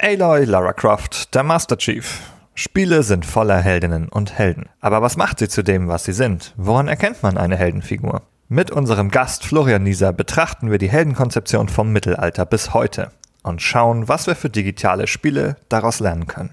Aloy, Lara Croft, der Master Chief. Spiele sind voller Heldinnen und Helden. Aber was macht sie zu dem, was sie sind? Woran erkennt man eine Heldenfigur? Mit unserem Gast Florian Nieser betrachten wir die Heldenkonzeption vom Mittelalter bis heute und schauen, was wir für digitale Spiele daraus lernen können.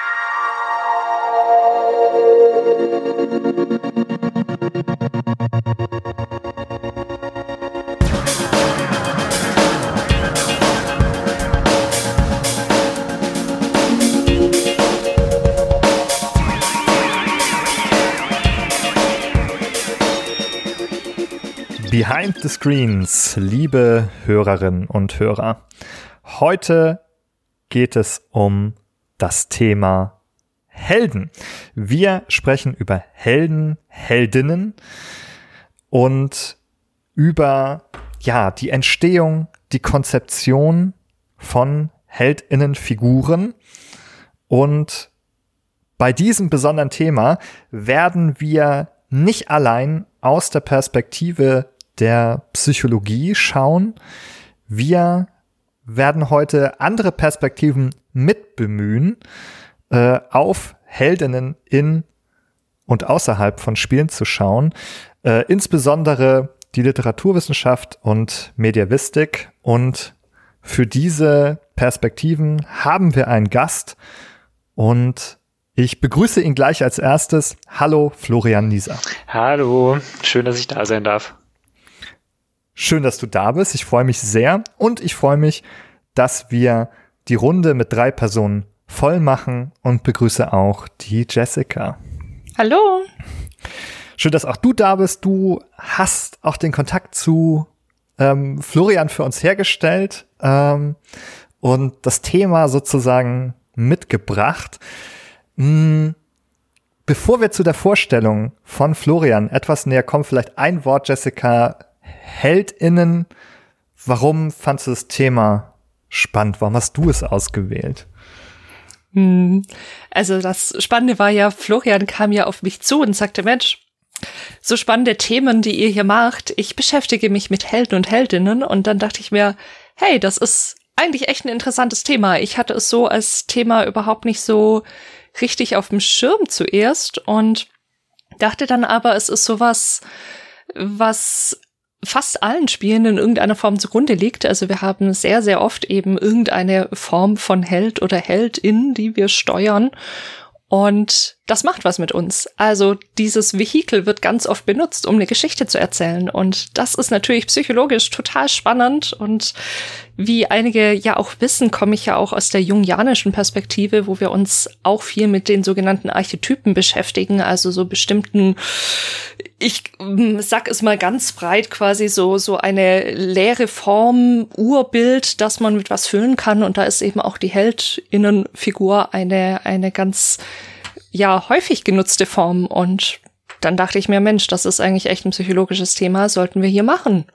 Behind the Screens, liebe Hörerinnen und Hörer. Heute geht es um das Thema Helden. Wir sprechen über Helden, Heldinnen und über die Entstehung, die Konzeption von Heldinnenfiguren. Und bei diesem besonderen Thema werden wir nicht allein aus der Perspektive der Psychologie schauen. Wir werden heute andere Perspektiven mit bemühen, auf Heldinnen in und außerhalb von Spielen zu schauen, insbesondere die Literaturwissenschaft und Mediavistik. Und für diese Perspektiven haben wir einen Gast und ich begrüße ihn gleich als erstes. Hallo, Florian Nieser. Hallo, schön, dass ich da sein darf. Schön, dass du da bist. Ich freue mich sehr und ich freue mich, dass wir die Runde mit 3 Personen voll machen und begrüße auch die Jessica. Hallo. Schön, dass auch du da bist. Du hast auch den Kontakt zu Florian für uns hergestellt und das Thema sozusagen mitgebracht. Bevor wir zu der Vorstellung von Florian etwas näher kommen, vielleicht ein Wort, Jessica. HeldInnen, warum fandst du das Thema spannend? Warum hast du es ausgewählt? Also das Spannende war ja, Florian kam ja auf mich zu und sagte, Mensch, so spannende Themen, die ihr hier macht, ich beschäftige mich mit Helden und Heldinnen und dann dachte ich mir, hey, das ist eigentlich echt ein interessantes Thema. Ich hatte es so als Thema überhaupt nicht so richtig auf dem Schirm zuerst und dachte dann aber, es ist sowas, was fast allen Spielen in irgendeiner Form zugrunde liegt. Also wir haben sehr, sehr oft eben irgendeine Form von Held oder Heldin, die wir steuern. Und das macht was mit uns. Also dieses Vehikel wird ganz oft benutzt, um eine Geschichte zu erzählen. Und das ist natürlich psychologisch total spannend. Und wie einige ja auch wissen, komme ich ja auch aus der jungianischen Perspektive, wo wir uns auch viel mit den sogenannten Archetypen beschäftigen. Also so bestimmten, ich sag es mal ganz breit, quasi so eine leere Form, Urbild, das man mit was füllen kann. Und da ist eben auch die Heldinnenfigur eine ganz häufig genutzte Form. Und dann dachte ich mir, Mensch, das ist eigentlich echt ein psychologisches Thema, sollten wir hier machen.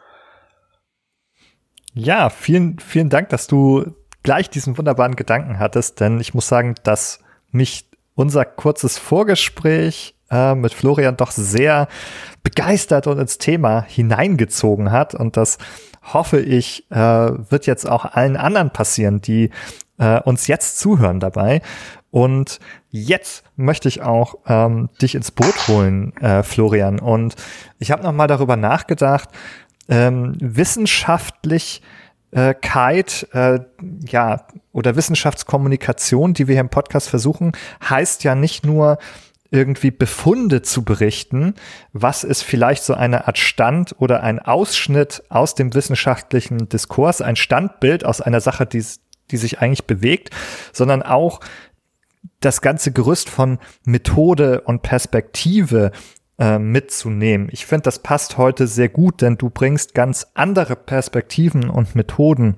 Ja, vielen, vielen Dank, dass du gleich diesen wunderbaren Gedanken hattest, denn ich muss sagen, dass mich unser kurzes Vorgespräch mit Florian doch sehr begeistert und ins Thema hineingezogen hat und das hoffe ich, wird jetzt auch allen anderen passieren, die uns jetzt zuhören dabei. Und jetzt möchte ich auch dich ins Boot holen, Florian. Und ich habe noch mal darüber nachgedacht, Wissenschaftlichkeit oder Wissenschaftskommunikation, die wir hier im Podcast versuchen, heißt ja nicht nur irgendwie Befunde zu berichten, was ist vielleicht so eine Art Stand oder ein Ausschnitt aus dem wissenschaftlichen Diskurs, ein Standbild aus einer Sache, die sich eigentlich bewegt, sondern auch das ganze Gerüst von Methode und Perspektive mitzunehmen. Ich finde, das passt heute sehr gut, denn du bringst ganz andere Perspektiven und Methoden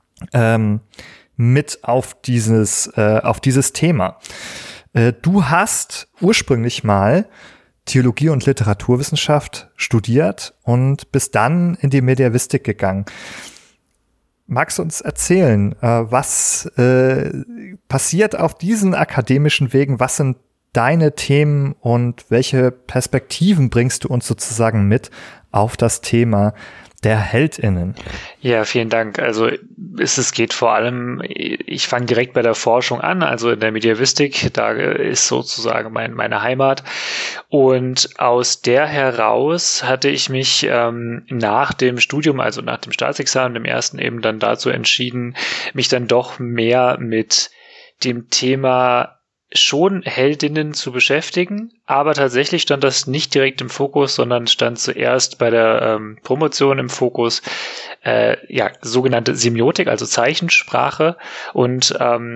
mit auf dieses Thema. Du hast ursprünglich mal Theologie und Literaturwissenschaft studiert und bist dann in die Mediavistik gegangen. Magst du uns erzählen, was passiert auf diesen akademischen Wegen? Was sind deine Themen und welche Perspektiven bringst du uns sozusagen mit auf das Thema der HeldInnen? Ja, vielen Dank. Also es geht vor allem, ich fange direkt bei der Forschung an, also in der Medievistik, da ist sozusagen meine Heimat. Und aus der heraus hatte ich mich nach dem Studium, also nach dem Staatsexamen, dem ersten eben dann dazu entschieden, mich dann doch mehr mit dem Thema schon Heldinnen zu beschäftigen, aber tatsächlich stand das nicht direkt im Fokus, sondern stand zuerst bei der Promotion im Fokus, sogenannte Semiotik, also Zeichensprache und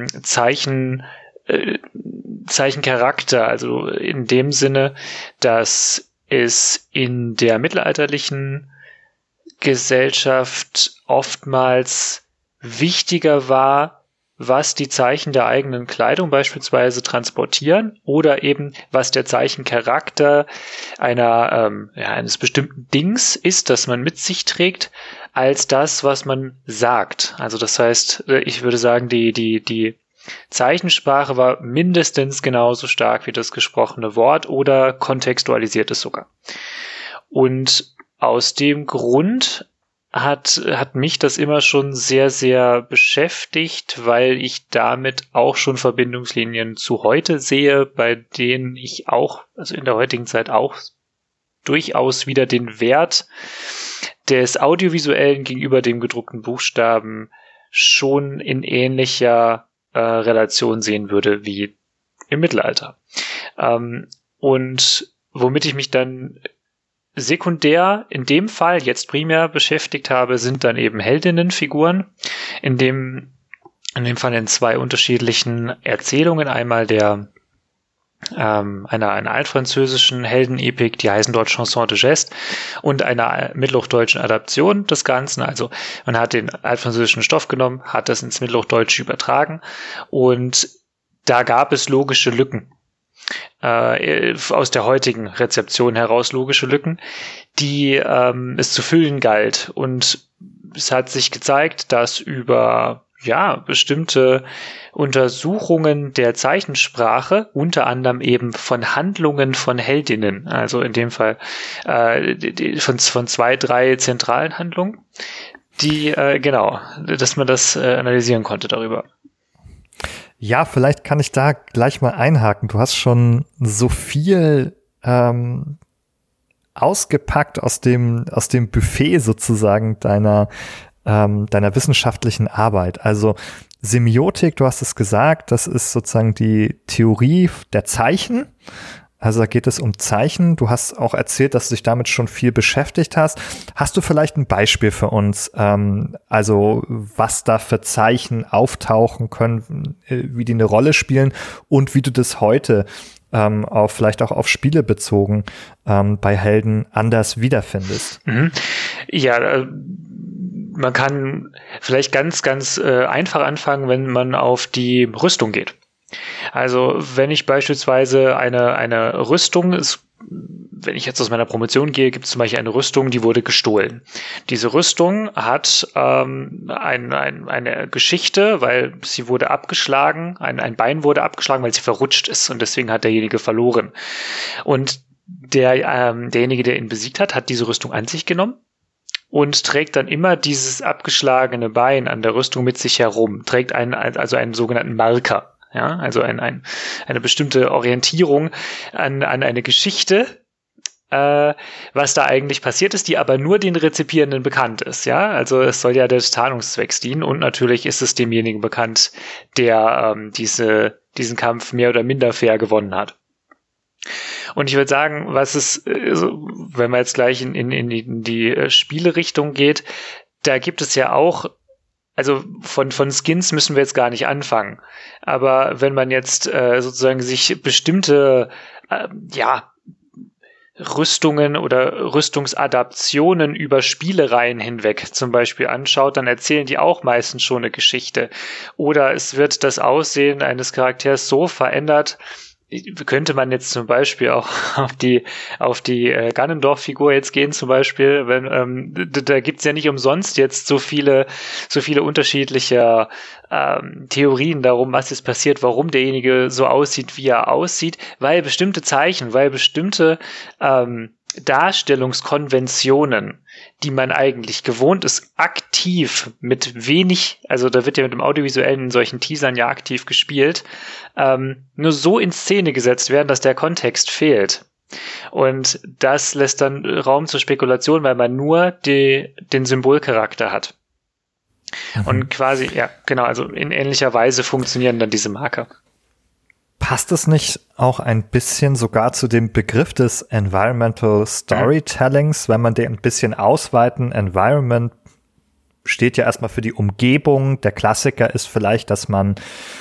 Zeichencharakter, also in dem Sinne, dass es in der mittelalterlichen Gesellschaft oftmals wichtiger war, was die Zeichen der eigenen Kleidung beispielsweise transportieren oder eben was der Zeichencharakter eines bestimmten Dings ist, das man mit sich trägt, als das, was man sagt. Also das heißt, ich würde sagen, die Zeichensprache war mindestens genauso stark wie das gesprochene Wort oder kontextualisiert es sogar. Und aus dem Grund hat mich das immer schon sehr, sehr beschäftigt, weil ich damit auch schon Verbindungslinien zu heute sehe, bei denen ich auch, also in der heutigen Zeit auch durchaus wieder den Wert des Audiovisuellen gegenüber dem gedruckten Buchstaben schon in ähnlicher Relation sehen würde wie im Mittelalter. Und womit ich mich dann sekundär in dem Fall jetzt primär beschäftigt habe, sind dann eben Heldinnenfiguren, in dem Fall in zwei unterschiedlichen Erzählungen, einmal einer altfranzösischen Heldenepik, die heißen dort Chanson de Geste, und einer mittelhochdeutschen Adaption des Ganzen. Also man hat den altfranzösischen Stoff genommen, hat das ins Mittelhochdeutsche übertragen und da gab es logische Lücken. Aus der heutigen Rezeption heraus logische Lücken, die es zu füllen galt. Und es hat sich gezeigt, dass über bestimmte Untersuchungen der Zeichensprache, unter anderem eben von Handlungen von Heldinnen, also in dem Fall von 2, 3 zentralen Handlungen, dass man das analysieren konnte darüber. Ja, vielleicht kann ich da gleich mal einhaken. Du hast schon so viel ausgepackt aus dem Buffet sozusagen deiner wissenschaftlichen Arbeit. Also Semiotik, du hast es gesagt, das ist sozusagen die Theorie der Zeichen. Also da geht es um Zeichen. Du hast auch erzählt, dass du dich damit schon viel beschäftigt hast. Hast du vielleicht ein Beispiel für uns? Also was da für Zeichen auftauchen können, wie die eine Rolle spielen und wie du das heute vielleicht auch auf Spiele bezogen bei Helden anders wiederfindest? Mhm. Ja, man kann vielleicht ganz, ganz einfach anfangen, wenn man auf die Rüstung geht. Also wenn ich beispielsweise eine Rüstung, wenn ich jetzt aus meiner Promotion gehe, gibt es zum Beispiel eine Rüstung, die wurde gestohlen. Diese Rüstung hat eine Geschichte, weil sie wurde abgeschlagen, ein Bein wurde abgeschlagen, weil sie verrutscht ist und deswegen hat derjenige verloren. Und derjenige, der ihn besiegt hat, hat diese Rüstung an sich genommen und trägt dann immer dieses abgeschlagene Bein an der Rüstung mit sich herum, trägt einen sogenannten Marker. Ja, also eine bestimmte Orientierung an eine Geschichte, was da eigentlich passiert ist, die aber nur den Rezipierenden bekannt ist. Ja, also es soll ja des Tarnungszwecks dienen und natürlich ist es demjenigen bekannt, der diesen Kampf mehr oder minder fair gewonnen hat. Und ich würde sagen, wenn man jetzt gleich in die Spielerichtung geht, da gibt es ja auch, also von Skins müssen wir jetzt gar nicht anfangen. Aber wenn man jetzt sozusagen sich bestimmte Rüstungen oder Rüstungsadaptionen über Spielereien hinweg zum Beispiel anschaut, dann erzählen die auch meistens schon eine Geschichte. Oder es wird das Aussehen eines Charakters so verändert, könnte man jetzt zum Beispiel auch auf die Ganondorf-Figur jetzt gehen zum Beispiel, da gibt's ja nicht umsonst jetzt so viele unterschiedliche Theorien darum, was jetzt passiert, warum derjenige so aussieht, wie er aussieht, weil bestimmte Zeichen, weil bestimmte Darstellungskonventionen, die man eigentlich gewohnt ist, aktiv mit wenig, also da wird ja mit dem Audiovisuellen in solchen Teasern ja aktiv gespielt, nur so in Szene gesetzt werden, dass der Kontext fehlt. Und das lässt dann Raum zur Spekulation, weil man nur den Symbolcharakter hat. Und quasi, ja, genau, also in ähnlicher Weise funktionieren dann diese Marker. Passt es nicht auch ein bisschen sogar zu dem Begriff des Environmental Storytellings, wenn man den ein bisschen ausweiten? Environment steht ja erstmal für die Umgebung. Der Klassiker ist vielleicht, dass man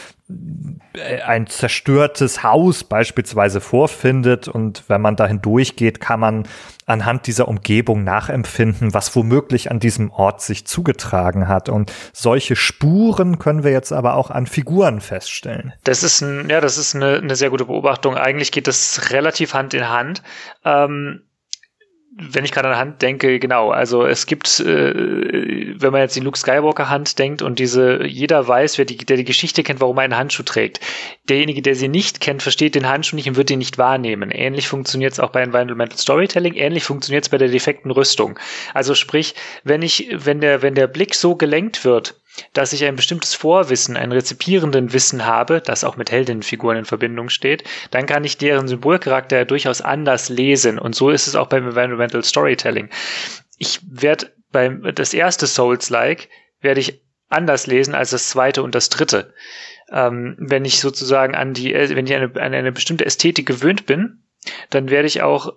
ein zerstörtes Haus beispielsweise vorfindet und wenn man dahin durchgeht, kann man anhand dieser Umgebung nachempfinden, was womöglich an diesem Ort sich zugetragen hat. Und solche Spuren können wir jetzt aber auch an Figuren feststellen. Das ist eine sehr gute Beobachtung. Eigentlich geht das relativ Hand in Hand. Wenn ich gerade an Hand denke, genau, also es gibt, wenn man jetzt die Luke Skywalker Hand denkt und jeder weiß, der die Geschichte kennt, warum er einen Handschuh trägt. Derjenige, der sie nicht kennt, versteht den Handschuh nicht und wird ihn nicht wahrnehmen. Ähnlich funktioniert es auch bei Environmental Storytelling, ähnlich funktioniert es bei der defekten Rüstung. Also sprich, wenn der Blick so gelenkt wird, dass ich ein bestimmtes Vorwissen, ein rezipierenden Wissen habe, das auch mit Heldinnenfiguren in Verbindung steht, dann kann ich deren Symbolcharakter ja durchaus anders lesen. Und so ist es auch beim Environmental Storytelling. Ich werde das erste Souls-like werde ich anders lesen als das zweite und das dritte. Wenn ich sozusagen an eine bestimmte Ästhetik gewöhnt bin, dann werde ich auch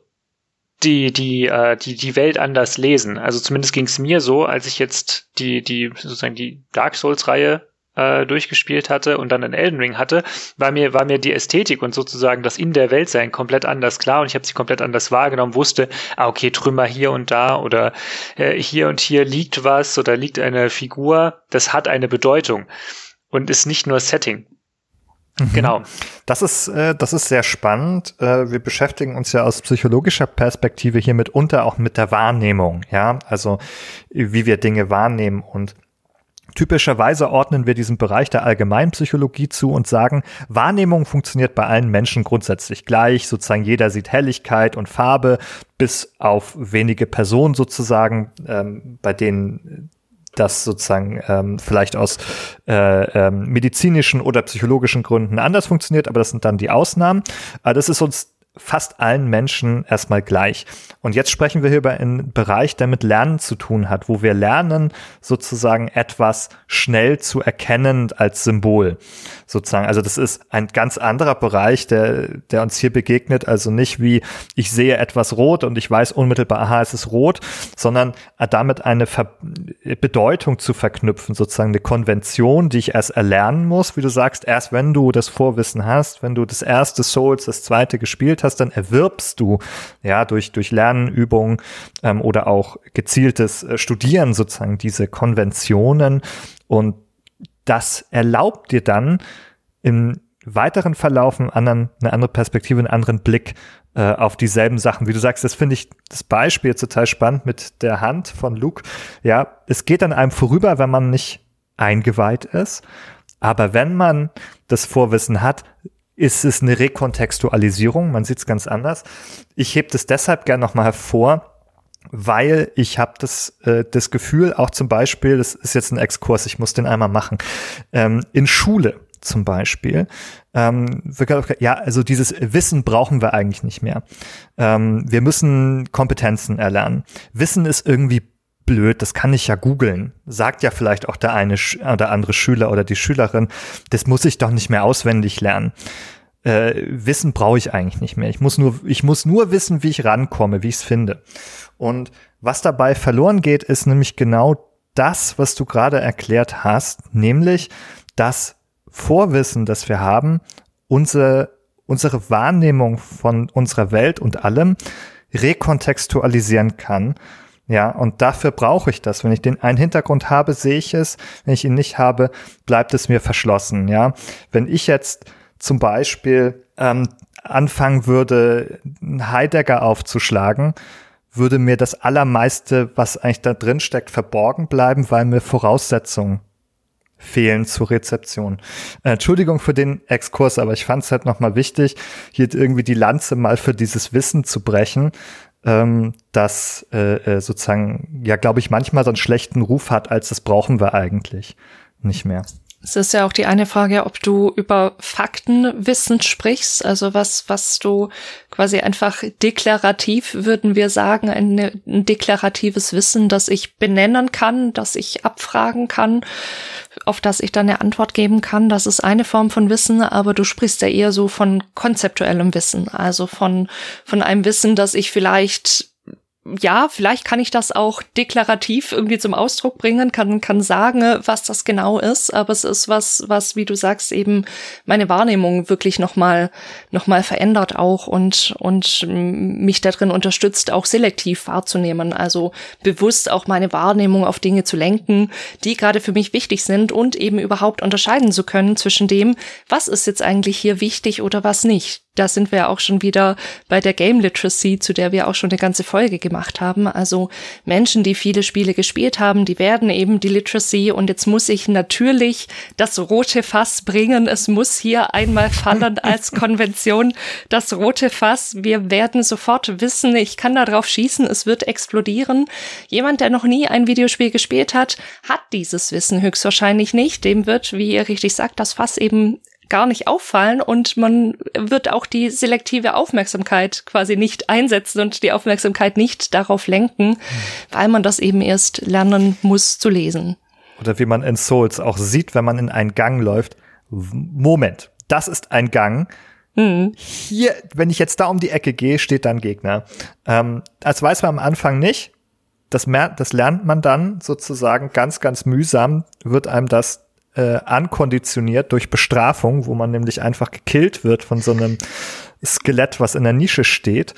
die Welt anders lesen. Also zumindest ging es mir so, als ich jetzt die Dark Souls-Reihe durchgespielt hatte und dann einen Elden Ring hatte, war mir die Ästhetik und sozusagen das in der Welt sein komplett anders klar und ich habe sie komplett anders wahrgenommen, wusste, okay, Trümmer hier und da oder hier und hier liegt was oder liegt eine Figur, das hat eine Bedeutung und ist nicht nur Setting. Genau. Das ist sehr spannend. Wir beschäftigen uns ja aus psychologischer Perspektive hier mitunter auch mit der Wahrnehmung, ja, also wie wir Dinge wahrnehmen und typischerweise ordnen wir diesen Bereich der Allgemeinpsychologie zu und sagen, Wahrnehmung funktioniert bei allen Menschen grundsätzlich gleich, sozusagen jeder sieht Helligkeit und Farbe, bis auf wenige Personen sozusagen, bei denen das sozusagen vielleicht aus medizinischen oder psychologischen Gründen anders funktioniert, aber das sind dann die Ausnahmen. Das ist uns fast allen Menschen erstmal gleich. Und jetzt sprechen wir hier über einen Bereich, der mit Lernen zu tun hat, wo wir lernen, sozusagen etwas schnell zu erkennen als Symbol. Sozusagen, also das ist ein ganz anderer Bereich, der uns hier begegnet, also nicht wie ich sehe etwas rot und ich weiß unmittelbar, aha, es ist rot, sondern damit eine Bedeutung zu verknüpfen, sozusagen eine Konvention, die ich erst erlernen muss, wie du sagst, erst wenn du das Vorwissen hast, wenn du das erste Souls, das zweite gespielt hast, dann erwirbst du ja durch Lernen, Übungen oder auch gezieltes Studieren sozusagen diese Konventionen und das erlaubt dir dann im weiteren Verlauf eine andere Perspektive, einen anderen Blick auf dieselben Sachen. Wie du sagst, das finde ich das Beispiel total spannend mit der Hand von Luke. Ja, es geht an einem vorüber, wenn man nicht eingeweiht ist, aber wenn man das Vorwissen hat, ist es eine Rekontextualisierung, man sieht es ganz anders. Ich hebe das deshalb gerne nochmal hervor, weil ich habe das Gefühl, auch zum Beispiel, das ist jetzt ein Exkurs, ich muss den einmal machen, in Schule zum Beispiel, also dieses Wissen brauchen wir eigentlich nicht mehr. Wir müssen Kompetenzen erlernen. Wissen ist irgendwie blöd, das kann ich ja googeln. Sagt ja vielleicht auch der eine oder andere Schüler oder die Schülerin, das muss ich doch nicht mehr auswendig lernen. Wissen brauche ich eigentlich nicht mehr. Ich muss nur wissen, wie ich rankomme, wie ich es finde. Und was dabei verloren geht, ist nämlich genau das, was du gerade erklärt hast, nämlich das Vorwissen, das wir haben, unsere Wahrnehmung von unserer Welt und allem rekontextualisieren kann. Ja, und dafür brauche ich das. Wenn ich einen Hintergrund habe, sehe ich es. Wenn ich ihn nicht habe, bleibt es mir verschlossen. Ja, wenn ich jetzt zum Beispiel anfangen würde, einen Heidegger aufzuschlagen, würde mir das Allermeiste, was eigentlich da drin steckt, verborgen bleiben, weil mir Voraussetzungen fehlen zur Rezeption. Entschuldigung für den Exkurs, aber ich fand es halt nochmal wichtig, hier irgendwie die Lanze mal für dieses Wissen zu brechen, das sozusagen, ja, glaube ich, manchmal so einen schlechten Ruf hat, als das brauchen wir eigentlich nicht mehr. Es ist ja auch die eine Frage, ob du über Faktenwissen sprichst, also was du quasi einfach deklarativ, würden wir sagen, ein deklaratives Wissen, das ich benennen kann, das ich abfragen kann, auf das ich dann eine Antwort geben kann. Das ist eine Form von Wissen, aber du sprichst ja eher so von konzeptuellem Wissen, also von einem Wissen, das ich vielleicht kann ich das auch deklarativ irgendwie zum Ausdruck bringen, kann sagen, was das genau ist, aber es ist was, wie du sagst, eben meine Wahrnehmung wirklich noch mal verändert auch und mich darin unterstützt, auch selektiv wahrzunehmen, also bewusst auch meine Wahrnehmung auf Dinge zu lenken, die gerade für mich wichtig sind und eben überhaupt unterscheiden zu können zwischen dem, was ist jetzt eigentlich hier wichtig oder was nicht. Da sind wir auch schon wieder bei der Game Literacy, zu der wir auch schon eine ganze Folge gemacht haben. Also Menschen, die viele Spiele gespielt haben, die werden eben die Literacy, und jetzt muss ich natürlich das rote Fass bringen. Es muss hier einmal fallen als Konvention. Das rote Fass, wir werden sofort wissen, ich kann da drauf schießen, es wird explodieren. Jemand, der noch nie ein Videospiel gespielt hat, hat dieses Wissen höchstwahrscheinlich nicht. Dem wird, wie ihr richtig sagt, das Fass eben gar nicht auffallen, und man wird auch die selektive Aufmerksamkeit quasi nicht einsetzen und die Aufmerksamkeit nicht darauf lenken, weil man das eben erst lernen muss zu lesen. Oder wie man in Souls auch sieht, wenn man in einen Gang läuft. Moment, das ist ein Gang. Hier, wenn ich jetzt da um die Ecke gehe, steht dann Gegner. Das weiß man am Anfang nicht. Das lernt man dann sozusagen ganz, ganz mühsam, wird einem das ankonditioniert durch Bestrafung, wo man nämlich einfach gekillt wird von so einem Skelett, was in der Nische steht.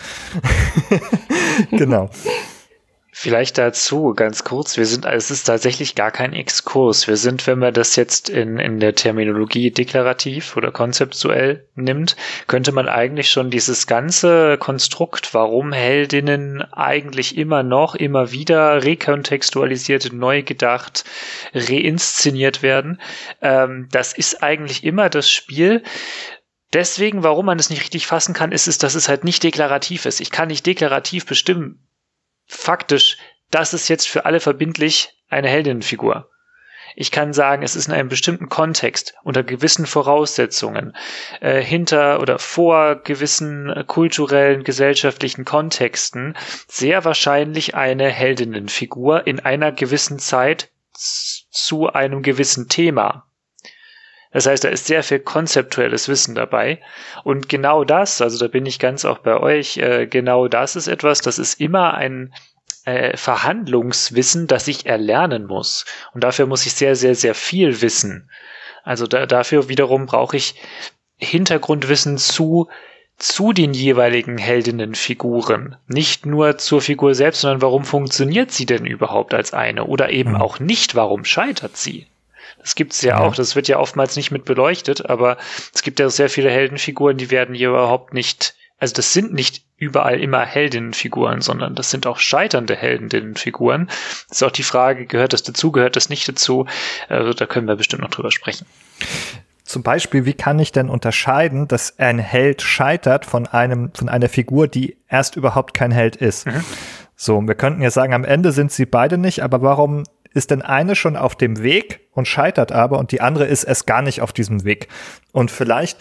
Genau. Vielleicht dazu ganz kurz, es ist tatsächlich gar kein Exkurs. Wir sind, wenn man das jetzt in der Terminologie deklarativ oder konzeptuell nimmt, könnte man eigentlich schon dieses ganze Konstrukt, warum Heldinnen eigentlich immer wieder rekontextualisiert, neu gedacht, reinszeniert werden, das ist eigentlich immer das Spiel. Deswegen, warum man es nicht richtig fassen kann, ist es, dass es halt nicht deklarativ ist. Ich kann nicht deklarativ bestimmen, faktisch, das ist jetzt für alle verbindlich eine Heldinnenfigur. Ich kann sagen, es ist in einem bestimmten Kontext, unter gewissen Voraussetzungen, hinter oder vor gewissen kulturellen, gesellschaftlichen Kontexten sehr wahrscheinlich eine Heldinnenfigur in einer gewissen Zeit zu einem gewissen Thema. Das heißt, da ist sehr viel konzeptuelles Wissen dabei. Und genau das, also da bin ich ganz auch bei euch, genau das ist etwas, das ist immer ein Verhandlungswissen, das ich erlernen muss. Und dafür muss ich sehr, sehr, sehr viel wissen. Also dafür wiederum brauche ich Hintergrundwissen zu den jeweiligen Heldinnenfiguren. Nicht nur zur Figur selbst, sondern warum funktioniert sie denn überhaupt als eine? Oder eben auch nicht, warum scheitert sie? Das gibt's ja auch, das wird ja oftmals nicht mit beleuchtet, aber es gibt ja sehr viele Heldenfiguren, die werden hier überhaupt nicht, also das sind nicht überall immer Heldinnenfiguren, sondern das sind auch scheiternde Heldinnenfiguren. Das ist auch die Frage, gehört das dazu, gehört das nicht dazu? Also da können wir bestimmt noch drüber sprechen. Zum Beispiel, wie kann ich denn unterscheiden, dass ein Held scheitert von einer Figur, die erst überhaupt kein Held ist? So, wir könnten ja sagen, am Ende sind sie beide nicht, aber warum ist denn eine schon auf dem Weg und scheitert aber und die andere ist erst gar nicht auf diesem Weg? Und vielleicht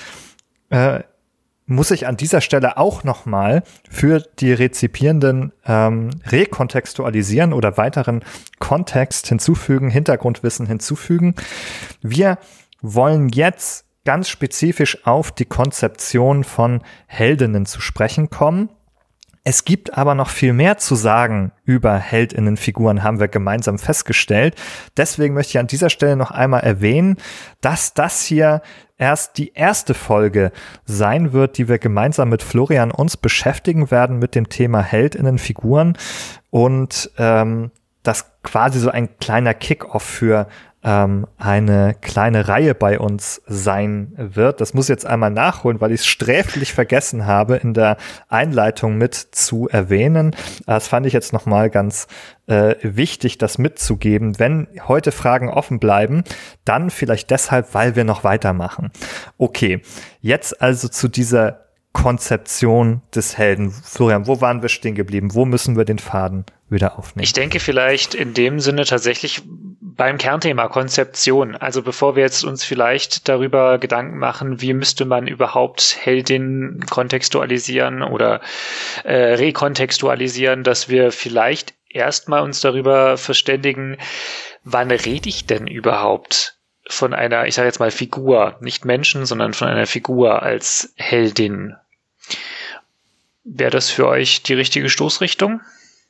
muss ich an dieser Stelle auch nochmal für die Rezipierenden rekontextualisieren oder weiteren Kontext hinzufügen, Hintergrundwissen hinzufügen. Wir wollen jetzt ganz spezifisch auf die Konzeption von Heldinnen zu sprechen kommen. Es gibt aber noch viel mehr zu sagen über Heldinnenfiguren, haben wir gemeinsam festgestellt. Deswegen möchte ich an dieser Stelle noch einmal erwähnen, dass das hier erst die erste Folge sein wird, die wir gemeinsam mit Florian uns beschäftigen werden mit dem Thema Heldinnenfiguren und das quasi so ein kleiner Kick-off für eine kleine Reihe bei uns sein wird. Das muss ich jetzt einmal nachholen, weil ich es sträflich vergessen habe, in der Einleitung mit zu erwähnen. Das fand ich jetzt nochmal ganz wichtig, das mitzugeben. Wenn heute Fragen offen bleiben, dann vielleicht deshalb, weil wir noch weitermachen. Okay, jetzt also zu dieser Konzeption des Helden. Florian, wo waren wir stehen geblieben? Wo müssen wir den Faden wieder aufnehmen? Ich denke vielleicht in dem Sinne tatsächlich beim Kernthema Konzeption. Also bevor wir jetzt uns vielleicht darüber Gedanken machen, wie müsste man überhaupt Heldinnen kontextualisieren oder rekontextualisieren, dass wir vielleicht erstmal uns darüber verständigen, wann rede ich denn überhaupt von einer, ich sage jetzt mal Figur, nicht Menschen, sondern von einer Figur als Heldin. Wäre das für euch die richtige Stoßrichtung?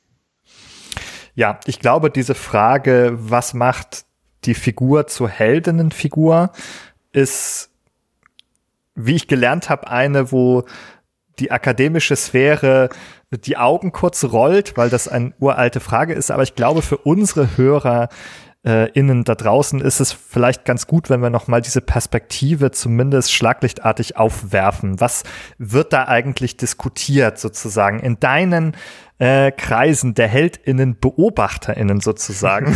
Ja, ich glaube, diese Frage, was macht die Figur zur Heldinnenfigur, ist, wie ich gelernt habe, eine, wo die akademische Sphäre die Augen kurz rollt, weil das eine uralte Frage ist. Aber ich glaube, für unsere Hörer innen da draußen ist es vielleicht ganz gut, wenn wir nochmal diese Perspektive zumindest schlaglichtartig aufwerfen. Was wird da eigentlich diskutiert sozusagen in deinen Kreisen der HeldInnen, BeobachterInnen sozusagen?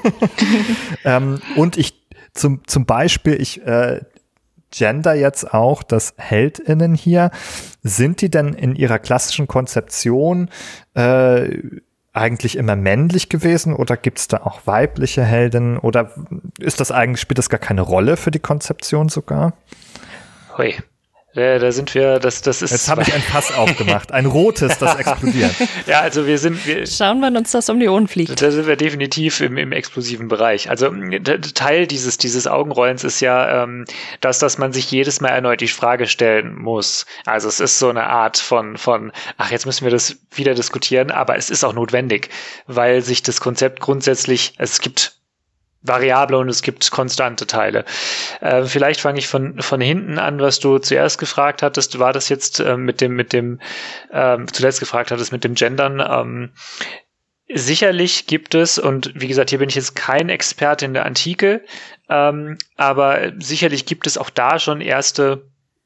Und ich zum Beispiel, ich gender jetzt auch das HeldInnen hier. Sind die denn in ihrer klassischen Konzeption eigentlich immer männlich gewesen oder gibt es da auch weibliche Helden oder spielt das gar keine Rolle für die Konzeption sogar? Hui. Da sind wir, das ist... Jetzt habe ich ein Fass aufgemacht, ein rotes, das explodiert. Ja, also schauen, wann uns das um die Ohren fliegt. Da sind wir definitiv im explosiven Bereich. Also Teil dieses Augenrollens ist ja, dass man sich jedes Mal erneut die Frage stellen muss. Also es ist so eine Art von, ach, jetzt müssen wir das wieder diskutieren, aber es ist auch notwendig, weil sich das Konzept grundsätzlich, es gibt Variable und es gibt konstante Teile. Vielleicht fange ich von hinten an, was du zuerst gefragt hattest. War das jetzt zuletzt gefragt hattest mit dem Gendern? Sicherlich gibt es, und wie gesagt, hier bin ich jetzt kein Experte in der Antike, aber sicherlich gibt es auch da schon erste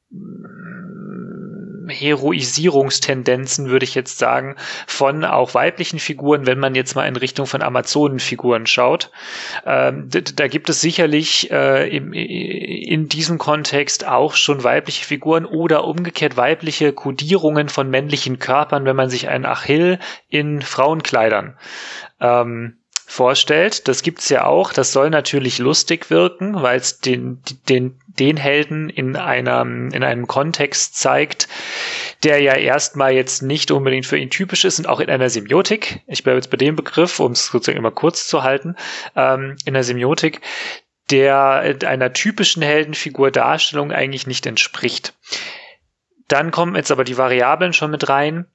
Heroisierungstendenzen, würde ich jetzt sagen, von auch weiblichen Figuren, wenn man jetzt mal in Richtung von Amazonenfiguren schaut. Da gibt es sicherlich in diesem Kontext auch schon weibliche Figuren oder umgekehrt weibliche Kodierungen von männlichen Körpern, wenn man sich einen Achill in Frauenkleidern vorstellt. Das gibt's ja auch. Das soll natürlich lustig wirken, weil es den Helden in einem Kontext zeigt, der ja erstmal jetzt nicht unbedingt für ihn typisch ist und auch in einer Semiotik. Ich bleibe jetzt bei dem Begriff, um es sozusagen immer kurz zu halten, in der Semiotik, der einer typischen Heldenfigur-Darstellung eigentlich nicht entspricht. Dann kommen jetzt aber die Variablen schon mit rein.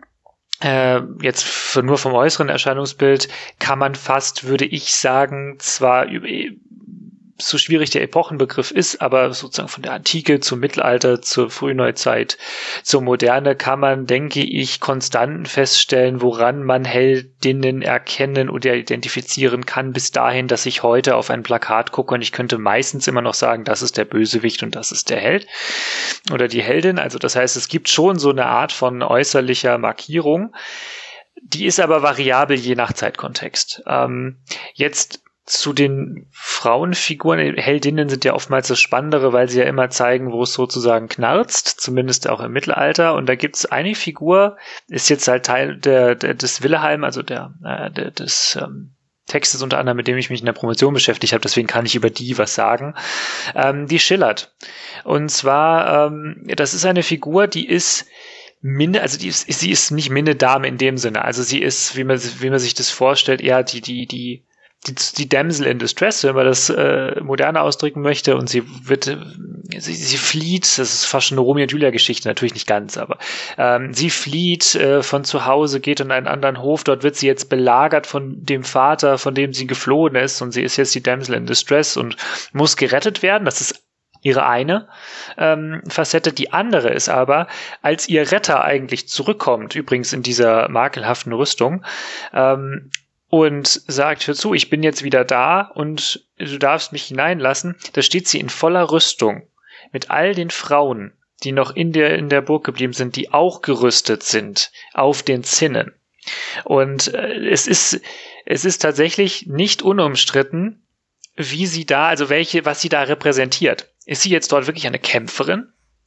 Jetzt nur vom äußeren Erscheinungsbild kann man fast, würde ich sagen, zwar so schwierig der Epochenbegriff ist, aber sozusagen von der Antike zum Mittelalter, zur Frühneuzeit, zur Moderne kann man, denke ich, Konstanten feststellen, woran man Heldinnen erkennen oder identifizieren kann, bis dahin, dass ich heute auf ein Plakat gucke und ich könnte meistens immer noch sagen, das ist der Bösewicht und das ist der Held oder die Heldin. Also das heißt, es gibt schon so eine Art von äußerlicher Markierung, die ist aber variabel je nach Zeitkontext. Jetzt zu den Frauenfiguren, Heldinnen sind ja oftmals das Spannendere, weil sie ja immer zeigen, wo es sozusagen knarzt, zumindest auch im Mittelalter. Und da gibt es eine Figur, ist jetzt halt Teil des Willehalm, also des Textes unter anderem, mit dem ich mich in der Promotion beschäftigt habe, deswegen kann ich über die was sagen. Die schillert. Und zwar, das ist eine Figur, die ist sie ist nicht Minne-Dame in dem Sinne. Also sie ist, wie man sich das vorstellt, eher die Damsel in Distress, wenn man das moderner ausdrücken möchte, und sie flieht, das ist fast schon eine Romeo und Julia-Geschichte, natürlich nicht ganz, aber sie flieht von zu Hause, geht in einen anderen Hof, dort wird sie jetzt belagert von dem Vater, von dem sie geflohen ist, und sie ist jetzt die Damsel in Distress und muss gerettet werden. Das ist ihre eine Facette. Die andere ist aber, als ihr Retter eigentlich zurückkommt, übrigens in dieser makelhaften Rüstung, und sagt, hör zu, ich bin jetzt wieder da und du darfst mich hineinlassen. Da steht sie in voller Rüstung mit all den Frauen, die noch in der Burg geblieben sind, die auch gerüstet sind auf den Zinnen. Und es ist tatsächlich nicht unumstritten, wie sie da, also was sie da repräsentiert. Ist sie jetzt dort wirklich eine Kämpferin?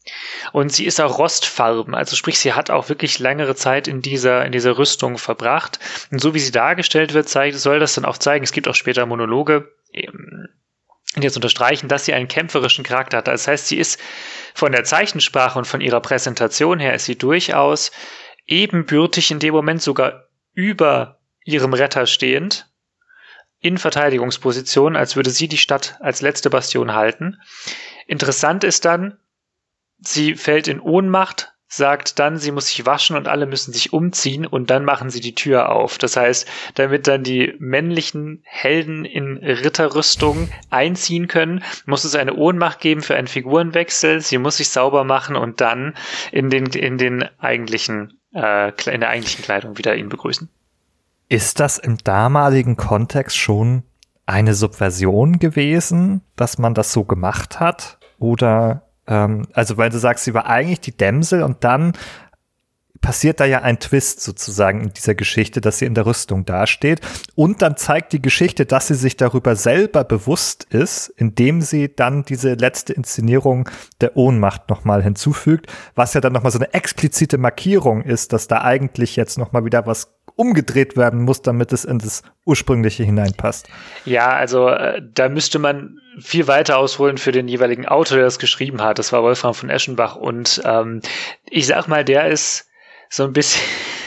Und sie ist auch rostfarben, also sprich, sie hat auch wirklich längere Zeit in dieser Rüstung verbracht. Und so wie sie dargestellt wird, soll das dann auch zeigen, es gibt auch später Monologe, die jetzt unterstreichen, dass sie einen kämpferischen Charakter hat. Das heißt, sie ist von der Zeichensprache und von ihrer Präsentation her ist sie durchaus ebenbürtig, in dem Moment sogar über ihrem Retter stehend, in Verteidigungsposition, als würde sie die Stadt als letzte Bastion halten. Interessant ist dann, sie fällt in Ohnmacht, sagt dann, sie muss sich waschen und alle müssen sich umziehen und dann machen sie die Tür auf. Das heißt, damit dann die männlichen Helden in Ritterrüstung einziehen können, muss es eine Ohnmacht geben für einen Figurenwechsel. Sie muss sich sauber machen und dann in der eigentlichen Kleidung wieder ihn begrüßen. Ist das im damaligen Kontext schon eine Subversion gewesen, dass man das so gemacht hat? Oder also weil du sagst, sie war eigentlich die Dämsel und dann passiert da ja ein Twist sozusagen in dieser Geschichte, dass sie in der Rüstung dasteht und dann zeigt die Geschichte, dass sie sich darüber selber bewusst ist, indem sie dann diese letzte Inszenierung der Ohnmacht nochmal hinzufügt, was ja dann nochmal so eine explizite Markierung ist, dass da eigentlich jetzt nochmal wieder was umgedreht werden muss, damit es in das Ursprüngliche hineinpasst. Ja, also da müsste man viel weiter ausholen für den jeweiligen Autor, der das geschrieben hat. Das war Wolfram von Eschenbach und ich sag mal, der ist so ein bisschen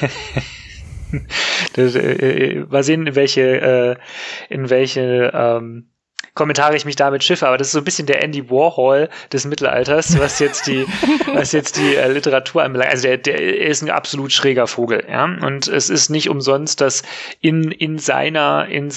mal sehen, in welche Kommentare ich mich damit schiffe, aber das ist so ein bisschen der Andy Warhol des Mittelalters, was jetzt die Literatur anbelangt. Also der ist ein absolut schräger Vogel, ja. Und es ist nicht umsonst, dass in seinen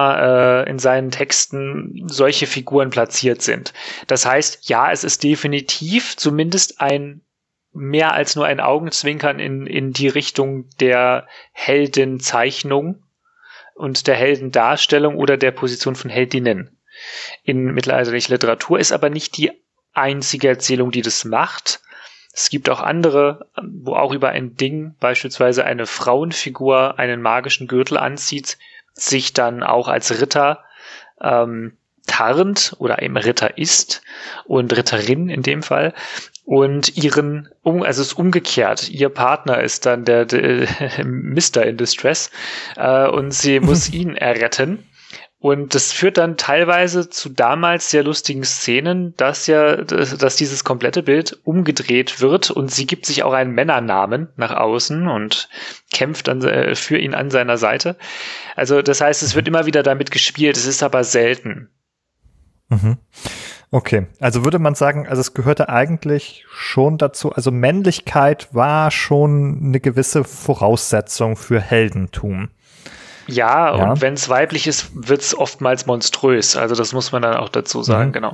Texten solche Figuren platziert sind. Das heißt, ja, es ist definitiv zumindest mehr als nur ein Augenzwinkern in die Richtung der Heldenzeichnung und der Heldendarstellung oder der Position von Heldinnen. In mittelalterlicher Literatur ist aber nicht die einzige Erzählung, die das macht. Es gibt auch andere, wo auch über ein Ding, beispielsweise eine Frauenfigur, einen magischen Gürtel anzieht, sich dann auch als Ritter tarnt oder eben Ritter ist und Ritterin in dem Fall. Und also es ist umgekehrt. Ihr Partner ist dann der Mr. in Distress und sie muss ihn erretten. Und das führt dann teilweise zu damals sehr lustigen Szenen, dass dieses komplette Bild umgedreht wird und sie gibt sich auch einen Männernamen nach außen und kämpft dann für ihn an seiner Seite. Also das heißt, es wird immer wieder damit gespielt, es ist aber selten. Mhm. Okay, also würde man sagen, also es gehörte eigentlich schon dazu, also Männlichkeit war schon eine gewisse Voraussetzung für Heldentum. Ja, und wenn es weiblich ist, wird es oftmals monströs. Also das muss man dann auch dazu sagen, genau.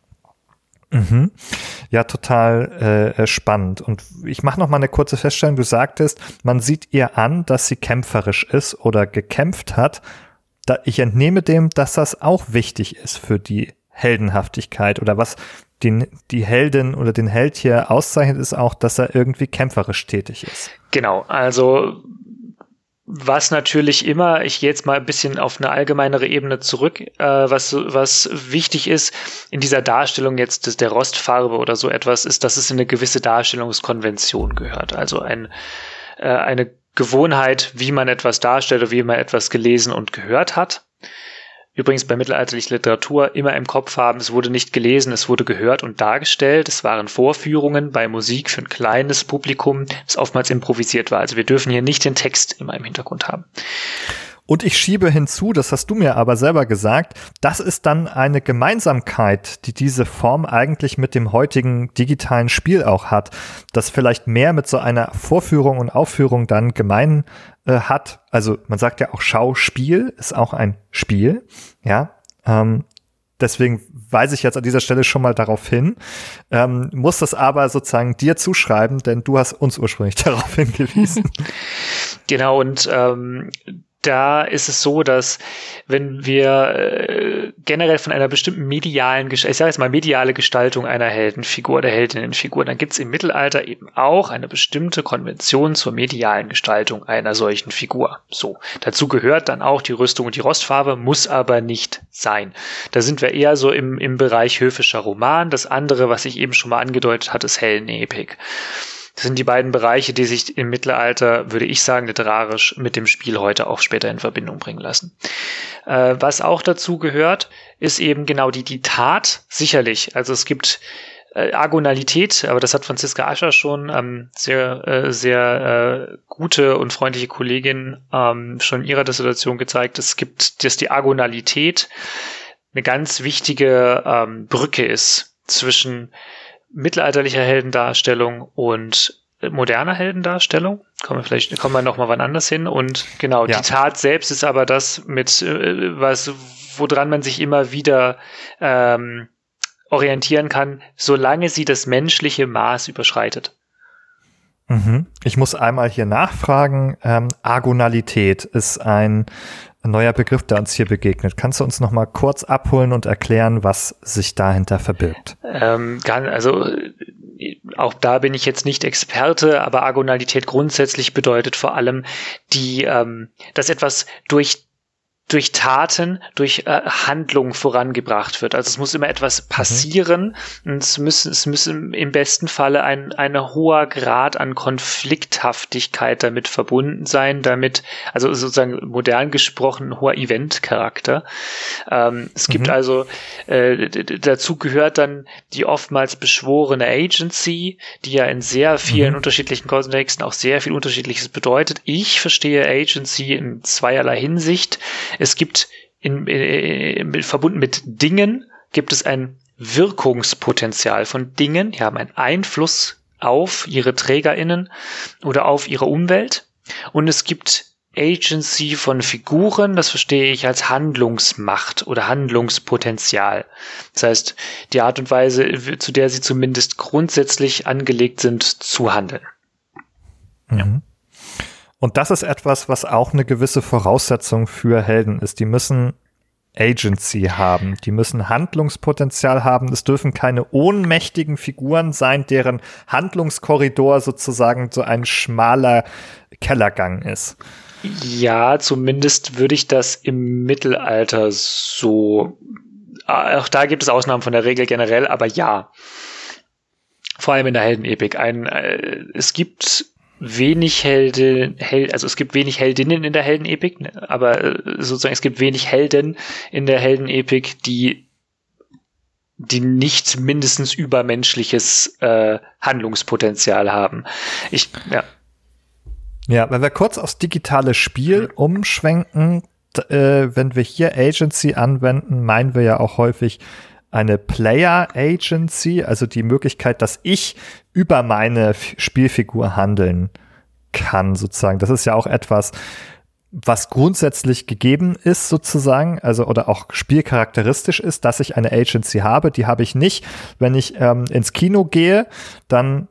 Mhm. Ja, total spannend. Und ich mache noch mal eine kurze Feststellung. Du sagtest, man sieht ihr an, dass sie kämpferisch ist oder gekämpft hat. Ich entnehme dem, dass das auch wichtig ist für die Heldenhaftigkeit oder was die Heldin oder den Held hier auszeichnet, ist auch, dass er irgendwie kämpferisch tätig ist. Genau, also was natürlich immer, ich gehe jetzt mal ein bisschen auf eine allgemeinere Ebene zurück, was wichtig ist in dieser Darstellung jetzt der Rostfarbe oder so etwas, ist, dass es in eine gewisse Darstellungskonvention gehört. Also eine Gewohnheit, wie man etwas darstellt oder wie man etwas gelesen und gehört hat. Übrigens bei mittelalterlicher Literatur immer im Kopf haben, es wurde nicht gelesen, es wurde gehört und dargestellt. Es waren Vorführungen bei Musik für ein kleines Publikum, das oftmals improvisiert war. Also wir dürfen hier nicht den Text immer im Hintergrund haben. Und ich schiebe hinzu, das hast du mir aber selber gesagt, das ist dann eine Gemeinsamkeit, die diese Form eigentlich mit dem heutigen digitalen Spiel auch hat, das vielleicht mehr mit so einer Vorführung und Aufführung dann gemein hat. Also man sagt ja auch Schauspiel ist auch ein Spiel, ja. Deswegen weise ich jetzt an dieser Stelle schon mal darauf hin, muss das aber sozusagen dir zuschreiben, denn du hast uns ursprünglich darauf hingewiesen. Genau, und da ist es so, dass wenn wir generell von einer bestimmten mediale Gestaltung einer Heldenfigur oder Heldinnenfigur, dann gibt es im Mittelalter eben auch eine bestimmte Konvention zur medialen Gestaltung einer solchen Figur. So, dazu gehört dann auch die Rüstung und die Rostfarbe, muss aber nicht sein. Da sind wir eher so im Bereich höfischer Roman. Das andere, was ich eben schon mal angedeutet hatte, ist Heldenepik. Das sind die beiden Bereiche, die sich im Mittelalter, würde ich sagen, literarisch mit dem Spiel heute auch später in Verbindung bringen lassen. Was auch dazu gehört, ist eben genau die Tat, sicherlich. Also es gibt Agonalität, aber das hat Franziska Ascher schon, sehr gute und freundliche Kollegin schon in ihrer Dissertation gezeigt. Es gibt, dass die Agonalität eine ganz wichtige Brücke ist zwischen mittelalterlicher Heldendarstellung und moderner Heldendarstellung. Kommen wir noch mal wann anders hin. Und genau, ja. Die Tat selbst ist aber das woran man sich immer wieder orientieren kann, solange sie das menschliche Maß überschreitet. Ich muss einmal hier nachfragen. Agonalität ist ein neuer Begriff, der uns hier begegnet. Kannst du uns noch mal kurz abholen und erklären, was sich dahinter verbirgt? Auch da bin ich jetzt nicht Experte, aber Agonalität grundsätzlich bedeutet vor allem dass etwas durch Taten, durch Handlungen vorangebracht wird. Also es muss immer etwas passieren und es müssen im besten Falle ein hoher Grad an Konflikthaftigkeit damit verbunden sein, also sozusagen modern gesprochen ein hoher Eventcharakter. Es gibt also, dazu gehört dann die oftmals beschworene Agency, die ja in sehr vielen unterschiedlichen Kontexten auch sehr viel Unterschiedliches bedeutet. Ich verstehe Agency in zweierlei Hinsicht. Es gibt verbunden mit Dingen gibt es ein Wirkungspotenzial von Dingen, die haben einen Einfluss auf ihre TrägerInnen oder auf ihre Umwelt. Und es gibt Agency von Figuren, das verstehe ich als Handlungsmacht oder Handlungspotenzial. Das heißt, die Art und Weise, zu der sie zumindest grundsätzlich angelegt sind, zu handeln. Ja. Und das ist etwas, was auch eine gewisse Voraussetzung für Helden ist. Die müssen Agency haben, die müssen Handlungspotenzial haben. Es dürfen keine ohnmächtigen Figuren sein, deren Handlungskorridor sozusagen so ein schmaler Kellergang ist. Ja, zumindest würde ich das im Mittelalter so, auch da gibt es Ausnahmen von der Regel generell, aber ja. Vor allem in der Heldenepik. Es gibt wenig es gibt wenig Heldinnen in der Heldenepik, aber sozusagen es gibt wenig Helden in der Heldenepik, die nicht mindestens übermenschliches Handlungspotenzial haben. Ja, wenn wir kurz aufs digitale Spiel umschwenken, wenn wir hier Agency anwenden, meinen wir ja auch häufig eine Player Agency, also die Möglichkeit, dass ich über meine Spielfigur handeln kann, sozusagen. Das ist ja auch etwas, was grundsätzlich gegeben ist, sozusagen, also oder auch spielcharakteristisch ist, dass ich eine Agency habe. Die habe ich nicht. Wenn ich ins Kino gehe, dann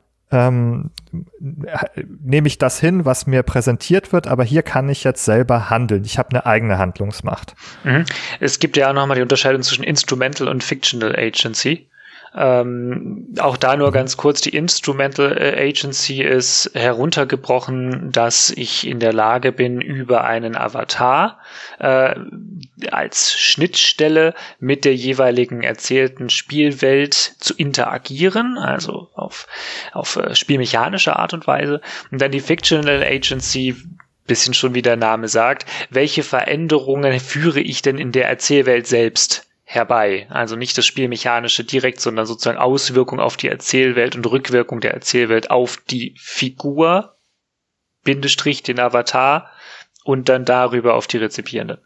nehme ich das hin, was mir präsentiert wird, aber hier kann ich jetzt selber handeln. Ich habe eine eigene Handlungsmacht. Es gibt ja auch nochmal die Unterscheidung zwischen Instrumental und Fictional Agency. Auch da nur ganz kurz, die Instrumental Agency ist heruntergebrochen, dass ich in der Lage bin, über einen Avatar als Schnittstelle mit der jeweiligen erzählten Spielwelt zu interagieren, also auf spielmechanische Art und Weise. Und dann die Fictional Agency, bisschen schon wie der Name sagt, welche Veränderungen führe ich denn in der Erzählwelt selbst herbei? Also nicht das Spielmechanische direkt, sondern sozusagen Auswirkung auf die Erzählwelt und Rückwirkung der Erzählwelt auf die Figur, Bindestrich den Avatar und dann darüber auf die Rezipierenden.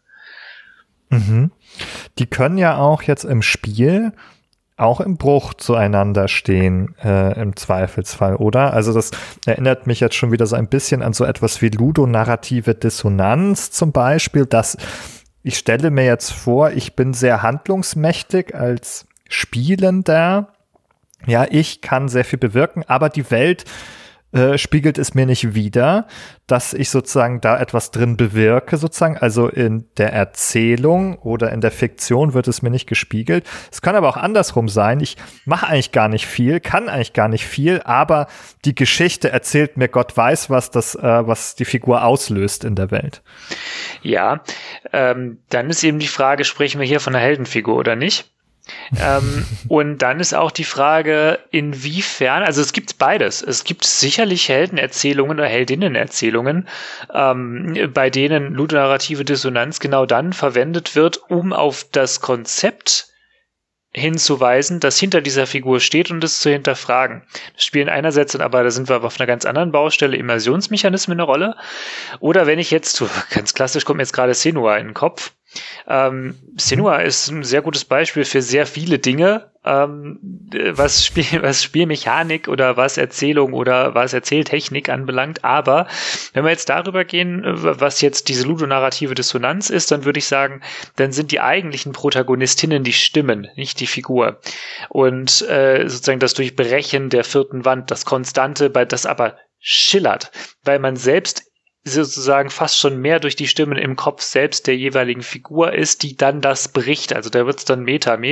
Die können ja auch jetzt im Spiel auch im Bruch zueinander stehen, im Zweifelsfall, oder? Also das erinnert mich jetzt schon wieder so ein bisschen an so etwas wie ludonarrative Dissonanz zum Beispiel, dass ich stelle mir jetzt vor, ich bin sehr handlungsmächtig als Spielender. Ja, ich kann sehr viel bewirken, aber die Welt spiegelt es mir nicht wider, dass ich sozusagen da etwas drin bewirke, sozusagen. Also in der Erzählung oder in der Fiktion wird es mir nicht gespiegelt. Es kann aber auch andersrum sein. Ich mache eigentlich gar nicht viel, kann eigentlich gar nicht viel, aber die Geschichte erzählt mir Gott weiß was, was die Figur auslöst in der Welt. Ja, dann ist eben die Frage, sprechen wir hier von einer Heldenfigur oder nicht? Und dann ist auch die Frage, inwiefern, also es gibt beides. Es gibt sicherlich Heldenerzählungen oder Heldinnenerzählungen, bei denen ludonarrative Dissonanz genau dann verwendet wird, um auf das Konzept hinzuweisen, das hinter dieser Figur steht und es zu hinterfragen. Das spielen einerseits dann aber, da sind wir aber auf einer ganz anderen Baustelle, Immersionsmechanismen eine Rolle. Oder wenn ich jetzt, ganz klassisch kommt mir jetzt gerade Senua in den Kopf. Senua ist ein sehr gutes Beispiel für sehr viele Dinge, was Spielmechanik oder was Erzählung oder was Erzähltechnik anbelangt. Aber wenn wir jetzt darüber gehen, was jetzt diese ludonarrative Dissonanz ist, dann würde ich sagen, dann sind die eigentlichen Protagonistinnen die Stimmen, nicht die Figur. Und sozusagen das Durchbrechen der vierten Wand, das Konstante, das aber schillert, weil man selbst sozusagen fast schon mehr durch die Stimmen im Kopf selbst der jeweiligen Figur ist, die dann das bricht. Also da wird's dann Meta.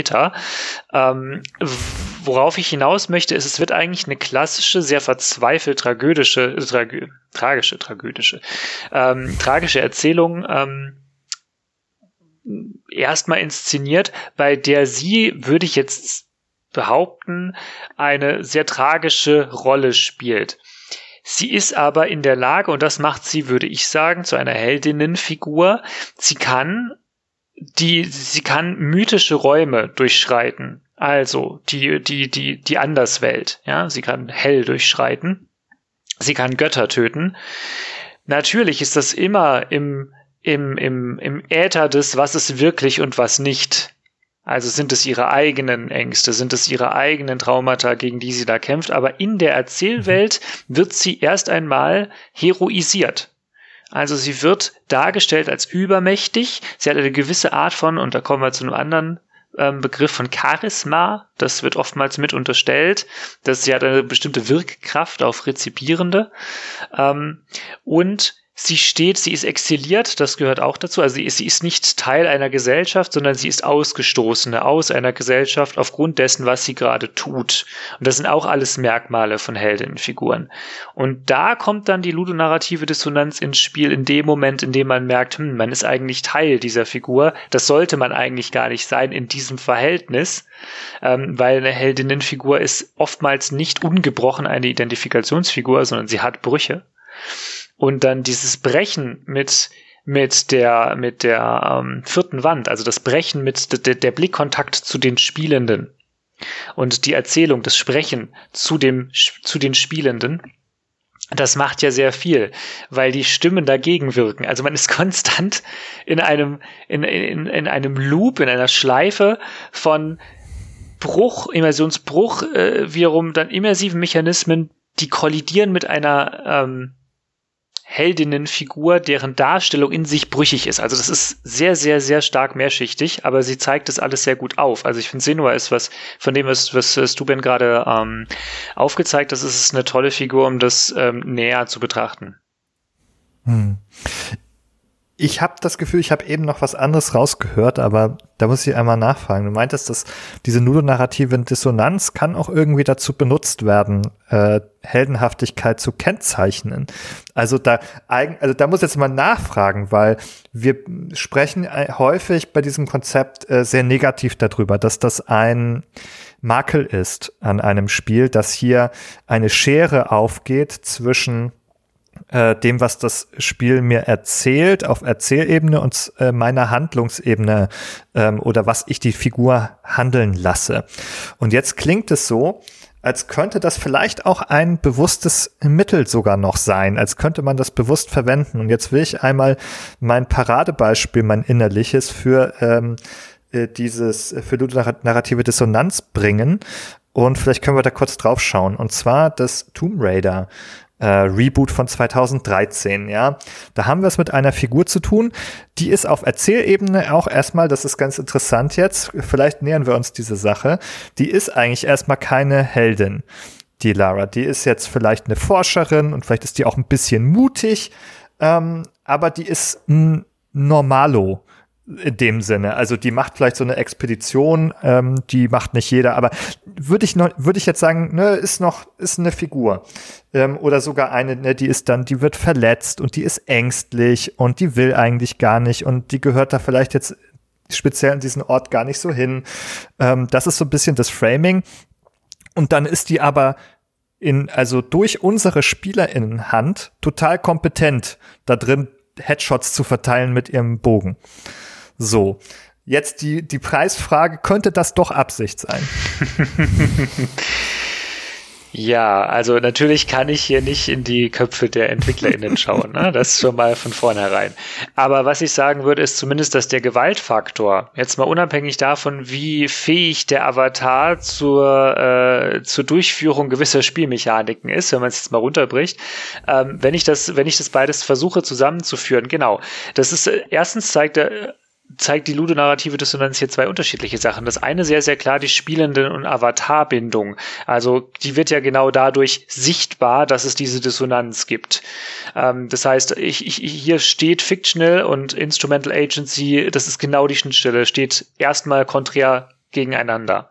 Worauf ich hinaus möchte, ist, es wird eigentlich eine klassische, sehr verzweifelt tragische Erzählung erstmal inszeniert, bei der sie, würde ich jetzt behaupten, eine sehr tragische Rolle spielt. Sie ist aber in der Lage, und das macht sie, würde ich sagen, zu einer Heldinnenfigur, sie kann mythische Räume durchschreiten. Also die Anderswelt, ja, sie kann Hell durchschreiten. Sie kann Götter töten. Natürlich ist das immer im Äther des, was ist wirklich und was nicht. Also sind es ihre eigenen Ängste, sind es ihre eigenen Traumata, gegen die sie da kämpft. Aber in der Erzählwelt wird sie erst einmal heroisiert. Also sie wird dargestellt als übermächtig. Sie hat eine gewisse Art von, und da kommen wir zu einem anderen Begriff von Charisma. Das wird oftmals mit unterstellt, dass sie hat eine bestimmte Wirkkraft auf Rezipierende. Und sie ist exiliert, das gehört auch dazu. Also sie ist nicht Teil einer Gesellschaft, sondern sie ist Ausgestoßene aus einer Gesellschaft aufgrund dessen, was sie gerade tut. Und das sind auch alles Merkmale von Heldinnenfiguren. Und da kommt dann die ludonarrative Dissonanz ins Spiel in dem Moment, in dem man merkt, man ist eigentlich Teil dieser Figur. Das sollte man eigentlich gar nicht sein in diesem Verhältnis, weil eine Heldinnenfigur ist oftmals nicht ungebrochen eine Identifikationsfigur, sondern sie hat Brüche. Und dann dieses Brechen mit der vierten Wand, also das Brechen mit der Blickkontakt zu den Spielenden und die Erzählung, das Sprechen zu den Spielenden, das macht ja sehr viel, weil die Stimmen dagegen wirken. Also man ist konstant in einem Loop, in einer Schleife von Immersionsbruch, wiederum dann immersiven Mechanismen, die kollidieren mit einer Heldinnenfigur, deren Darstellung in sich brüchig ist. Also das ist sehr, sehr, sehr stark mehrschichtig, aber sie zeigt das alles sehr gut auf. Also ich finde, Senua ist was, von dem, was du, Ben, gerade aufgezeigt hast, ist es eine tolle Figur, um das näher zu betrachten. Ich habe das Gefühl, ich habe eben noch was anderes rausgehört, aber da muss ich einmal nachfragen. Du meintest, dass diese ludonarrative Dissonanz kann auch irgendwie dazu benutzt werden, Heldenhaftigkeit zu kennzeichnen. Also da muss ich jetzt mal nachfragen, weil wir sprechen häufig bei diesem Konzept sehr negativ darüber, dass das ein Makel ist an einem Spiel, dass hier eine Schere aufgeht zwischen dem, was das Spiel mir erzählt auf Erzählebene und meiner Handlungsebene oder was ich die Figur handeln lasse. Und jetzt klingt es so, als könnte das vielleicht auch ein bewusstes Mittel sogar noch sein, als könnte man das bewusst verwenden. Und jetzt will ich einmal mein Paradebeispiel, mein innerliches für ludonarrative Dissonanz bringen. Und vielleicht können wir da kurz drauf schauen. Und zwar das Tomb Raider Reboot von 2013, ja. Da haben wir es mit einer Figur zu tun, die ist auf Erzählebene auch erstmal, das ist ganz interessant jetzt, vielleicht nähern wir uns diese Sache, die ist eigentlich erstmal keine Heldin. die Lara. Die ist jetzt vielleicht eine Forscherin und vielleicht ist die auch ein bisschen mutig, aber die ist ein Normalo in dem Sinne. Also die macht vielleicht so eine Expedition, die macht nicht jeder, aber würde ich jetzt sagen, ne, ist eine Figur. Oder sogar eine, ne, die wird verletzt und die ist ängstlich und die will eigentlich gar nicht und die gehört da vielleicht jetzt speziell an diesen Ort gar nicht so hin. Das ist so ein bisschen das Framing. Und dann ist die aber also durch unsere SpielerInnenhand total kompetent da drin, Headshots zu verteilen mit ihrem Bogen. So, jetzt die Preisfrage, könnte das doch Absicht sein? Ja, also natürlich kann ich hier nicht in die Köpfe der EntwicklerInnen schauen, ne? Das schon mal von vornherein. Aber was ich sagen würde, ist zumindest, dass der Gewaltfaktor, jetzt mal unabhängig davon, wie fähig der Avatar zur Durchführung gewisser Spielmechaniken ist, wenn man es jetzt mal runterbricht, wenn ich das beides versuche zusammenzuführen, genau. Das ist, erstens zeigt die ludonarrative Dissonanz hier zwei unterschiedliche Sachen. Das eine sehr, sehr klar die Spielenden- und Avatarbindung. Also die wird ja genau dadurch sichtbar, dass es diese Dissonanz gibt. Das heißt, hier steht Fictional und Instrumental Agency, das ist genau die Schnittstelle, steht erstmal konträr gegeneinander.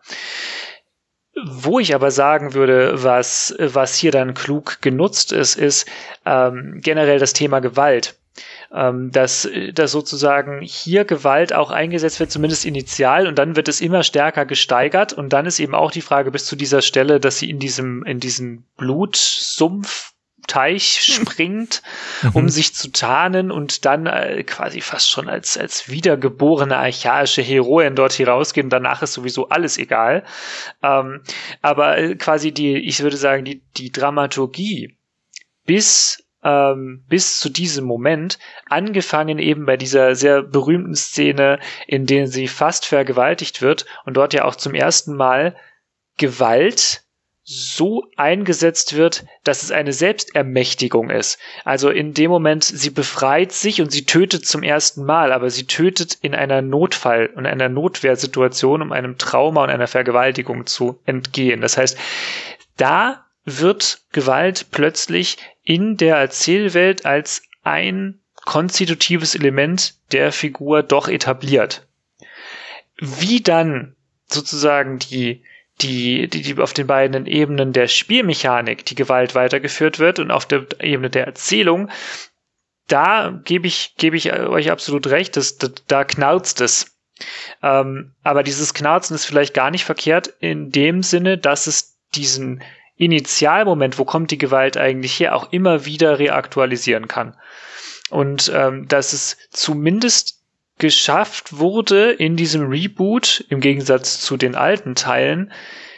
Wo ich aber sagen würde, was hier dann klug genutzt ist generell das Thema Gewalt. Dass sozusagen hier Gewalt auch eingesetzt wird, zumindest initial, und dann wird es immer stärker gesteigert und dann ist eben auch die Frage bis zu dieser Stelle, dass sie in diesem Blutsumpfteich springt, um sich zu tarnen und dann quasi fast schon als wiedergeborene archaische Heroin dort hier rausgeht und danach ist sowieso alles egal. Aber quasi ich würde sagen, die Dramaturgie bis zu diesem Moment, angefangen eben bei dieser sehr berühmten Szene, in der sie fast vergewaltigt wird und dort ja auch zum ersten Mal Gewalt so eingesetzt wird, dass es eine Selbstermächtigung ist. Also in dem Moment, sie befreit sich und sie tötet zum ersten Mal, aber sie tötet in einer Notfall- und einer Notwehrsituation, um einem Trauma und einer Vergewaltigung zu entgehen. Das heißt, da wird Gewalt plötzlich in der Erzählwelt als ein konstitutives Element der Figur doch etabliert. Wie dann sozusagen die auf den beiden Ebenen der Spielmechanik die Gewalt weitergeführt wird und auf der Ebene der Erzählung, da gebe ich euch absolut recht, da knarzt es. Aber dieses Knarzen ist vielleicht gar nicht verkehrt in dem Sinne, dass es diesen Initialmoment, wo kommt die Gewalt eigentlich her, auch immer wieder reaktualisieren kann. Und dass es zumindest geschafft wurde in diesem Reboot, im Gegensatz zu den alten Teilen,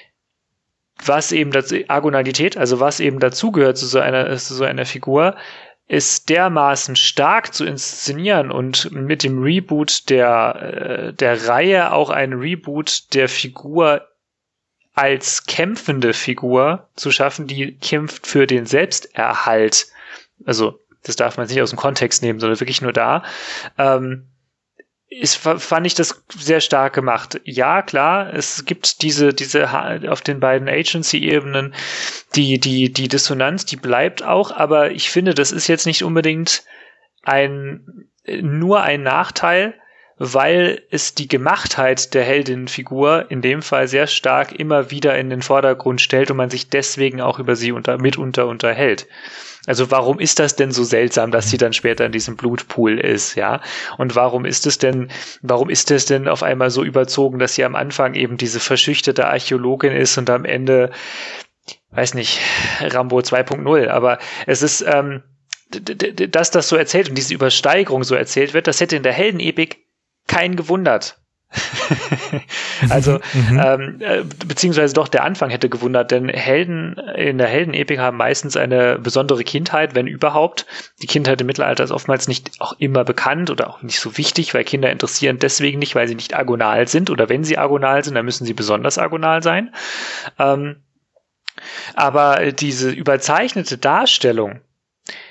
was eben dazu, Agonalität, also was eben dazugehört zu so einer Figur, ist dermaßen stark zu inszenieren und mit dem Reboot der Reihe auch ein Reboot der Figur als kämpfende Figur zu schaffen, die kämpft für den Selbsterhalt. Also, das darf man nicht aus dem Kontext nehmen, sondern wirklich nur da. Fand ich das sehr stark gemacht. Ja, klar, es gibt diese auf den beiden Agency-Ebenen die Dissonanz, die bleibt auch, aber ich finde, das ist jetzt nicht unbedingt nur ein Nachteil, weil es die Gemachtheit der Heldinnenfigur in dem Fall sehr stark immer wieder in den Vordergrund stellt und man sich deswegen auch über sie mitunter unterhält. Also warum ist das denn so seltsam, dass sie dann später in diesem Blutpool ist, ja? Und warum ist es denn auf einmal so überzogen, dass sie am Anfang eben diese verschüchterte Archäologin ist und am Ende, weiß nicht, Rambo 2.0, aber es ist, dass das so erzählt und diese Übersteigerung so erzählt wird, das hätte in der Heldenepik keinen gewundert. Also, beziehungsweise doch der Anfang hätte gewundert, denn Helden in der Heldenepik haben meistens eine besondere Kindheit, wenn überhaupt. Die Kindheit im Mittelalter ist oftmals nicht auch immer bekannt oder auch nicht so wichtig, weil Kinder interessieren deswegen nicht, weil sie nicht agonal sind oder wenn sie agonal sind, dann müssen sie besonders agonal sein. Aber diese überzeichnete Darstellung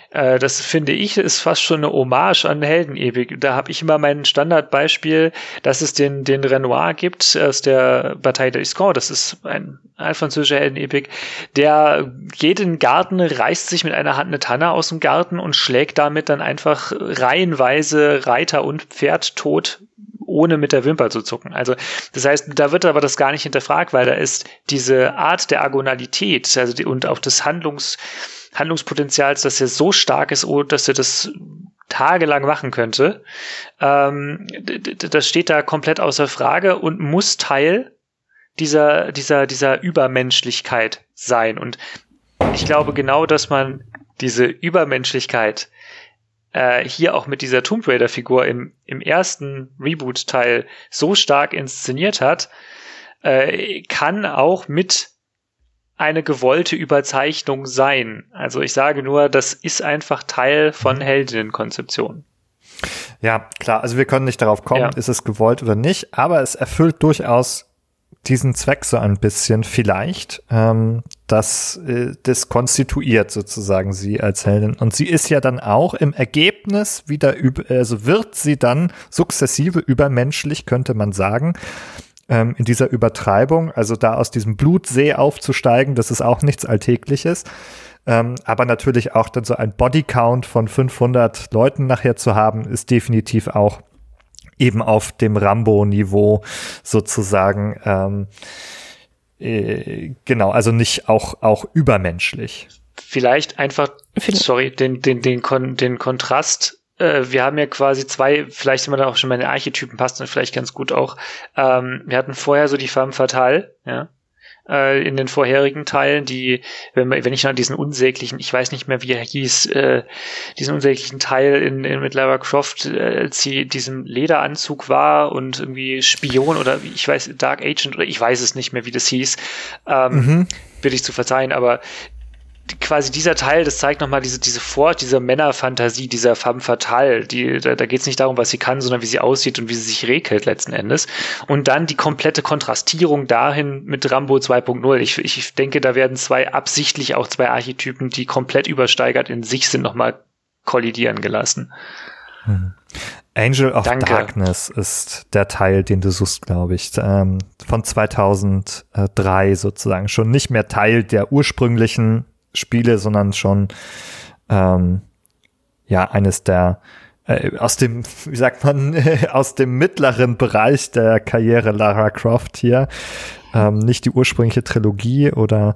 Das finde ich, ist fast schon eine Hommage an Heldenepik. Da habe ich immer mein Standardbeispiel, dass es den Renoir gibt aus der Bataille d'Iscon. Das ist ein französischer Heldenepik. Der geht in den Garten, reißt sich mit einer Hand eine Tanne aus dem Garten und schlägt damit dann einfach reihenweise Reiter und Pferd tot, ohne mit der Wimper zu zucken. Also das heißt, da wird aber das gar nicht hinterfragt, weil da ist diese Art der Agonalität und auch des Handlungspotenzials, das ja so stark ist, dass er das tagelang machen könnte, das steht da komplett außer Frage und muss Teil dieser Übermenschlichkeit sein. Und ich glaube genau, dass man diese Übermenschlichkeit hier auch mit dieser Tomb Raider-Figur im ersten Reboot-Teil so stark inszeniert hat, kann auch mit eine gewollte Überzeichnung sein. Also ich sage nur, das ist einfach Teil von Heldinnenkonzeption. Ja, klar, also wir können nicht darauf kommen, ist es gewollt oder nicht, aber es erfüllt durchaus diesen Zweck so ein bisschen vielleicht, das konstituiert sozusagen sie als Heldin. Und sie ist ja dann auch im Ergebnis wieder, also wird sie dann sukzessive übermenschlich, könnte man sagen, in dieser Übertreibung, also da aus diesem Blutsee aufzusteigen, das ist auch nichts Alltägliches. Aber natürlich auch dann so ein Bodycount von 500 Leuten nachher zu haben, ist definitiv auch eben auf dem Rambo-Niveau sozusagen, genau, also nicht auch übermenschlich. Vielleicht einfach, den Kontrast. Wir haben ja quasi zwei, vielleicht sind wir da auch schon bei den Archetypen, passt dann vielleicht ganz gut auch. Wir hatten vorher so die Femme Fatale, ja, in den vorherigen Teilen, die, wenn ich noch an diesen unsäglichen, ich weiß nicht mehr, wie er hieß, diesen unsäglichen Teil mit Lara Croft, als sie in diesem Lederanzug war und irgendwie Spion oder ich weiß, Dark Agent oder ich weiß es nicht mehr, wie das hieß, bitte ich zu verzeihen, aber quasi dieser Teil, das zeigt nochmal diese Männerfantasie, dieser Femme Fatale, da geht es nicht darum, was sie kann, sondern wie sie aussieht und wie sie sich regelt letzten Endes. Und dann die komplette Kontrastierung dahin mit Rambo 2.0. Ich denke, da werden absichtlich auch zwei Archetypen, die komplett übersteigert in sich sind, nochmal kollidieren gelassen. Angel of Darkness ist der Teil, den du suchst, glaube ich, von 2003 sozusagen. Schon nicht mehr Teil der ursprünglichen Spiele, sondern schon eines der aus dem, wie sagt man, aus dem mittleren Bereich der Karriere Lara Croft hier. Nicht die ursprüngliche Trilogie oder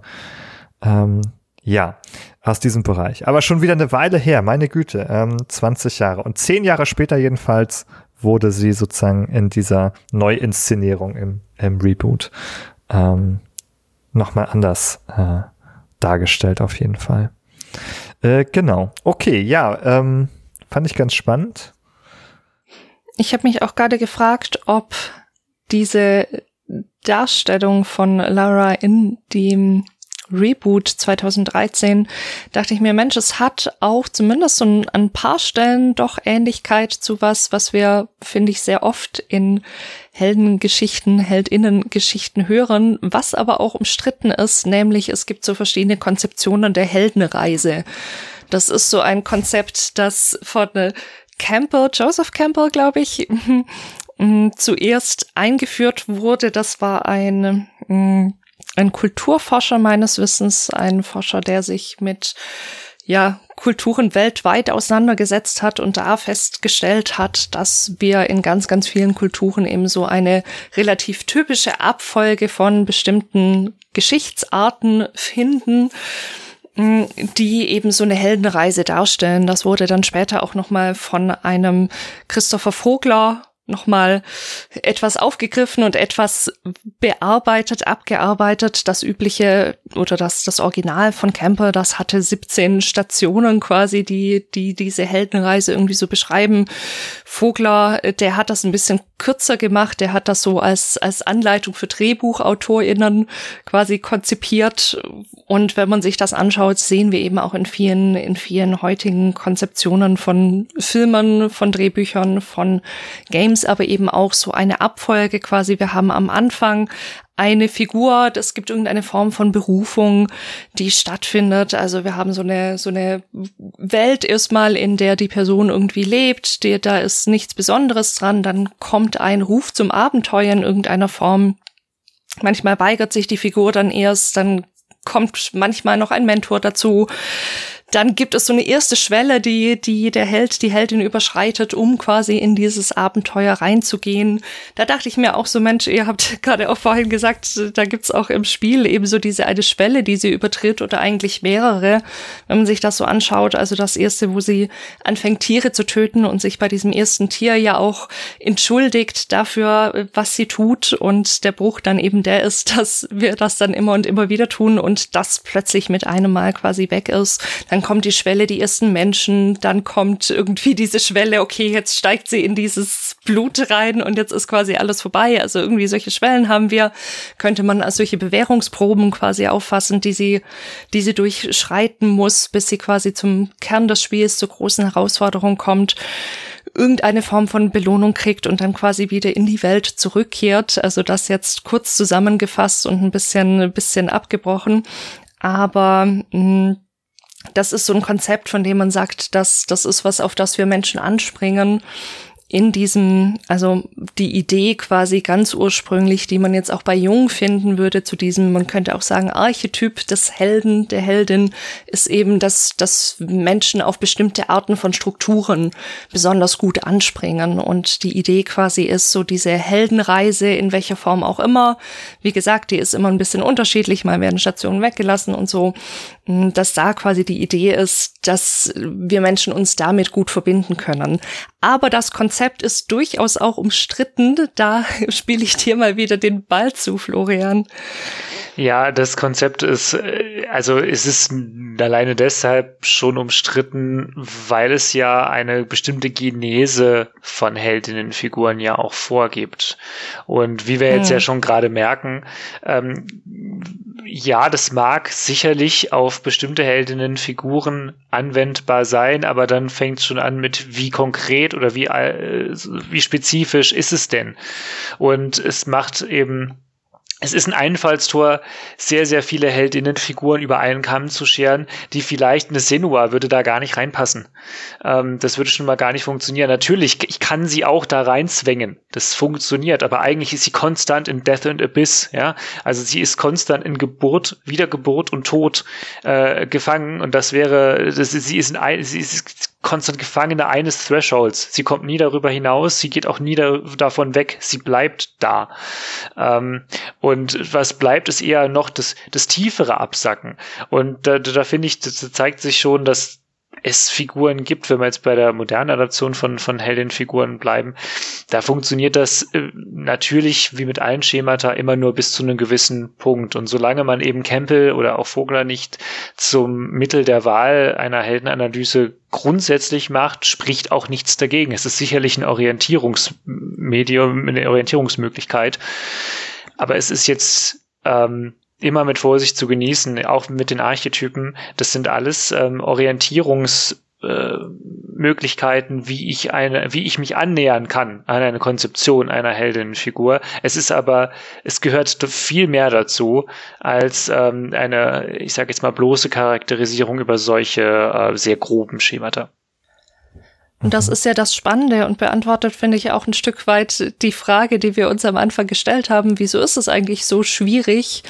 aus diesem Bereich. Aber schon wieder eine Weile her, meine Güte, 20 Jahre. Und 10 Jahre später jedenfalls wurde sie sozusagen in dieser Neuinszenierung im Reboot nochmal anders dargestellt auf jeden Fall. Genau. Okay, ja, fand ich ganz spannend. Ich habe mich auch gerade gefragt, ob diese Darstellung von Lara in dem Reboot 2013, dachte ich mir, Mensch, es hat auch zumindest so an ein paar Stellen doch Ähnlichkeit zu was wir, finde ich, sehr oft in Heldengeschichten, Heldinnengeschichten hören, was aber auch umstritten ist, nämlich es gibt so verschiedene Konzeptionen der Heldenreise. Das ist so ein Konzept, das von Joseph Campbell, glaube ich, zuerst eingeführt wurde. Das war ein Kulturforscher meines Wissens, ein Forscher, der sich mit Kulturen weltweit auseinandergesetzt hat und da festgestellt hat, dass wir in ganz, ganz vielen Kulturen eben so eine relativ typische Abfolge von bestimmten Geschichtsarten finden, die eben so eine Heldenreise darstellen. Das wurde dann später auch nochmal von einem Christopher Vogler nochmal etwas aufgegriffen und etwas abgearbeitet. Das übliche oder das Original von Campbell, das hatte 17 Stationen quasi, die diese Heldenreise irgendwie so beschreiben. Vogler, der hat das ein bisschen kürzer gemacht, der hat das so als Anleitung für DrehbuchautorInnen quasi konzipiert. Und wenn man sich das anschaut, sehen wir eben auch in vielen heutigen Konzeptionen von Filmen, von Drehbüchern, von Game Films, aber eben auch so eine Abfolge quasi. Wir haben am Anfang eine Figur, es gibt irgendeine Form von Berufung, die stattfindet. Also wir haben so eine Welt erstmal, in der die Person irgendwie lebt, da ist nichts Besonderes dran. Dann kommt ein Ruf zum Abenteuer in irgendeiner Form. Manchmal weigert sich die Figur dann erst, dann kommt manchmal noch ein Mentor dazu. Dann gibt es so eine erste Schwelle, die der Held, die Heldin überschreitet, um quasi in dieses Abenteuer reinzugehen. Da dachte ich mir auch so, Mensch, ihr habt gerade auch vorhin gesagt, da gibt's auch im Spiel eben so diese eine Schwelle, die sie übertritt oder eigentlich mehrere, wenn man sich das so anschaut. Also das erste, wo sie anfängt, Tiere zu töten und sich bei diesem ersten Tier ja auch entschuldigt dafür, was sie tut. Und der Bruch dann eben der ist, dass wir das dann immer und immer wieder tun und das plötzlich mit einem Mal quasi weg ist. Dann kommt die Schwelle, die ersten Menschen, dann kommt irgendwie diese Schwelle, okay, jetzt steigt sie in dieses Blut rein und jetzt ist quasi alles vorbei. Also irgendwie solche Schwellen haben wir, könnte man als solche Bewährungsproben quasi auffassen, die sie durchschreiten muss, bis sie quasi zum Kern des Spiels, zur großen Herausforderung kommt, irgendeine Form von Belohnung kriegt und dann quasi wieder in die Welt zurückkehrt. Also das jetzt kurz zusammengefasst und ein bisschen abgebrochen. Aber das ist so ein Konzept, von dem man sagt, das ist was, auf das wir Menschen anspringen. In diesem, also die Idee quasi ganz ursprünglich, die man jetzt auch bei Jung finden würde, zu diesem, man könnte auch sagen, Archetyp des Helden, der Heldin, ist eben, dass Menschen auf bestimmte Arten von Strukturen besonders gut anspringen. Und die Idee quasi ist so diese Heldenreise, in welcher Form auch immer. Wie gesagt, die ist immer ein bisschen unterschiedlich, mal werden Stationen weggelassen und so. Dass da quasi die Idee ist, dass wir Menschen uns damit gut verbinden können. Aber das Konzept ist durchaus auch umstritten. Da spiele ich dir mal wieder den Ball zu, Florian. Ja, das Konzept ist, also es ist alleine deshalb schon umstritten, weil es ja eine bestimmte Genese von Heldinnenfiguren ja auch vorgibt. Und wie wir jetzt ja schon gerade merken, ja, das mag sicherlich auf bestimmte Heldinnenfiguren anwendbar sein, aber dann fängt es schon an mit wie konkret oder wie spezifisch ist es denn? Und es ist ein Einfallstor, sehr, sehr viele Heldinnenfiguren über einen Kamm zu scheren, die vielleicht eine Senua würde da gar nicht reinpassen. Das würde schon mal gar nicht funktionieren. Natürlich, ich kann sie auch da reinzwängen. Das funktioniert, aber eigentlich ist sie konstant in Death and Abyss, ja. Also sie ist konstant in Geburt, Wiedergeburt und Tod gefangen und sie ist konstant Gefangene eines Thresholds. Sie kommt nie darüber hinaus, sie geht auch nie davon weg, sie bleibt da. Und was bleibt, ist eher noch das tiefere Absacken. Und da finde ich, das zeigt sich schon, dass es Figuren gibt, wenn wir jetzt bei der modernen Adaption von Heldinnenfiguren bleiben, da funktioniert das natürlich wie mit allen Schemata immer nur bis zu einem gewissen Punkt. Und solange man eben Campbell oder auch Vogler nicht zum Mittel der Wahl einer Heldenanalyse grundsätzlich macht, spricht auch nichts dagegen. Es ist sicherlich ein Orientierungsmedium, eine Orientierungsmöglichkeit. Aber es ist jetzt immer mit Vorsicht zu genießen, auch mit den Archetypen. Das sind alles Orientierungsmöglichkeiten, wie ich mich annähern kann an eine Konzeption einer Heldinnenfigur. Es gehört viel mehr dazu als eine, ich sage jetzt mal, bloße Charakterisierung über solche sehr groben Schemata. Und das ist ja das Spannende und beantwortet, finde ich, auch ein Stück weit die Frage, die wir uns am Anfang gestellt haben. Wieso ist es eigentlich so schwierig,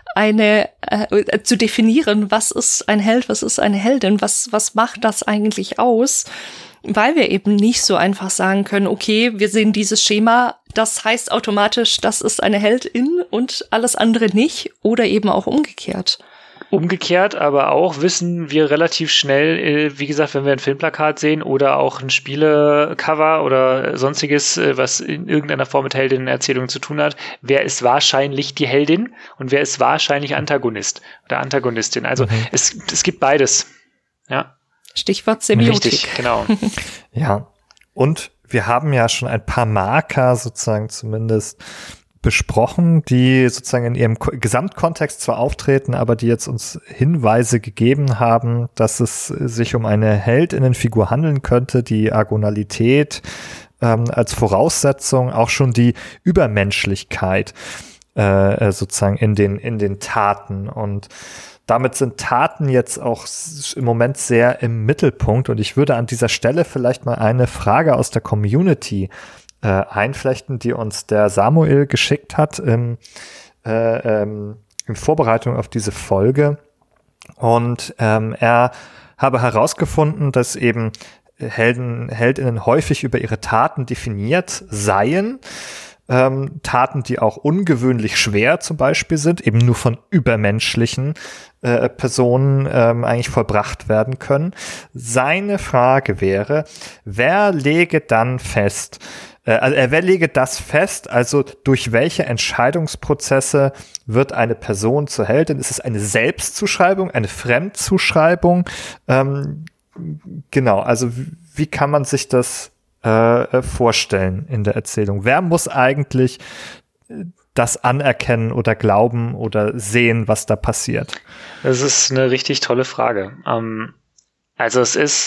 zu definieren, was ist ein Held, was ist eine Heldin, was macht das eigentlich aus? Weil wir eben nicht so einfach sagen können, okay, wir sehen dieses Schema, das heißt automatisch, das ist eine Heldin und alles andere nicht oder eben auch umgekehrt. Umgekehrt aber auch wissen wir relativ schnell, wie gesagt, wenn wir ein Filmplakat sehen oder auch ein Spielecover oder sonstiges, was in irgendeiner Form mit Heldinnenerzählung zu tun hat, wer ist wahrscheinlich die Heldin und wer ist wahrscheinlich Antagonist oder Antagonistin. Also es gibt beides. Ja. Stichwort Semiotik. Richtig, genau. Ja, und wir haben ja schon ein paar Marker sozusagen zumindest besprochen, die sozusagen in ihrem Gesamtkontext zwar auftreten, aber die jetzt uns Hinweise gegeben haben, dass es sich um eine Heldinnenfigur handeln könnte, die Agonalität, als Voraussetzung auch schon die Übermenschlichkeit sozusagen in den Taten. Und damit sind Taten jetzt auch im Moment sehr im Mittelpunkt. Und ich würde an dieser Stelle vielleicht mal eine Frage aus der Community einflechten, die uns der Samuel geschickt hat in Vorbereitung auf diese Folge. Und er habe herausgefunden, dass eben Heldinnen häufig über ihre Taten definiert seien. Taten, die auch ungewöhnlich schwer zum Beispiel sind, eben nur von übermenschlichen Personen eigentlich vollbracht werden können. Seine Frage wäre, wer lege das fest, also durch welche Entscheidungsprozesse wird eine Person zur Heldin? Ist es eine Selbstzuschreibung, eine Fremdzuschreibung? Genau, also wie kann man sich das vorstellen in der Erzählung? Wer muss eigentlich das anerkennen oder glauben oder sehen, was da passiert? Das ist eine richtig tolle Frage. Also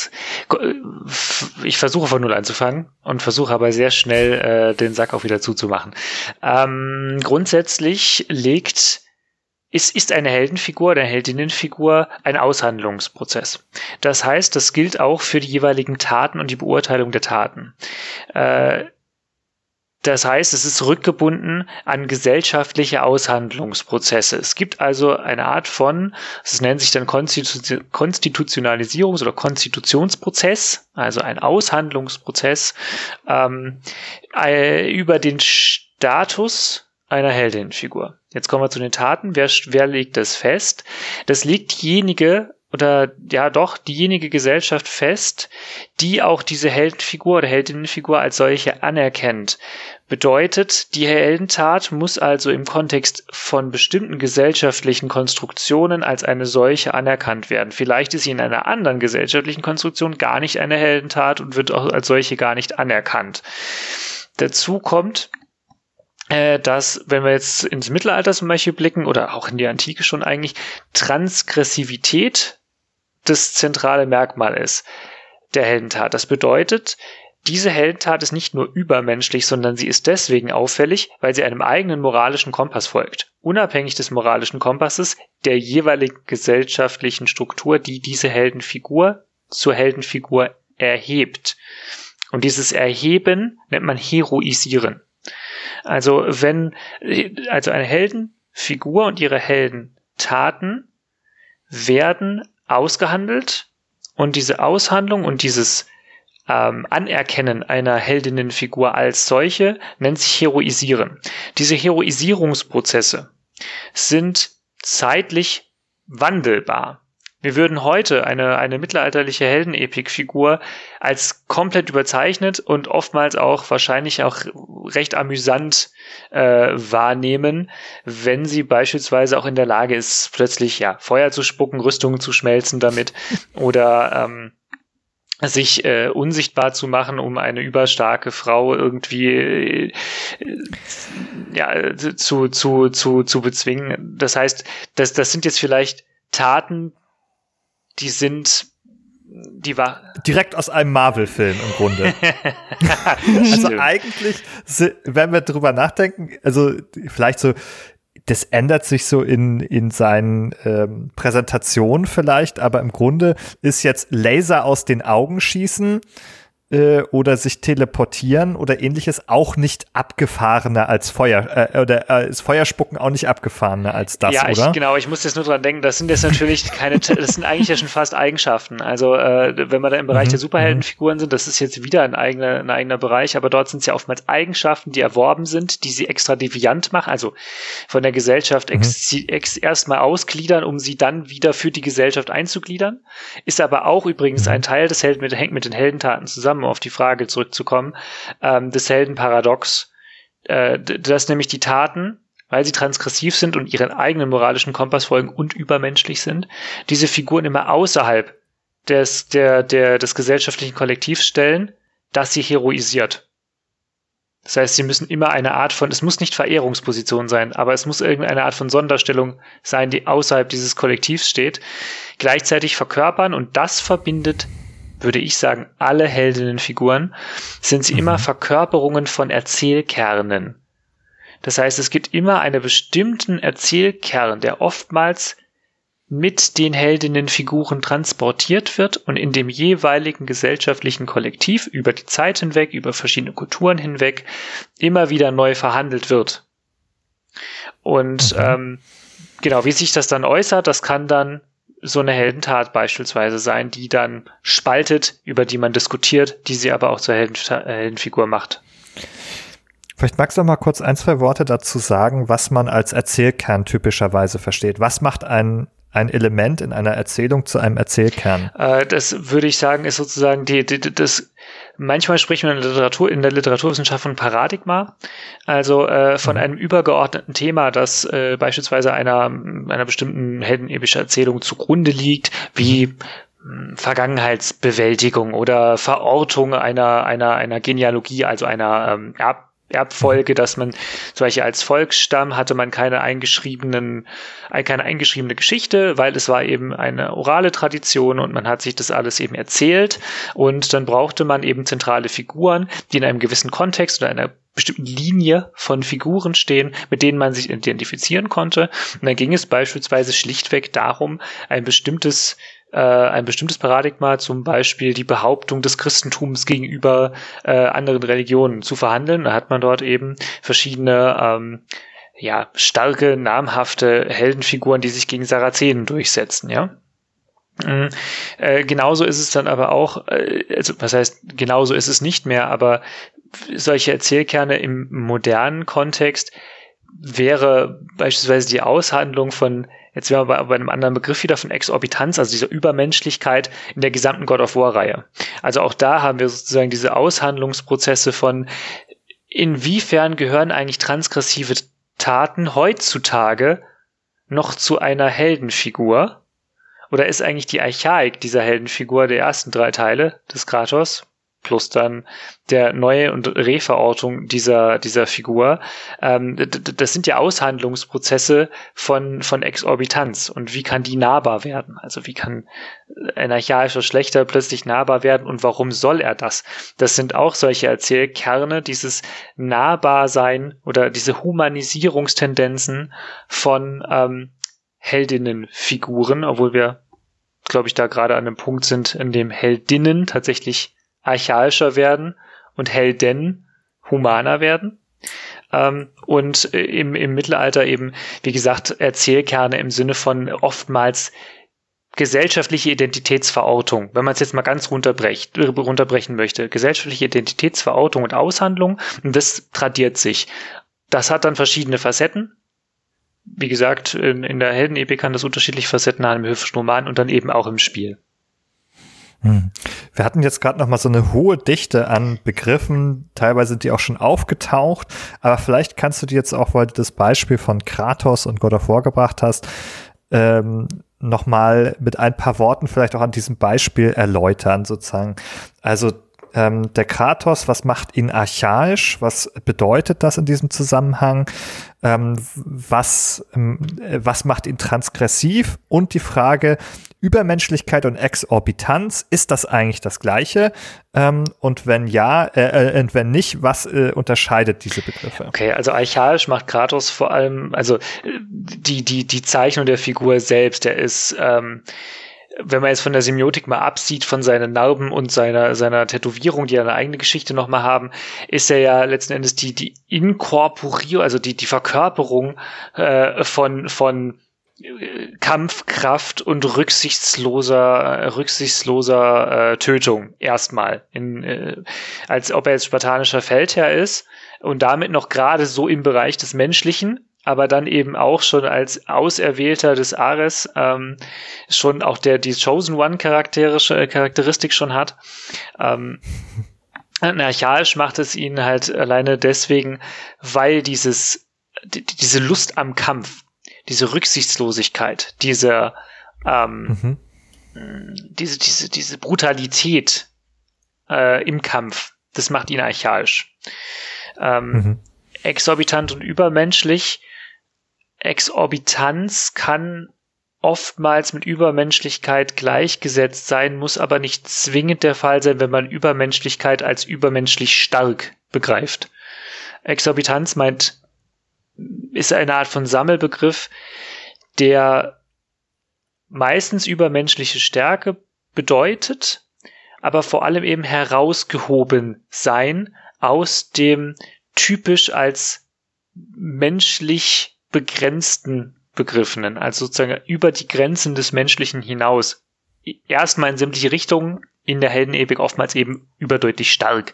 ich versuche von Null anzufangen und versuche aber sehr schnell den Sack auch wieder zuzumachen. Grundsätzlich ist eine Heldenfigur oder eine Heldinnenfigur ein Aushandlungsprozess. Das heißt, das gilt auch für die jeweiligen Taten und die Beurteilung der Taten. Das heißt, es ist rückgebunden an gesellschaftliche Aushandlungsprozesse. Es gibt also eine Art von, es nennt sich dann Konstitutionalisierungs- oder Konstitutionsprozess, also ein Aushandlungsprozess über den Status einer Heldinnenfigur. Jetzt kommen wir zu den Taten. Wer legt das fest? Das legt diejenige Gesellschaft fest, die auch diese Heldenfigur oder Heldinnenfigur als solche anerkennt. Bedeutet, die Heldentat muss also im Kontext von bestimmten gesellschaftlichen Konstruktionen als eine solche anerkannt werden. Vielleicht ist sie in einer anderen gesellschaftlichen Konstruktion gar nicht eine Heldentat und wird auch als solche gar nicht anerkannt. Dazu kommt, dass, wenn wir jetzt ins Mittelalter zum Beispiel blicken oder auch in die Antike schon eigentlich, Transgressivität das zentrale Merkmal ist der Heldentat. Das bedeutet, diese Heldentat ist nicht nur übermenschlich, sondern sie ist deswegen auffällig, weil sie einem eigenen moralischen Kompass folgt. Unabhängig des moralischen Kompasses der jeweiligen gesellschaftlichen Struktur, die diese Heldenfigur zur Heldenfigur erhebt. Und dieses Erheben nennt man Heroisieren. Also eine Heldenfigur und ihre Heldentaten werden ausgehandelt und diese Aushandlung und dieses Anerkennen einer Heldinnenfigur als solche nennt sich Heroisieren. Diese Heroisierungsprozesse sind zeitlich wandelbar. Wir würden heute eine mittelalterliche Heldenepikfigur als komplett überzeichnet und oftmals auch wahrscheinlich auch recht amüsant wahrnehmen, wenn sie beispielsweise auch in der Lage ist, plötzlich Feuer zu spucken, Rüstungen zu schmelzen damit oder sich unsichtbar zu machen, um eine überstarke Frau irgendwie zu bezwingen. Das heißt, das sind jetzt vielleicht Taten, die war direkt aus einem Marvel-Film im Grunde. Also eigentlich, wenn wir drüber nachdenken, also vielleicht so, das ändert sich so in seinen Präsentationen vielleicht, aber im Grunde ist jetzt Laser aus den Augen schießen oder sich teleportieren oder ähnliches auch nicht abgefahrener als ist Feuerspucken auch nicht abgefahrener als das, oder? Ich muss jetzt nur dran denken, das sind jetzt natürlich das sind eigentlich ja schon fast Eigenschaften. Also wenn wir da im Bereich der Superheldenfiguren sind, das ist jetzt wieder ein eigener Bereich, aber dort sind es ja oftmals Eigenschaften, die erworben sind, die sie extra deviant machen, also von der Gesellschaft erstmal ausgliedern, um sie dann wieder für die Gesellschaft einzugliedern. Ist aber auch übrigens ein Teil des hängt mit den Heldentaten zusammen, um auf die Frage zurückzukommen, des Heldenparadox, dass nämlich die Taten, weil sie transgressiv sind und ihren eigenen moralischen Kompass folgen und übermenschlich sind, diese Figuren immer außerhalb des gesellschaftlichen Kollektivs stellen, das sie heroisiert. Das heißt, sie müssen immer eine Art von, es muss nicht Verehrungsposition sein, aber es muss irgendeine Art von Sonderstellung sein, die außerhalb dieses Kollektivs steht, gleichzeitig verkörpern, und das verbindet würde ich sagen, alle Heldinnenfiguren, sind sie immer Verkörperungen von Erzählkernen. Das heißt, es gibt immer einen bestimmten Erzählkern, der oftmals mit den Heldinnenfiguren transportiert wird und in dem jeweiligen gesellschaftlichen Kollektiv über die Zeit hinweg, über verschiedene Kulturen hinweg immer wieder neu verhandelt wird. Und genau, wie sich das dann äußert, das kann dann so eine Heldentat beispielsweise sein, die dann spaltet, über die man diskutiert, die sie aber auch zur Heldenfigur macht. Vielleicht magst du noch mal kurz 1, 2 Worte dazu sagen, was man als Erzählkern typischerweise versteht. Was macht ein Element in einer Erzählung zu einem Erzählkern? Das würde ich sagen, ist sozusagen das. Manchmal spricht man in der Literaturwissenschaft von Paradigma, also von einem übergeordneten Thema, das beispielsweise einer bestimmten heldenepischen Erzählung zugrunde liegt, wie Vergangenheitsbewältigung oder Verortung einer Genealogie, also einer Erbfolge, dass man zum Beispiel als Volksstamm hatte man keine eingeschriebene Geschichte, weil es war eben eine orale Tradition und man hat sich das alles eben erzählt und dann brauchte man eben zentrale Figuren, die in einem gewissen Kontext oder einer bestimmten Linie von Figuren stehen, mit denen man sich identifizieren konnte. Und dann ging es beispielsweise schlichtweg darum, ein bestimmtes Paradigma, zum Beispiel die Behauptung des Christentums gegenüber anderen Religionen zu verhandeln. Da hat man dort eben verschiedene starke, namhafte Heldenfiguren, die sich gegen Sarazenen durchsetzen, ja. Genauso ist es dann aber auch, also was heißt, genauso ist es nicht mehr, aber solche Erzählkerne im modernen Kontext wäre beispielsweise die Aushandlung von, jetzt wären wir bei einem anderen Begriff wieder, von Exorbitanz, also dieser Übermenschlichkeit in der gesamten God of War-Reihe. Also auch da haben wir sozusagen diese Aushandlungsprozesse von, inwiefern gehören eigentlich transgressive Taten heutzutage noch zu einer Heldenfigur? Oder ist eigentlich die Archaik dieser Heldenfigur der ersten 3 Teile des Kratos plus dann der Neue- und Reverortung dieser Figur, das sind ja Aushandlungsprozesse von Exorbitanz. Und wie kann die nahbar werden? Also wie kann ein archaischer Schlechter plötzlich nahbar werden und warum soll er das? Das sind auch solche Erzählkerne, dieses Nahbarsein oder diese Humanisierungstendenzen von Heldinnenfiguren, obwohl wir, glaube ich, da gerade an einem Punkt sind, in dem Heldinnen tatsächlich archaischer werden und Helden humaner werden. Und im Mittelalter eben, wie gesagt, Erzählkerne im Sinne von oftmals gesellschaftliche Identitätsverortung, wenn man es jetzt mal ganz runterbrechen möchte. Gesellschaftliche Identitätsverortung und Aushandlung, und das tradiert sich. Das hat dann verschiedene Facetten. Wie gesagt, in der Heldenepik kann das unterschiedliche Facetten haben, im höfischen Roman und dann eben auch im Spiel. Wir hatten jetzt gerade noch mal so eine hohe Dichte an Begriffen, teilweise sind die auch schon aufgetaucht, aber vielleicht kannst du dir jetzt auch, weil du das Beispiel von Kratos und God of War gebracht hast, noch mal mit ein paar Worten vielleicht auch an diesem Beispiel erläutern, sozusagen. Also der Kratos, was macht ihn archaisch? Was bedeutet das in diesem Zusammenhang? Was macht ihn transgressiv? Und die Frage, Übermenschlichkeit und Exorbitanz, ist das eigentlich das Gleiche? Und wenn ja, und wenn nicht, was unterscheidet diese Begriffe? Okay, also archaisch macht Kratos vor allem, also die Zeichnung der Figur selbst, der ist, wenn man jetzt von der Semiotik mal absieht, von seinen Narben und seiner Tätowierung, die ja eine eigene Geschichte nochmal haben, ist er ja letzten Endes die Inkorporierung, also die Verkörperung von Kampfkraft und rücksichtsloser Tötung erstmal, als ob er jetzt spartanischer Feldherr ist und damit noch gerade so im Bereich des Menschlichen, aber dann eben auch schon als Auserwählter des Ares schon auch die Chosen One Charakteristik schon hat. Archaisch macht es ihn halt alleine deswegen, weil diese Lust am Kampf, diese Rücksichtslosigkeit, diese Brutalität im Kampf, das macht ihn archaisch. Exorbitant und übermenschlich. Exorbitanz kann oftmals mit Übermenschlichkeit gleichgesetzt sein, muss aber nicht zwingend der Fall sein, wenn man Übermenschlichkeit als übermenschlich stark begreift. Exorbitanz ist eine Art von Sammelbegriff, der meistens übermenschliche Stärke bedeutet, aber vor allem eben herausgehoben sein aus dem typisch als menschlich begrenzten Begriffenen, also sozusagen über die Grenzen des Menschlichen hinaus. Erstmal in sämtliche Richtungen, in der Heldenepik oftmals eben überdeutlich stark.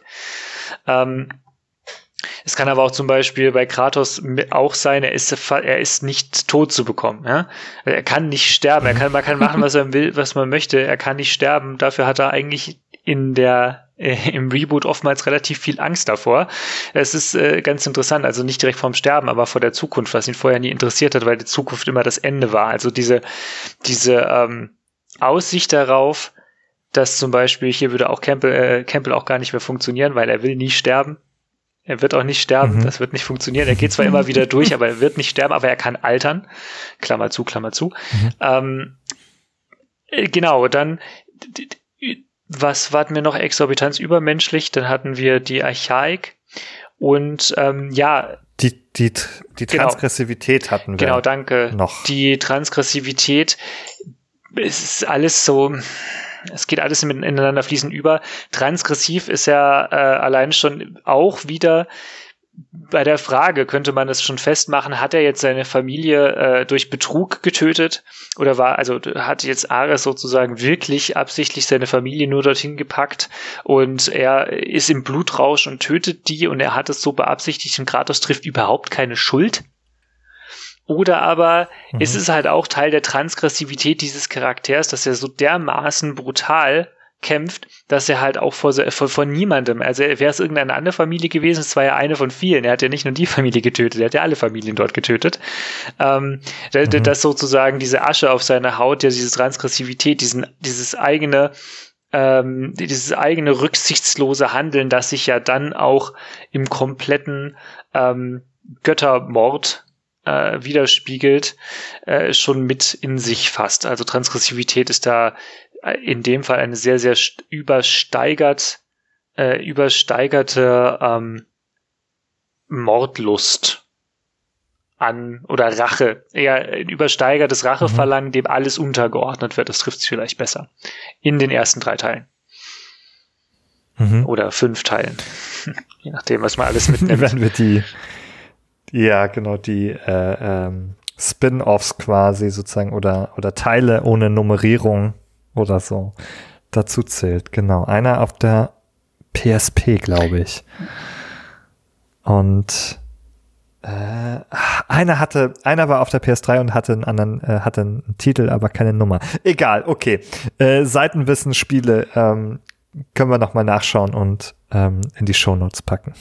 Es kann aber auch zum Beispiel bei Kratos auch sein, er ist nicht tot zu bekommen. Ja? Er kann nicht sterben, man kann machen, was er will, was man möchte, er kann nicht sterben. Dafür hat er eigentlich im Reboot oftmals relativ viel Angst davor. Es ist ganz interessant, also nicht direkt vorm Sterben, aber vor der Zukunft, was ihn vorher nie interessiert hat, weil die Zukunft immer das Ende war. Also diese Aussicht darauf, dass zum Beispiel, hier würde auch Campbell auch gar nicht mehr funktionieren, weil er will nie sterben. Er wird auch nicht sterben, das wird nicht funktionieren. Er geht zwar immer wieder durch, aber er wird nicht sterben, aber er kann altern. Klammer zu, Klammer zu. Genau, dann was hatten wir noch? Exorbitanz übermenschlich, dann hatten wir die Archaik und die Transgressivität hatten wir. Genau, danke. Noch. Die Transgressivität, es ist alles so, es geht alles ineinander fließend über. Transgressiv ist ja allein schon auch wieder bei der Frage, könnte man es schon festmachen, hat er jetzt seine Familie durch Betrug getötet oder hat jetzt Ares sozusagen wirklich absichtlich seine Familie nur dorthin gepackt und er ist im Blutrausch und tötet die und er hat es so beabsichtigt und Kratos trifft überhaupt keine Schuld? Oder aber ist es halt auch Teil der Transgressivität dieses Charakters, dass er so dermaßen brutal kämpft, dass er halt auch vor niemandem, also wäre es irgendeine andere Familie gewesen, es war ja eine von vielen, er hat ja nicht nur die Familie getötet, er hat ja alle Familien dort getötet, dass sozusagen diese Asche auf seiner Haut, ja diese Transgressivität, dieses eigene rücksichtslose Handeln, das sich ja dann auch im kompletten Göttermord widerspiegelt, schon mit in sich fasst. Also Transgressivität ist da in dem Fall eine sehr, sehr übersteigerte Mordlust an oder Rache, eher ein übersteigertes Racheverlangen, dem alles untergeordnet wird. Das trifft es vielleicht besser. In den ersten 3 Teilen. Oder 5 Teilen. Je nachdem, was man alles mitnimmt. Wenn wir die Spin-offs quasi sozusagen oder Teile ohne Nummerierung oder so dazu zählt. Genau. Einer auf der PSP, glaube ich. Und einer war auf der PS3 und hatte einen Titel, aber keine Nummer. Egal, okay. Seitenwissen, Spiele können wir nochmal nachschauen und in die Shownotes packen.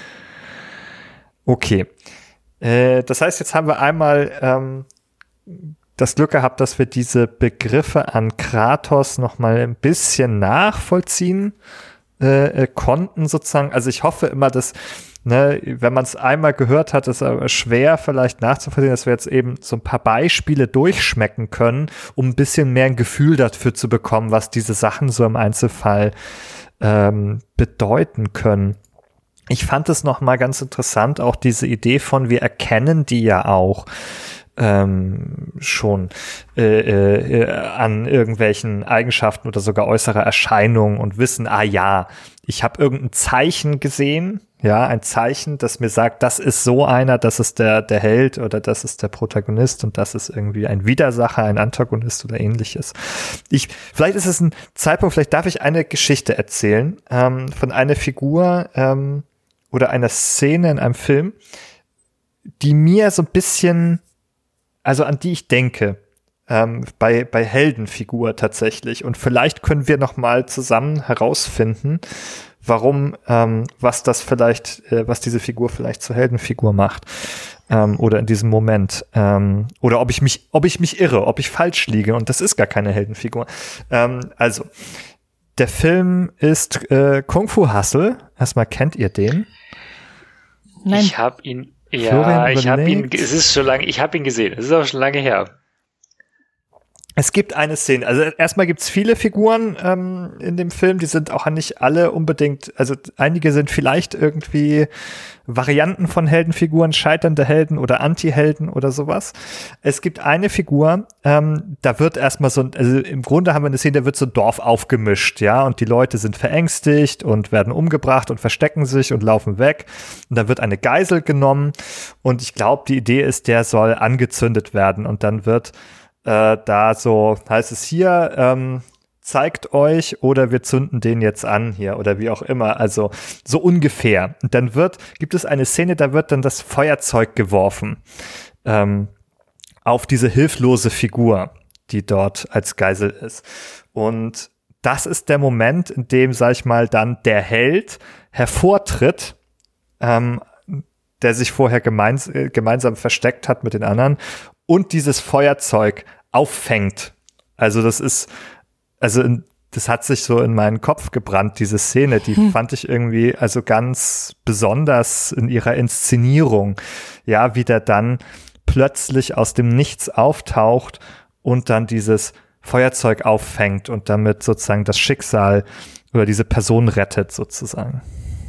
Okay. Das heißt, jetzt haben wir einmal das Glück gehabt, dass wir diese Begriffe an Kratos nochmal ein bisschen nachvollziehen konnten sozusagen. Also ich hoffe immer, dass, wenn man es einmal gehört hat, ist es schwer vielleicht nachzuvollziehen, dass wir jetzt eben so ein paar Beispiele durchschmecken können, um ein bisschen mehr ein Gefühl dafür zu bekommen, was diese Sachen so im Einzelfall bedeuten können. Ich fand es nochmal ganz interessant, auch diese Idee von, wir erkennen die ja auch schon an irgendwelchen Eigenschaften oder sogar äußerer Erscheinungen und wissen, ich habe irgendein Zeichen gesehen, ein Zeichen, das mir sagt, das ist so einer, das ist der Held oder das ist der Protagonist und das ist irgendwie ein Widersacher, ein Antagonist oder ähnliches. Vielleicht ist es ein Zeitpunkt, vielleicht darf ich eine Geschichte erzählen von einer Figur oder einer Szene in einem Film, die mir so ein bisschen, also an die ich denke, bei Heldenfigur tatsächlich. Und vielleicht können wir noch mal zusammen herausfinden, warum, was diese Figur vielleicht zur Heldenfigur macht. Oder in diesem Moment. Oder ob ich mich irre, ob ich falsch liege. Und das ist gar keine Heldenfigur. Also, der Film ist Kung Fu Hustle. Erstmal, kennt ihr den? Nein. Ich habe ihn, es ist schon lange, ich habe ihn gesehen. Es ist auch schon lange her. Es gibt eine Szene, also erstmal gibt's viele Figuren in dem Film, die sind auch nicht alle unbedingt, also einige sind vielleicht irgendwie Varianten von Heldenfiguren, scheiternde Helden oder Anti-Helden oder sowas. Es gibt eine Figur, da wird erstmal so, also im Grunde haben wir eine Szene, da wird so ein Dorf aufgemischt, ja, und die Leute sind verängstigt und werden umgebracht und verstecken sich und laufen weg. Und dann wird eine Geisel genommen und ich glaube, die Idee ist, der soll angezündet werden und dann wird da so, heißt es hier, zeigt euch oder wir zünden den jetzt an hier oder wie auch immer, also so ungefähr. Und dann gibt es eine Szene, da wird dann das Feuerzeug geworfen auf diese hilflose Figur, die dort als Geisel ist. Und das ist der Moment, in dem, sag ich mal, dann der Held hervortritt, der sich vorher gemeinsam versteckt hat mit den anderen und dieses Feuerzeug auffängt. Also das hat sich so in meinen Kopf gebrannt, diese Szene, die fand ich irgendwie also ganz besonders in ihrer Inszenierung. Ja, wie der dann plötzlich aus dem Nichts auftaucht und dann dieses Feuerzeug auffängt und damit sozusagen das Schicksal oder diese Person rettet sozusagen.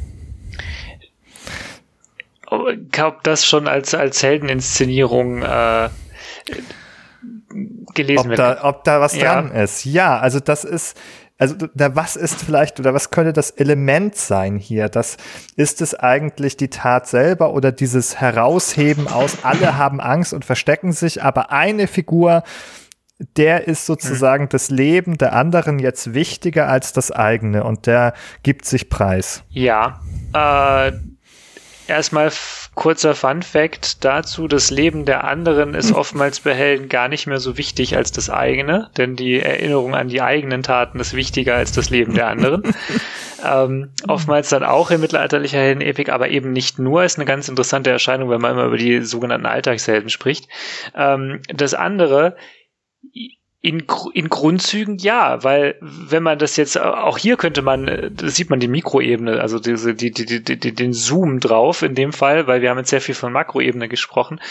Ich glaube, das schon als Heldeninszenierung gelesen wird. Ob da was dran ist. Ja, also das ist, was ist vielleicht oder was könnte das Element sein hier? Das ist es eigentlich die Tat selber oder dieses Herausheben aus, alle haben Angst und verstecken sich, aber eine Figur, der ist sozusagen das Leben der anderen jetzt wichtiger als das eigene und der gibt sich preis. Ja, erstmal kurzer Fun-Fact dazu, das Leben der anderen ist oftmals bei Helden gar nicht mehr so wichtig als das eigene, denn die Erinnerung an die eigenen Taten ist wichtiger als das Leben der anderen. Oftmals dann auch in mittelalterlicher Heldenepik, aber eben nicht nur, ist eine ganz interessante Erscheinung, wenn man immer über die sogenannten Alltagshelden spricht. Das andere, in Grundzügen ja, weil wenn man das jetzt, auch hier könnte man, das sieht man die Mikroebene, also den Zoom drauf in dem Fall, weil wir haben jetzt sehr viel von Makroebene gesprochen.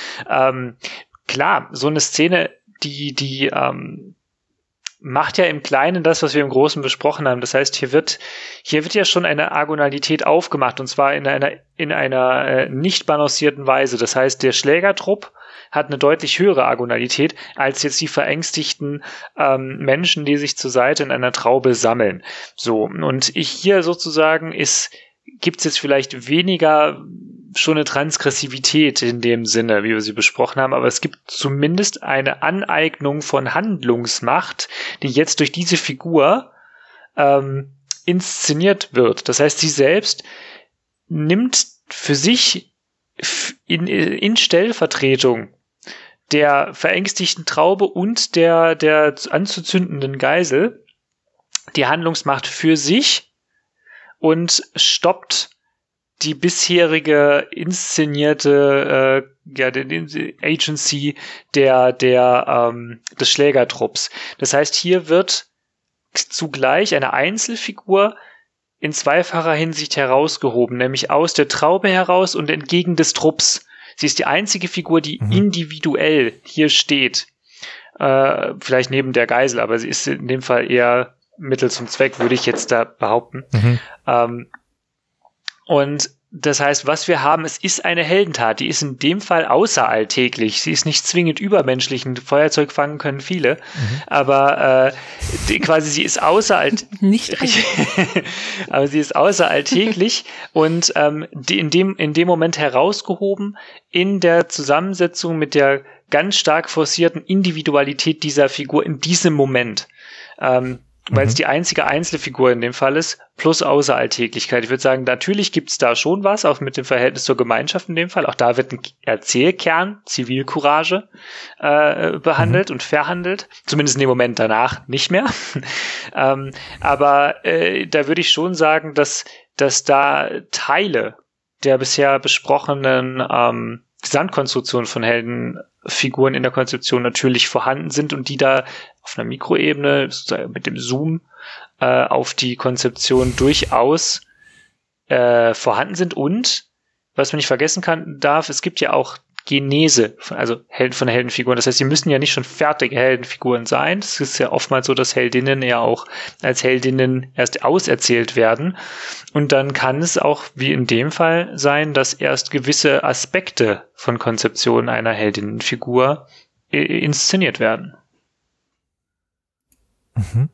Klar, so eine Szene, die macht ja im Kleinen das, was wir im Großen besprochen haben. Das heißt, hier wird ja schon eine Agonalität aufgemacht und zwar in einer nicht balancierten Weise. Das heißt, der Schlägertrupp hat eine deutlich höhere Agonalität als jetzt die verängstigten Menschen, die sich zur Seite in einer Traube sammeln. So, und hier sozusagen gibt's jetzt vielleicht weniger schon eine Transgressivität in dem Sinne, wie wir sie besprochen haben, aber es gibt zumindest eine Aneignung von Handlungsmacht, die jetzt durch diese Figur inszeniert wird. Das heißt, sie selbst nimmt für sich in Stellvertretung der verängstigten Traube und der anzuzündenden Geisel die Handlungsmacht für sich und stoppt die bisherige inszenierte Agency des Schlägertrupps. Das heißt, hier wird zugleich eine Einzelfigur in zweifacher Hinsicht herausgehoben, nämlich aus der Traube heraus und entgegen des Trupps. Sie ist die einzige Figur, die individuell hier steht. Vielleicht neben der Geisel, aber sie ist in dem Fall eher Mittel zum Zweck, würde ich jetzt da behaupten. Und das heißt, was wir haben, es ist eine Heldentat, die ist in dem Fall außeralltäglich. Sie ist nicht zwingend übermenschlich. Ein Feuerzeug fangen können viele, aber quasi sie ist außeralltäglich. Aber sie ist außeralltäglich und in dem Moment herausgehoben in der Zusammensetzung mit der ganz stark forcierten Individualität dieser Figur in diesem Moment. Weil es die einzige Einzelfigur in dem Fall ist, plus Außeralltäglichkeit. Ich würde sagen, natürlich gibt es da schon was, auch mit dem Verhältnis zur Gemeinschaft in dem Fall. Auch da wird ein Erzählkern, Zivilcourage behandelt und verhandelt. Zumindest in dem Moment danach nicht mehr. Aber da würde ich schon sagen, dass da Teile der bisher besprochenen Gesamtkonstruktion von Heldenfiguren in der Konzeption natürlich vorhanden sind und die da auf einer Mikroebene sozusagen mit dem Zoom auf die Konzeption durchaus vorhanden sind. Und was man nicht vergessen darf, es gibt ja auch Genese, von Heldenfiguren. Das heißt, sie müssen ja nicht schon fertige Heldenfiguren sein. Es ist ja oftmals so, dass Heldinnen ja auch als Heldinnen erst auserzählt werden. Und dann kann es auch, wie in dem Fall, sein, dass erst gewisse Aspekte von Konzeption einer Heldinnenfigur inszeniert werden. Mhm.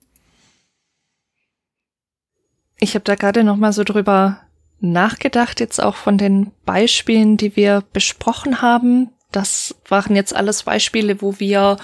Ich habe da gerade noch mal so drüber nachgedacht, jetzt auch von den Beispielen, die wir besprochen haben. Das waren jetzt alles Beispiele, wo wir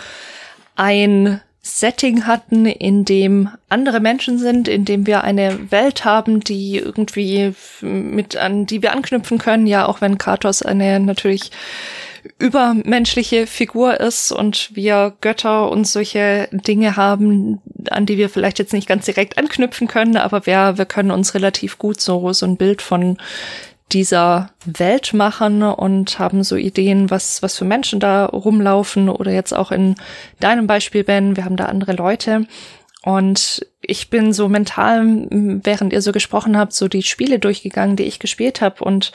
ein Setting hatten, in dem andere Menschen sind, in dem wir eine Welt haben, die irgendwie an die wir anknüpfen können, ja, auch wenn Kratos eine natürlich übermenschliche Figur ist und wir Götter und solche Dinge haben, an die wir vielleicht jetzt nicht ganz direkt anknüpfen können, aber wir können uns relativ gut so ein Bild von dieser Welt machen und haben so Ideen, was für Menschen da rumlaufen, oder jetzt auch in deinem Beispiel, Ben, wir haben da andere Leute. Und ich bin so mental, während ihr so gesprochen habt, so die Spiele durchgegangen, die ich gespielt habe, und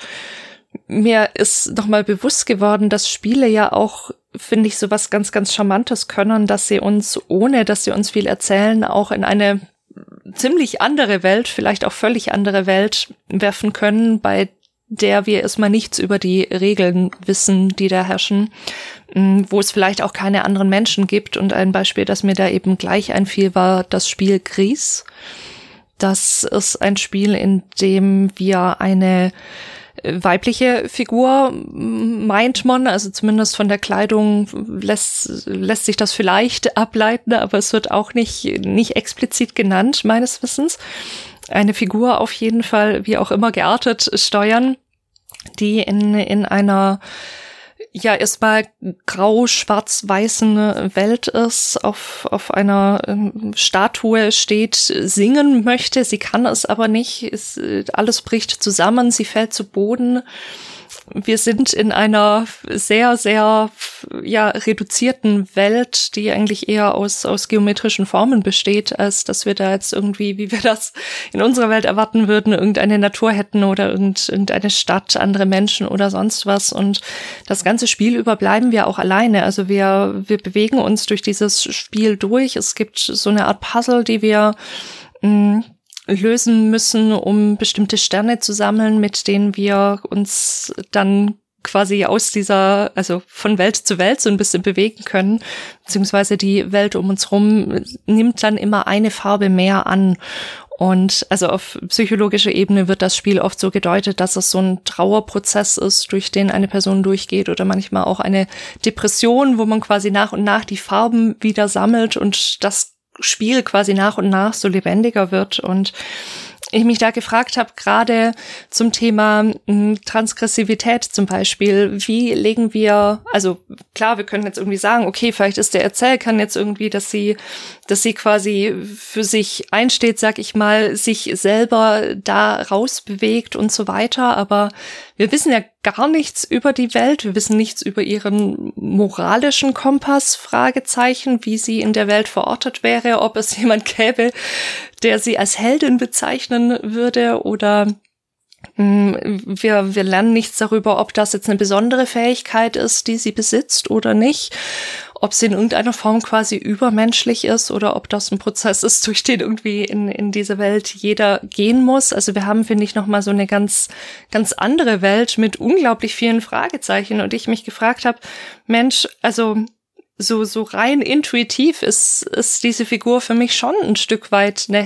mir ist nochmal bewusst geworden, dass Spiele ja auch, finde ich, so was ganz, ganz Charmantes können, dass sie uns, ohne dass sie uns viel erzählen, auch in eine ziemlich andere Welt, vielleicht auch völlig andere Welt werfen können, bei der wir erstmal nichts über die Regeln wissen, die da herrschen, wo es vielleicht auch keine anderen Menschen gibt. Und ein Beispiel, das mir da eben gleich einfiel, war das Spiel Gris. Das ist ein Spiel, in dem wir eine weibliche Figur, meint man, also zumindest von der Kleidung lässt sich das vielleicht ableiten, aber es wird auch nicht explizit genannt, meines Wissens. Eine Figur auf jeden Fall, wie auch immer geartet, steuern, die in einer ja erstmal grau-schwarz-weißen Welt ist, auf einer Statue steht, singen möchte, sie kann es aber nicht, alles bricht zusammen, sie fällt zu Boden. Wir sind in einer sehr, sehr reduzierten Welt, die eigentlich eher aus geometrischen Formen besteht, als dass wir da jetzt irgendwie, wie wir das in unserer Welt erwarten würden, irgendeine Natur hätten oder irgendeine Stadt, andere Menschen oder sonst was. Und das ganze Spiel über bleiben wir auch alleine. Also wir bewegen uns durch dieses Spiel durch. Es gibt so eine Art Puzzle, die wir lösen müssen, um bestimmte Sterne zu sammeln, mit denen wir uns dann quasi also von Welt zu Welt so ein bisschen bewegen können, beziehungsweise die Welt um uns rum nimmt dann immer eine Farbe mehr an. Und also auf psychologischer Ebene wird das Spiel oft so gedeutet, dass es so ein Trauerprozess ist, durch den eine Person durchgeht, oder manchmal auch eine Depression, wo man quasi nach und nach die Farben wieder sammelt und das Spiel quasi nach und nach so lebendiger wird. Und ich mich da gefragt habe, gerade zum Thema Transgressivität zum Beispiel, wie legen wir, also klar, wir können jetzt irgendwie sagen, okay, vielleicht ist der Erzählkern jetzt irgendwie, dass sie quasi für sich einsteht, sag ich mal, sich selber da rausbewegt und so weiter, aber wir wissen ja gar nichts über die Welt, wir wissen nichts über ihren moralischen Kompass, Fragezeichen, wie sie in der Welt verortet wäre, ob es jemand gäbe, der sie als Heldin bezeichnen würde, oder wir lernen nichts darüber, ob das jetzt eine besondere Fähigkeit ist, die sie besitzt oder nicht, ob sie in irgendeiner Form quasi übermenschlich ist oder ob das ein Prozess ist, durch den irgendwie in diese Welt jeder gehen muss. Also wir haben, finde ich, nochmal so eine ganz, ganz andere Welt mit unglaublich vielen Fragezeichen, und ich mich gefragt habe, Mensch, also so rein intuitiv ist diese Figur für mich schon ein Stück weit eine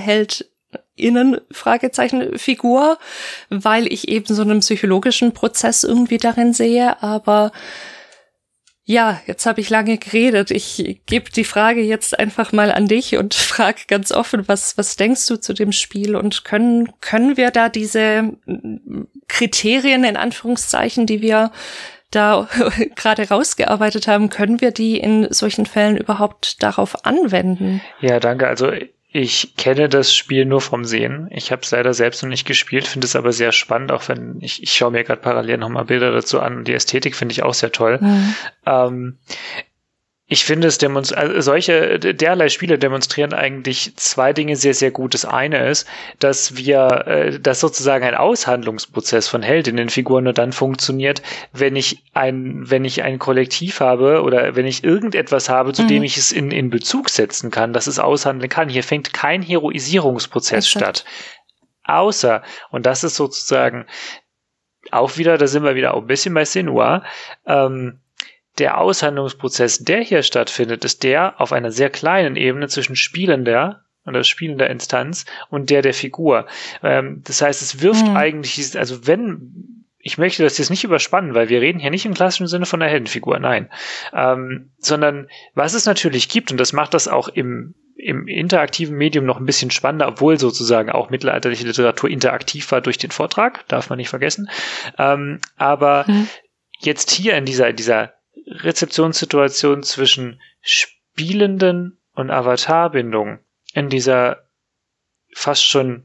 Fragezeichen-Figur, weil ich eben so einen psychologischen Prozess irgendwie darin sehe, aber ja, jetzt habe ich lange geredet. Ich gebe die Frage jetzt einfach mal an dich und frage ganz offen, was denkst du zu dem Spiel, und können wir da diese Kriterien in Anführungszeichen, die wir da gerade rausgearbeitet haben, können wir die in solchen Fällen überhaupt darauf anwenden? Ja, danke. Also ich kenne das Spiel nur vom Sehen. Ich habe es leider selbst noch nicht gespielt, finde es aber sehr spannend, auch wenn ich schaue mir gerade parallel nochmal Bilder dazu an. Die Ästhetik finde ich auch sehr toll. Mhm. Ich finde, derlei Spiele demonstrieren eigentlich zwei Dinge sehr, sehr gut. Das eine ist, dass sozusagen ein Aushandlungsprozess von Heldinnenfiguren nur dann funktioniert, wenn ich ein Kollektiv habe oder wenn ich irgendetwas habe, zu dem ich es in Bezug setzen kann, dass es aushandeln kann. Hier fängt kein Heroisierungsprozess statt. Außer, und das ist sozusagen auch wieder, da sind wir wieder auch ein bisschen bei Senua, der Aushandlungsprozess, der hier stattfindet, ist der auf einer sehr kleinen Ebene zwischen spielender Instanz und der Figur. Das heißt, es wirft eigentlich, ich möchte das jetzt nicht überspannen, weil wir reden hier nicht im klassischen Sinne von einer Heldenfigur, nein. Sondern was es natürlich gibt, und das macht das auch im interaktiven Medium noch ein bisschen spannender, obwohl sozusagen auch mittelalterliche Literatur interaktiv war durch den Vortrag, darf man nicht vergessen. Aber jetzt hier in dieser Rezeptionssituation zwischen Spielenden und Avatarbindung, in dieser fast schon,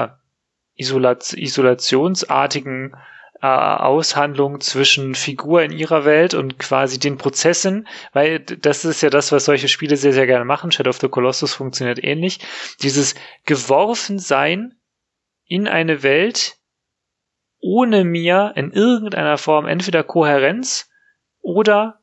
isolationsartigen Aushandlung zwischen Figur in ihrer Welt und quasi den Prozessen, weil das ist ja das, was solche Spiele sehr, sehr gerne machen. Shadow of the Colossus funktioniert ähnlich. Dieses Geworfensein in eine Welt, ohne mir in irgendeiner Form entweder Kohärenz oder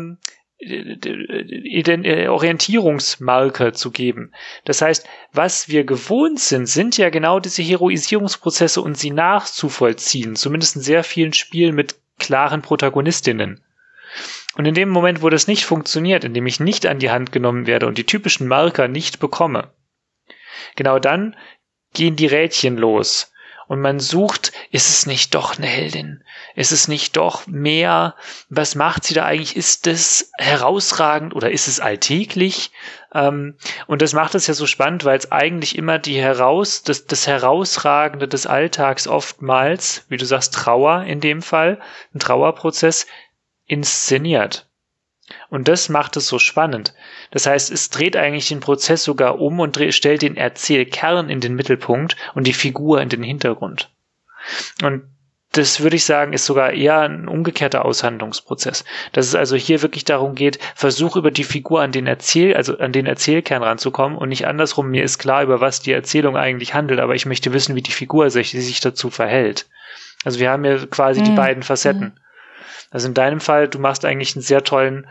Orientierungsmarker zu geben. Das heißt, was wir gewohnt sind ja genau diese Heroisierungsprozesse und sie nachzuvollziehen, zumindest in sehr vielen Spielen mit klaren Protagonistinnen. Und in dem Moment, wo das nicht funktioniert, in dem ich nicht an die Hand genommen werde und die typischen Marker nicht bekomme, genau dann gehen die Rädchen los. Und man sucht, ist es nicht doch eine Heldin? Ist es nicht doch mehr? Was macht sie da eigentlich? Ist das herausragend oder ist es alltäglich? Und das macht es ja so spannend, weil es eigentlich immer das Herausragende des Alltags oftmals, wie du sagst, Trauer in dem Fall, ein Trauerprozess, inszeniert. Und das macht es so spannend. Das heißt, es dreht eigentlich den Prozess sogar um und stellt den Erzählkern in den Mittelpunkt und die Figur in den Hintergrund. Und das würde ich sagen, ist sogar eher ein umgekehrter Aushandlungsprozess. Dass es also hier wirklich darum geht, versuch über die Figur an den Erzählkern ranzukommen und nicht andersrum. Mir ist klar, über was die Erzählung eigentlich handelt, aber ich möchte wissen, wie die Figur sich dazu verhält. Also wir haben hier quasi die beiden Facetten. Also in deinem Fall, du machst eigentlich den sehr tollen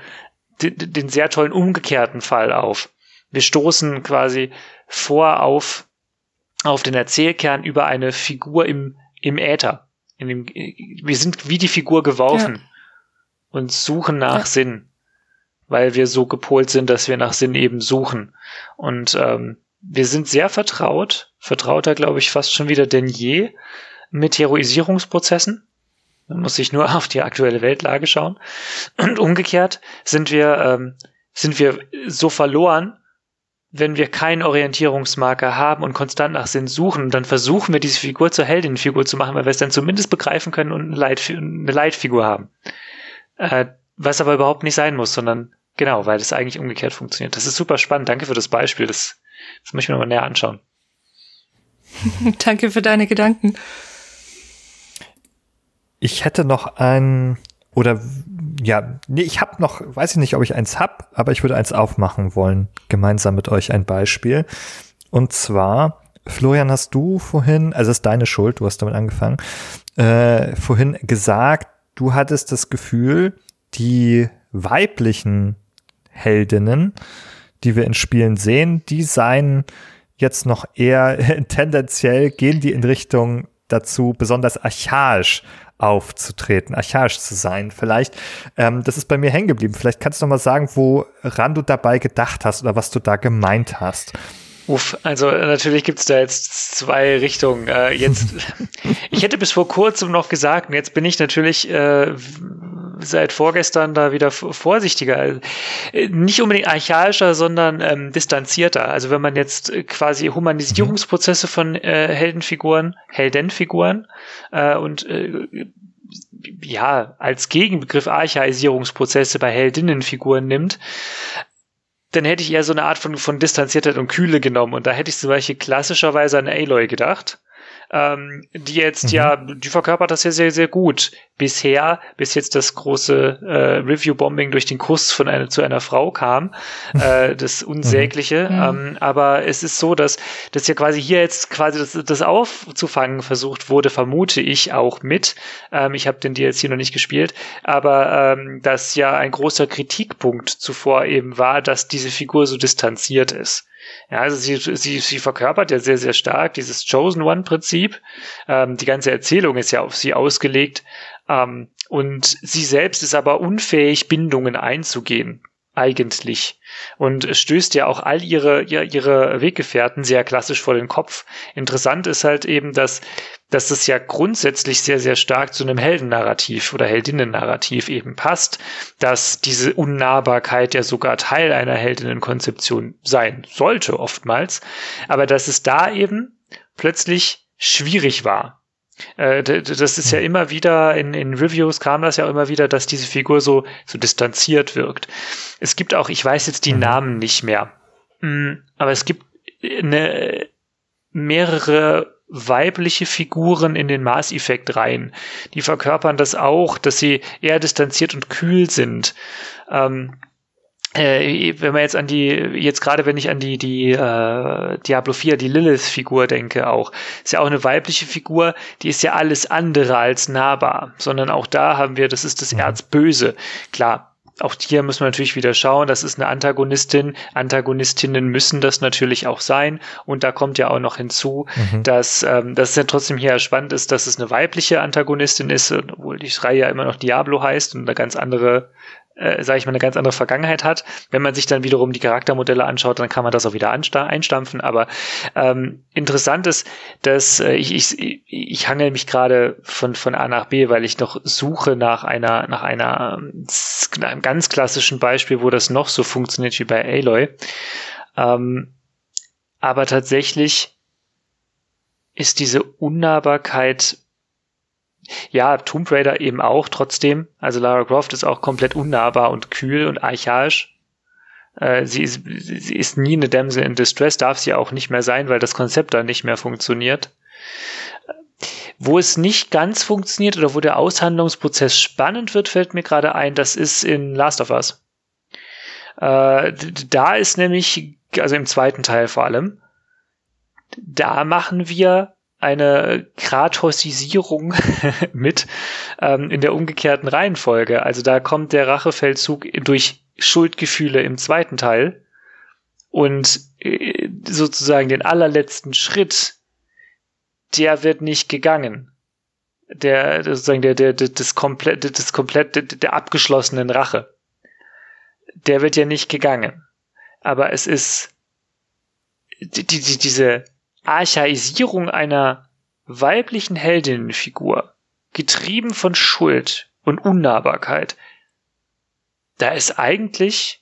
umgekehrten Fall auf. Wir stoßen quasi auf den Erzählkern über eine Figur im Äther. Wir sind wie die Figur geworfen und suchen nach Sinn, weil wir so gepolt sind, dass wir nach Sinn eben suchen. Und wir sind sehr vertrauter, glaube ich, fast schon wieder denn je mit Heroisierungsprozessen. Man muss sich nur auf die aktuelle Weltlage schauen. Und umgekehrt sind wir so verloren, wenn wir keinen Orientierungsmarker haben und konstant nach Sinn suchen. Und dann versuchen wir, diese Figur zur Heldinnenfigur zu machen, weil wir es dann zumindest begreifen können und eine Leitfigur haben. Was aber überhaupt nicht sein muss, sondern genau, weil es eigentlich umgekehrt funktioniert. Das ist super spannend. Danke für das Beispiel. Das möchte ich mir nochmal näher anschauen. Danke für deine Gedanken. Ich hätte noch ich habe noch, weiß ich nicht, ob ich eins hab, aber ich würde eins aufmachen wollen, gemeinsam mit euch ein Beispiel. Und zwar, Florian, hast du vorhin, also es ist deine Schuld, du hast damit angefangen, vorhin gesagt, du hattest das Gefühl, die weiblichen Heldinnen, die wir in Spielen sehen, die seien jetzt noch eher tendenziell, gehen die in Richtung dazu, besonders archaisch aufzutreten, archaisch zu sein. Vielleicht, das ist bei mir hängen geblieben. Vielleicht kannst du noch mal sagen, woran du dabei gedacht hast oder was du da gemeint hast. Also natürlich gibt's da jetzt zwei Richtungen. Ich hätte bis vor kurzem noch gesagt, und jetzt bin ich natürlich seit vorgestern da wieder vorsichtiger. Nicht unbedingt archaischer, sondern distanzierter. Also wenn man jetzt quasi Humanisierungsprozesse von Heldenfiguren und als Gegenbegriff Archaisierungsprozesse bei Heldinnenfiguren nimmt, dann hätte ich eher so eine Art von Distanziertheit und Kühle genommen. Und da hätte ich zum Beispiel klassischerweise an Aloy gedacht. die jetzt die verkörpert das ja sehr, sehr gut. Bis jetzt das große Review-Bombing durch den Kuss zu einer Frau kam, das Unsägliche. Aber es ist so, dass ja quasi hier jetzt quasi das aufzufangen versucht wurde, vermute ich auch mit. Ich habe den DLC noch nicht gespielt, aber dass ja ein großer Kritikpunkt zuvor eben war, dass diese Figur so distanziert ist. Ja, also sie verkörpert ja sehr, sehr stark dieses Chosen One-Prinzip. Die ganze Erzählung ist ja auf sie ausgelegt. Und sie selbst ist aber unfähig, Bindungen einzugehen, eigentlich. Und es stößt ja auch all ihre Weggefährten sehr klassisch vor den Kopf. Interessant ist halt eben, dass das ja grundsätzlich sehr, sehr stark zu einem Heldennarrativ oder Heldinnennarrativ eben passt, dass diese Unnahbarkeit ja sogar Teil einer Heldinnenkonzeption sein sollte oftmals, aber dass es da eben plötzlich schwierig war. Das ist ja immer wieder, in Reviews kam das ja immer wieder, dass diese Figur so distanziert wirkt. Es gibt auch, ich weiß jetzt die Namen nicht mehr, aber es gibt mehrere weibliche Figuren in den Mass Effect Reihen. Die verkörpern das auch, dass sie eher distanziert und kühl sind. Wenn man jetzt wenn ich an die Diablo 4, die Lilith-Figur denke auch, ist ja auch eine weibliche Figur, die ist ja alles andere als nahbar, sondern auch da haben wir, das ist das Erzböse. Klar, auch hier müssen wir natürlich wieder schauen, das ist eine Antagonistin. Antagonistinnen müssen das natürlich auch sein. Und da kommt ja auch noch hinzu, dass es ja trotzdem hier spannend ist, dass es eine weibliche Antagonistin ist, obwohl die Reihe ja immer noch Diablo heißt und eine ganz andere eine ganz andere Vergangenheit hat. Wenn man sich dann wiederum die Charaktermodelle anschaut, dann kann man das auch wieder einstampfen. Aber interessant ist, dass ich hangel mich gerade von A nach B, weil ich noch suche nach einem ganz klassischen Beispiel, wo das noch so funktioniert wie bei Aloy. Aber tatsächlich ist diese Unnahbarkeit, ja, Tomb Raider eben auch trotzdem. Also Lara Croft ist auch komplett unnahbar und kühl und archaisch. Sie ist nie eine Damsel in Distress, darf sie auch nicht mehr sein, weil das Konzept dann nicht mehr funktioniert. Wo es nicht ganz funktioniert oder wo der Aushandlungsprozess spannend wird, fällt mir gerade ein, das ist in Last of Us. Da ist nämlich, also im zweiten Teil vor allem, da machen wir eine Kratosisierung mit in der umgekehrten Reihenfolge. Also da kommt der Rachefeldzug durch Schuldgefühle im zweiten Teil und sozusagen den allerletzten Schritt, der wird nicht gegangen. Der abgeschlossenen Rache. Der wird ja nicht gegangen. Aber es ist diese Archaisierung einer weiblichen Heldinnenfigur, getrieben von Schuld und Unnahbarkeit, da ist eigentlich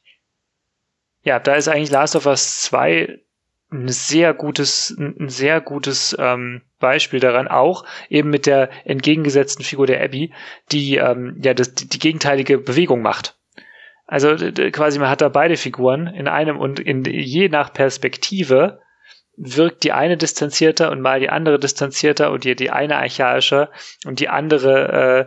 Last of Us 2 ein sehr gutes Beispiel daran, auch eben mit der entgegengesetzten Figur der Abby, die die gegenteilige Bewegung macht. Also quasi man hat da beide Figuren in einem und je nach Perspektive wirkt die eine distanzierter und mal die andere distanzierter und die eine archaischer und die andere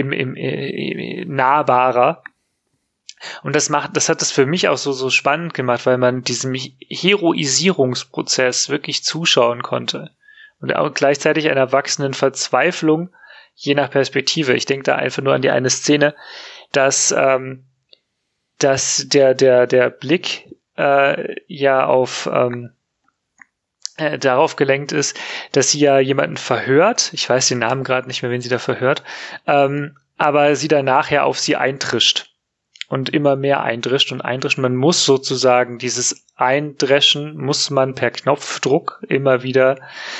nahbarer. Und das hat das für mich auch so spannend gemacht, weil man diesem Heroisierungsprozess wirklich zuschauen konnte. Und auch gleichzeitig einer wachsenden Verzweiflung, je nach Perspektive. Ich denke da einfach nur an die eine Szene, dass der Blick auf darauf gelenkt ist, dass sie ja jemanden verhört. Ich weiß den Namen gerade nicht mehr, wen sie da verhört. Aber sie dann nachher auf sie eintrischt. Und immer mehr eindrischt. Man muss sozusagen dieses Eindreschen, muss man per Knopfdruck immer wieder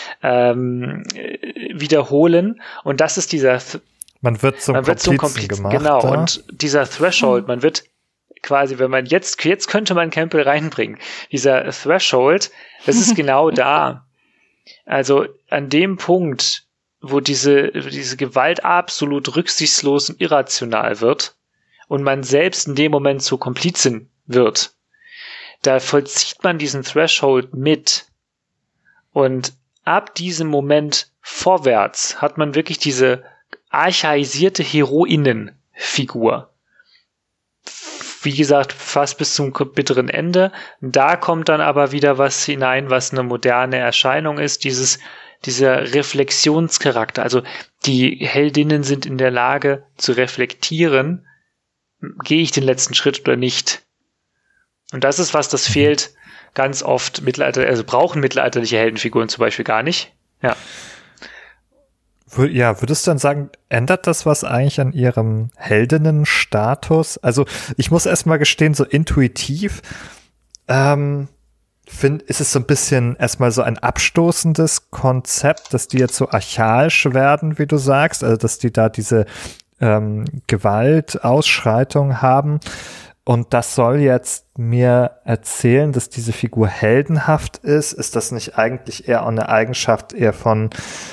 wiederholen. Und das ist dieser Man wird zum Komplizen gemacht. Genau, da. Und dieser Threshold, man wird quasi, wenn man jetzt könnte man Campbell reinbringen. Dieser Threshold, das ist genau da. Also an dem Punkt, wo diese Gewalt absolut rücksichtslos und irrational wird und man selbst in dem Moment zur Komplizin wird, da vollzieht man diesen Threshold mit. Und ab diesem Moment vorwärts hat man wirklich diese archaisierte Heroinnenfigur. Wie gesagt, fast bis zum bitteren Ende. Da kommt dann aber wieder was hinein, was eine moderne Erscheinung ist, dieser Reflexionscharakter. Also die Heldinnen sind in der Lage zu reflektieren, gehe ich den letzten Schritt oder nicht. Und das ist was, das fehlt ganz oft. Brauchen mittelalterliche Heldenfiguren zum Beispiel gar nicht. Ja. Ja, würdest du dann sagen, ändert das was eigentlich an ihrem Heldinnenstatus? Also ich muss erst mal gestehen, so intuitiv ist es so ein bisschen erstmal so ein abstoßendes Konzept, dass die jetzt so archaisch werden, wie du sagst, also dass die da diese Gewaltausschreitung haben. Und das soll jetzt mir erzählen, dass diese Figur heldenhaft ist. Ist das nicht eigentlich eher auch eine Eigenschaft eher von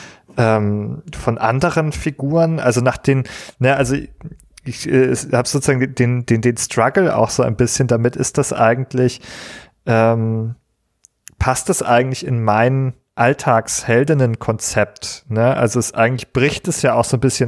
anderen Figuren? Also nach den, also ich habe sozusagen den Struggle auch so ein bisschen damit. Ist das eigentlich, passt das eigentlich in mein Alltagsheldinnenkonzept? Ne? Also eigentlich bricht es ja auch so ein bisschen,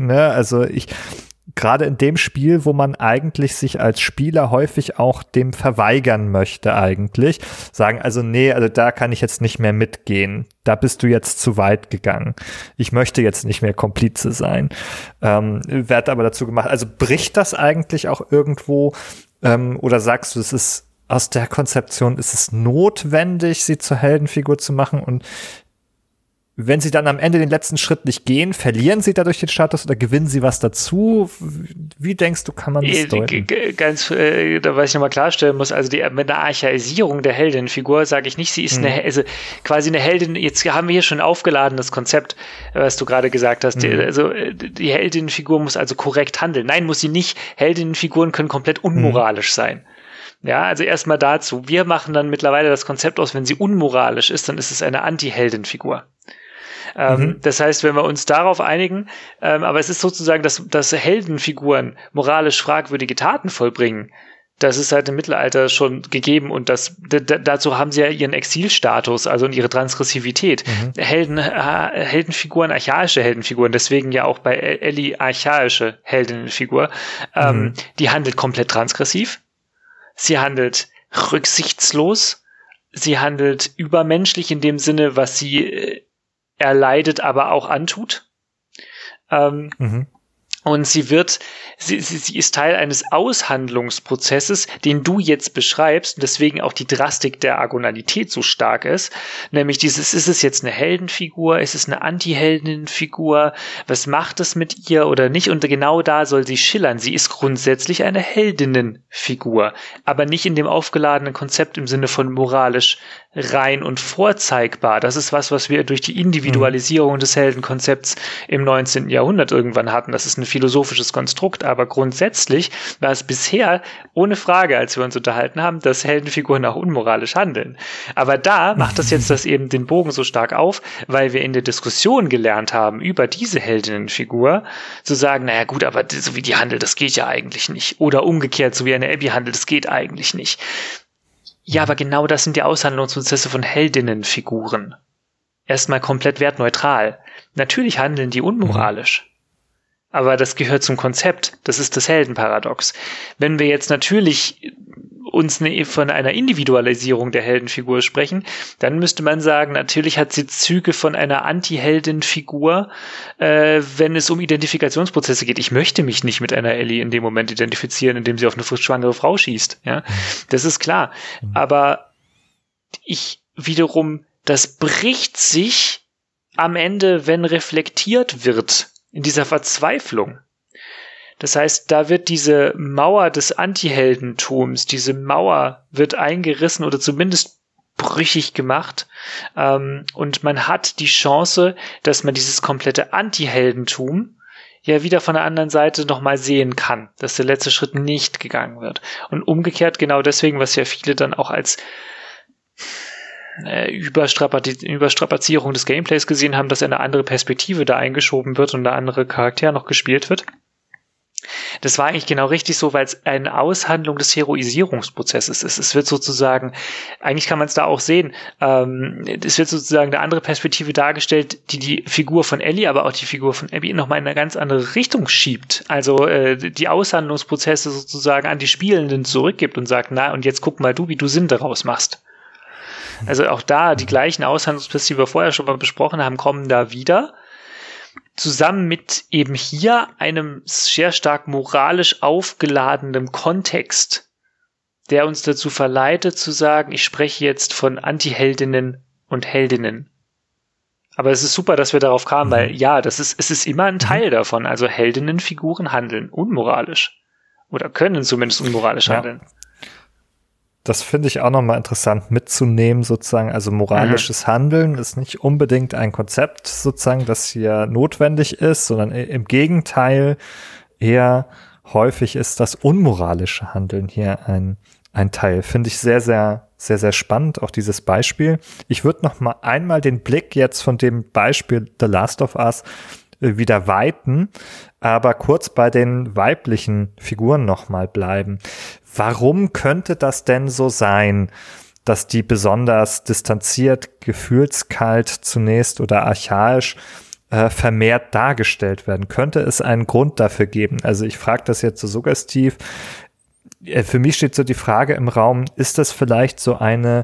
gerade in dem Spiel, wo man eigentlich sich als Spieler häufig auch dem verweigern möchte eigentlich, sagen also nee, also da kann ich jetzt nicht mehr mitgehen, da bist du jetzt zu weit gegangen, ich möchte jetzt nicht mehr Komplize sein, wird aber dazu gemacht, also bricht das eigentlich auch irgendwo oder sagst du, es ist aus der Konzeption, ist es notwendig, sie zur Heldenfigur zu machen und wenn sie dann am Ende den letzten Schritt nicht gehen, verlieren sie dadurch den Status oder gewinnen sie was dazu? Wie denkst du, kann man das deuten? Was ich nochmal klarstellen muss, also mit der Archaisierung der Heldinnenfigur sage ich nicht, sie ist quasi eine Heldin, jetzt haben wir hier schon aufgeladen, das Konzept, was du gerade gesagt hast, die Heldinnenfigur muss also korrekt handeln. Nein, muss sie nicht. Heldinnenfiguren können komplett unmoralisch sein. Ja, also erstmal dazu. Wir machen dann mittlerweile das Konzept aus, wenn sie unmoralisch ist, dann ist es eine Anti-Heldenfigur. Das heißt, wenn wir uns darauf einigen, aber es ist sozusagen, dass Heldenfiguren moralisch fragwürdige Taten vollbringen, das ist halt im Mittelalter schon gegeben und dazu haben sie ja ihren Exilstatus, also ihre Transgressivität. Heldenfiguren, archaische Heldenfiguren, deswegen ja auch bei Ellie archaische Heldenfigur, die handelt komplett transgressiv, sie handelt rücksichtslos, sie handelt übermenschlich in dem Sinne, was sie erleidet, aber auch antut. Und sie ist Teil eines Aushandlungsprozesses, den du jetzt beschreibst, und deswegen auch die Drastik der Agonalität so stark ist, nämlich ist es jetzt eine Heldenfigur, ist es eine Anti-Heldinnenfigur, was macht es mit ihr oder nicht, und genau da soll sie schillern. Sie ist grundsätzlich eine Heldinnenfigur, aber nicht in dem aufgeladenen Konzept im Sinne von moralisch rein und vorzeigbar. Das ist was wir durch die Individualisierung des Heldenkonzepts im 19. Jahrhundert irgendwann hatten. Das ist ein philosophisches Konstrukt, aber grundsätzlich war es bisher ohne Frage, als wir uns unterhalten haben, dass Heldenfiguren auch unmoralisch handeln. Aber da macht das jetzt eben den Bogen so stark auf, weil wir in der Diskussion gelernt haben über diese Heldinnenfigur, zu sagen, naja gut, aber so wie die handelt, das geht ja eigentlich nicht. Oder umgekehrt, so wie eine Abby handelt, das geht eigentlich nicht. Ja, aber genau das sind die Aushandlungsprozesse von Heldinnenfiguren. Erstmal komplett wertneutral. Natürlich handeln die unmoralisch. Aber das gehört zum Konzept. Das ist das Heldenparadox. Wenn wir jetzt natürlich uns von einer Individualisierung der Heldenfigur sprechen, dann müsste man sagen, natürlich hat sie Züge von einer Anti-Heldenfigur, wenn es um Identifikationsprozesse geht. Ich möchte mich nicht mit einer Ellie in dem Moment identifizieren, indem sie auf eine frisch schwangere Frau schießt. Ja, das ist klar. Aber das bricht sich am Ende, wenn reflektiert wird, in dieser Verzweiflung. Das heißt, da wird diese Mauer des Anti-Heldentums, diese Mauer wird eingerissen oder zumindest brüchig gemacht. Und man hat die Chance, dass man dieses komplette Anti-Heldentum ja wieder von der anderen Seite nochmal sehen kann, dass der letzte Schritt nicht gegangen wird. Und umgekehrt genau deswegen, was ja viele dann auch als Überstrapazierung des Gameplays gesehen haben, dass eine andere Perspektive da eingeschoben wird und eine andere Charakter noch gespielt wird. Das war eigentlich genau richtig so, weil es eine Aushandlung des Heroisierungsprozesses ist. Es wird sozusagen, eigentlich kann man es da auch sehen, es wird sozusagen eine andere Perspektive dargestellt, die Figur von Ellie, aber auch die Figur von Abby nochmal in eine ganz andere Richtung schiebt. Also die Aushandlungsprozesse sozusagen an die Spielenden zurückgibt und sagt, na, und jetzt guck mal du, wie du Sinn daraus machst. Also auch da, die gleichen Aushandlungsprozesse, die wir vorher schon mal besprochen haben, kommen da wieder. Zusammen mit eben hier einem sehr stark moralisch aufgeladenen Kontext, der uns dazu verleitet zu sagen, ich spreche jetzt von Anti-Heldinnen und Heldinnen. Aber es ist super, dass wir darauf kamen, weil ja, es ist immer ein Teil davon. Also Heldinnenfiguren handeln unmoralisch. Oder können zumindest unmoralisch handeln. Das finde ich auch nochmal interessant mitzunehmen, sozusagen. Also moralisches Handeln ist nicht unbedingt ein Konzept, sozusagen, das hier notwendig ist, sondern im Gegenteil eher häufig ist das unmoralische Handeln hier ein Teil. Finde ich sehr, sehr, sehr, sehr spannend, auch dieses Beispiel. Ich würde noch mal einmal den Blick jetzt von dem Beispiel The Last of Us wieder weiten, aber kurz bei den weiblichen Figuren noch mal bleiben. Warum könnte das denn so sein, dass die besonders distanziert, gefühlskalt zunächst oder archaisch vermehrt dargestellt werden? Könnte es einen Grund dafür geben? Also ich frage das jetzt so suggestiv. Für mich steht so die Frage im Raum, ist das vielleicht so eine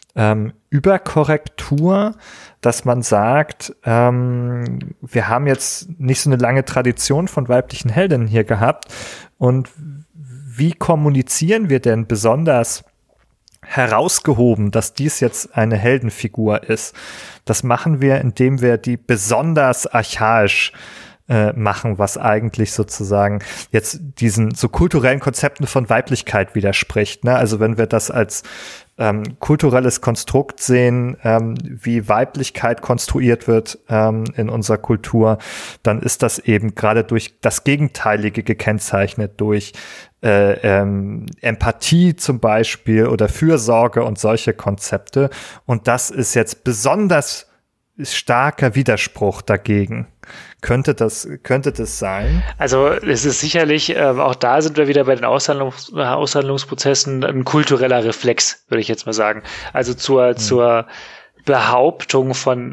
Überkorrektur, dass man sagt, wir haben jetzt nicht so eine lange Tradition von weiblichen Heldinnen hier gehabt und wie kommunizieren wir denn besonders herausgehoben, dass dies jetzt eine Heldenfigur ist? Das machen wir, indem wir die besonders archaisch machen, was eigentlich sozusagen jetzt diesen so kulturellen Konzepten von Weiblichkeit widerspricht. Ne? Also wenn wir das als kulturelles Konstrukt sehen, wie Weiblichkeit konstruiert wird in unserer Kultur, dann ist das eben gerade durch das Gegenteilige gekennzeichnet, durch Empathie zum Beispiel oder Fürsorge und solche Konzepte. Und das ist jetzt besonders starker Widerspruch dagegen. Könnte das sein? Also es ist sicherlich, auch da sind wir wieder bei den Aushandlungsprozessen, ein kultureller Reflex, würde ich jetzt mal sagen. Also zur Behauptung von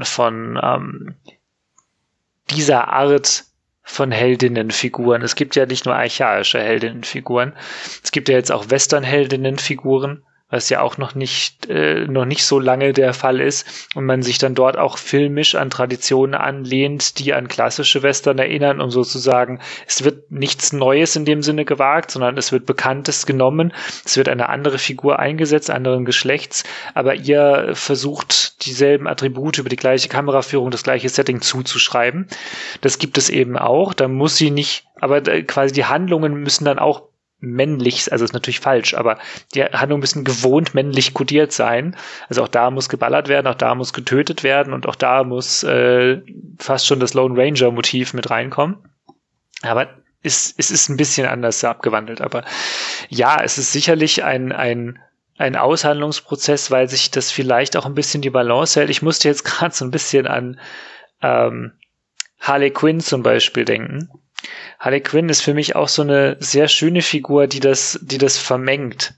dieser Art von Heldinnenfiguren. Es gibt ja nicht nur archaische Heldinnenfiguren. Es gibt ja jetzt auch Western-Heldinnenfiguren, was ja auch noch nicht so lange der Fall ist und man sich dann dort auch filmisch an Traditionen anlehnt, die an klassische Western erinnern, um sozusagen, es wird nichts Neues in dem Sinne gewagt, sondern es wird Bekanntes genommen, es wird eine andere Figur eingesetzt, anderen Geschlechts, aber ihr versucht dieselben Attribute über die gleiche Kameraführung, das gleiche Setting zuzuschreiben. Das gibt es eben auch, da muss sie nicht, aber quasi die Handlungen müssen dann auch männlich, also ist natürlich falsch, aber die Handlungen müssen gewohnt männlich kodiert sein. Also auch da muss geballert werden, auch da muss getötet werden und auch da muss fast schon das Lone Ranger Motiv mit reinkommen. Aber es ist ein bisschen anders abgewandelt. Aber ja, es ist sicherlich ein Aushandlungsprozess, weil sich das vielleicht auch ein bisschen die Balance hält. Ich musste jetzt gerade so ein bisschen an Harley Quinn zum Beispiel denken. Harley Quinn ist für mich auch so eine sehr schöne Figur, die das vermengt.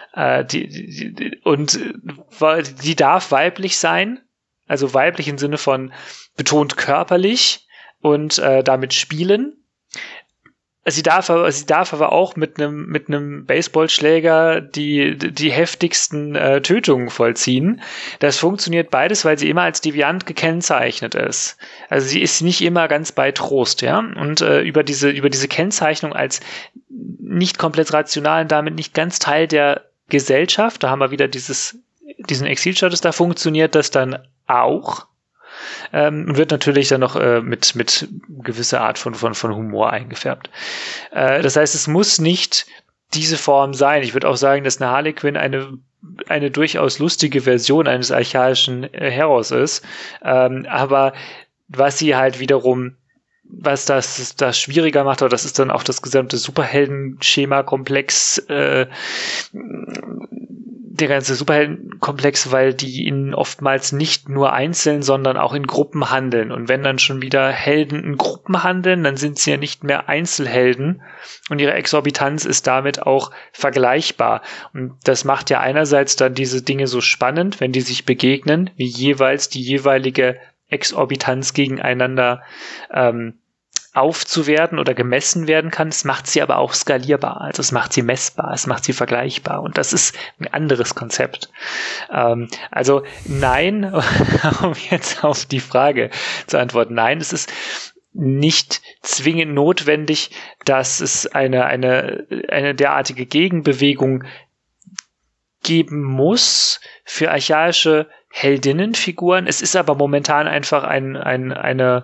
Die darf weiblich sein, also weiblich im Sinne von betont körperlich und damit spielen. Sie darf aber auch mit einem Baseballschläger die heftigsten Tötungen vollziehen. Das funktioniert beides, weil sie immer als deviant gekennzeichnet ist. Also sie ist nicht immer ganz bei Trost, ja. Und über diese Kennzeichnung als nicht komplett rational und damit nicht ganz Teil der Gesellschaft, da haben wir wieder diesen Exilstatus, da funktioniert das dann auch. Und wird natürlich dann noch mit gewisser Art von Humor eingefärbt. Das heißt, es muss nicht diese Form sein. Ich würde auch sagen, dass eine Harley Quinn eine durchaus lustige Version eines archaischen Heros ist. Aber was sie halt wiederum, was das schwieriger macht, aber das ist dann auch das gesamte Superhelden-Schema-Komplex, der ganze Superheldenkomplex, weil die in oftmals nicht nur einzeln, sondern auch in Gruppen handeln. Und wenn dann schon wieder Helden in Gruppen handeln, dann sind sie ja nicht mehr Einzelhelden und ihre Exorbitanz ist damit auch vergleichbar. Und das macht ja einerseits dann diese Dinge so spannend, wenn die sich begegnen, wie jeweils die jeweilige Exorbitanz gegeneinander aufzuwerten oder gemessen werden kann. Es macht sie aber auch skalierbar. Also es macht sie messbar, es macht sie vergleichbar. Und das ist ein anderes Konzept. Also nein, um jetzt auf die Frage zu antworten, nein, es ist nicht zwingend notwendig, dass es eine derartige Gegenbewegung geben muss für archaische Heldinnenfiguren. Es ist aber momentan einfach eine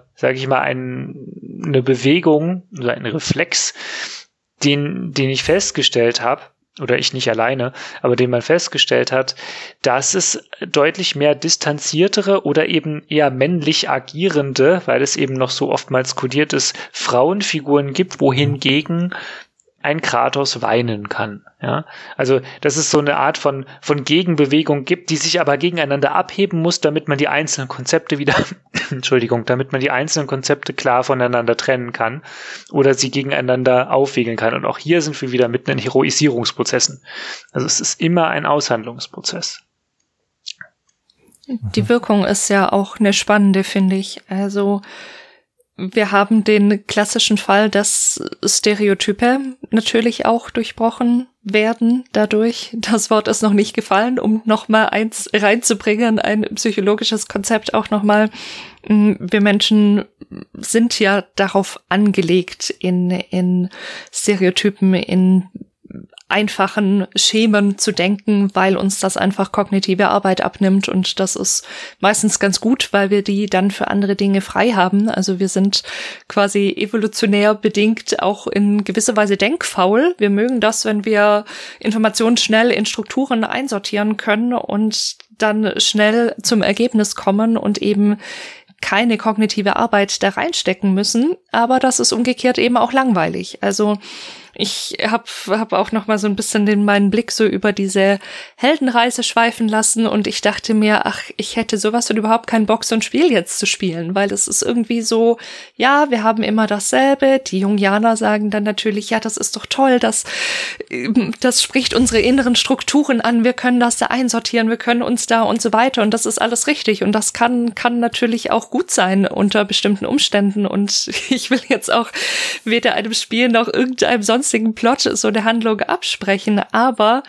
Bewegung oder ein Reflex, den ich festgestellt habe, oder ich nicht alleine, aber den man festgestellt hat, dass es deutlich mehr distanziertere oder eben eher männlich agierende, weil es eben noch so oftmals kodiert ist, Frauenfiguren gibt, wohingegen ein Kratos weinen kann. Ja, also dass es so eine Art von Gegenbewegung gibt, die sich aber gegeneinander abheben muss, damit man die einzelnen Konzepte wieder, damit man die einzelnen Konzepte klar voneinander trennen kann oder sie gegeneinander aufwiegeln kann. Und auch hier sind wir wieder mitten in Heroisierungsprozessen. Also es ist immer ein Aushandlungsprozess. Die Wirkung ist ja auch eine spannende, finde ich. Also wir haben den klassischen Fall, dass Stereotype natürlich auch durchbrochen werden dadurch. Das Wort ist noch nicht gefallen, um noch mal eins reinzubringen, ein psychologisches Konzept auch noch mal. Wir Menschen sind ja darauf angelegt, in Stereotypen, in einfachen Schemen zu denken, weil uns das einfach kognitive Arbeit abnimmt und das ist meistens ganz gut, weil wir die dann für andere Dinge frei haben. Also wir sind quasi evolutionär bedingt auch in gewisser Weise denkfaul. Wir mögen das, wenn wir Informationen schnell in Strukturen einsortieren können und dann schnell zum Ergebnis kommen und eben keine kognitive Arbeit da reinstecken müssen, aber das ist umgekehrt eben auch langweilig. Also ich hab auch noch mal so ein bisschen meinen Blick so über diese Heldenreise schweifen lassen und ich dachte mir, ach, ich hätte sowas und überhaupt keinen Bock, so ein Spiel jetzt zu spielen, weil es ist irgendwie so, ja, wir haben immer dasselbe. Die Jungianer sagen dann natürlich, ja, das ist doch toll, das spricht unsere inneren Strukturen an, wir können das da einsortieren, wir können uns da und so weiter und das ist alles richtig und das kann natürlich auch gut sein unter bestimmten Umständen und ich will jetzt auch weder einem Spiel noch irgendeinem sonstigen Plot so eine Handlung absprechen, aber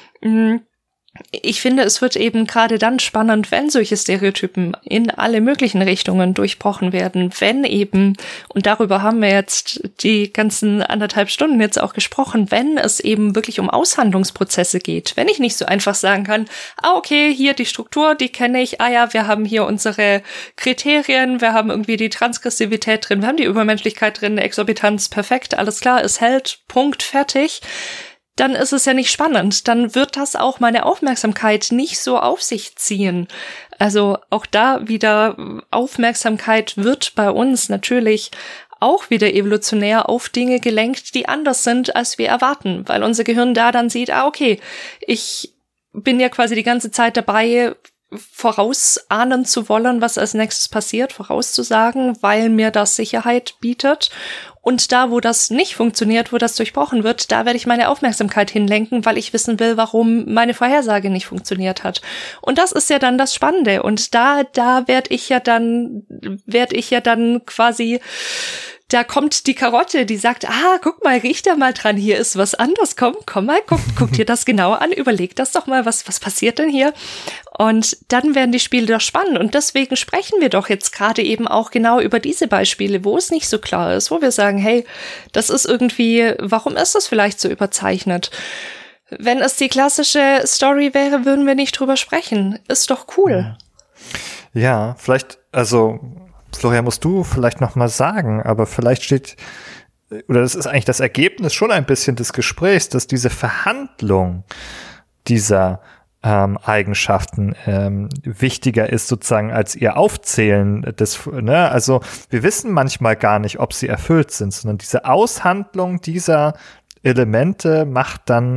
ich finde, es wird eben gerade dann spannend, wenn solche Stereotypen in alle möglichen Richtungen durchbrochen werden, wenn eben, und darüber haben wir jetzt die ganzen 1,5 Stunden jetzt auch gesprochen, wenn es eben wirklich um Aushandlungsprozesse geht, wenn ich nicht so einfach sagen kann, okay, hier die Struktur, die kenne ich, ja, wir haben hier unsere Kriterien, wir haben irgendwie die Transgressivität drin, wir haben die Übermenschlichkeit drin, Exorbitanz, perfekt, alles klar, es hält, Punkt, fertig. Dann ist es ja nicht spannend. Dann wird das auch meine Aufmerksamkeit nicht so auf sich ziehen. Also auch da wieder Aufmerksamkeit wird bei uns natürlich auch wieder evolutionär auf Dinge gelenkt, die anders sind, als wir erwarten, weil unser Gehirn da dann sieht, okay, ich bin ja quasi die ganze Zeit dabei, vorausahnen zu wollen, was als nächstes passiert, vorauszusagen, weil mir das Sicherheit bietet. Und da, wo das nicht funktioniert, wo das durchbrochen wird, da werde ich meine Aufmerksamkeit hinlenken, weil ich wissen will, warum meine Vorhersage nicht funktioniert hat. Und das ist ja dann das Spannende. Und da werde ich ja dann quasi, da kommt die Karotte, die sagt, guck mal, riech da mal dran, hier ist was anderes, komm mal, guck dir das genauer an, überleg das doch mal, was passiert denn hier? Und dann werden die Spiele doch spannend und deswegen sprechen wir doch jetzt gerade eben auch genau über diese Beispiele, wo es nicht so klar ist, wo wir sagen, hey, das ist irgendwie, warum ist das vielleicht so überzeichnet? Wenn es die klassische Story wäre, würden wir nicht drüber sprechen. Ist doch cool. Ja, vielleicht, also Florian, musst du vielleicht noch mal sagen, aber vielleicht steht, oder das ist eigentlich das Ergebnis schon ein bisschen des Gesprächs, dass diese Verhandlung dieser Eigenschaften wichtiger ist sozusagen als ihr Aufzählen des, ne? Also wir wissen manchmal gar nicht, ob sie erfüllt sind, sondern diese Aushandlung dieser Elemente macht dann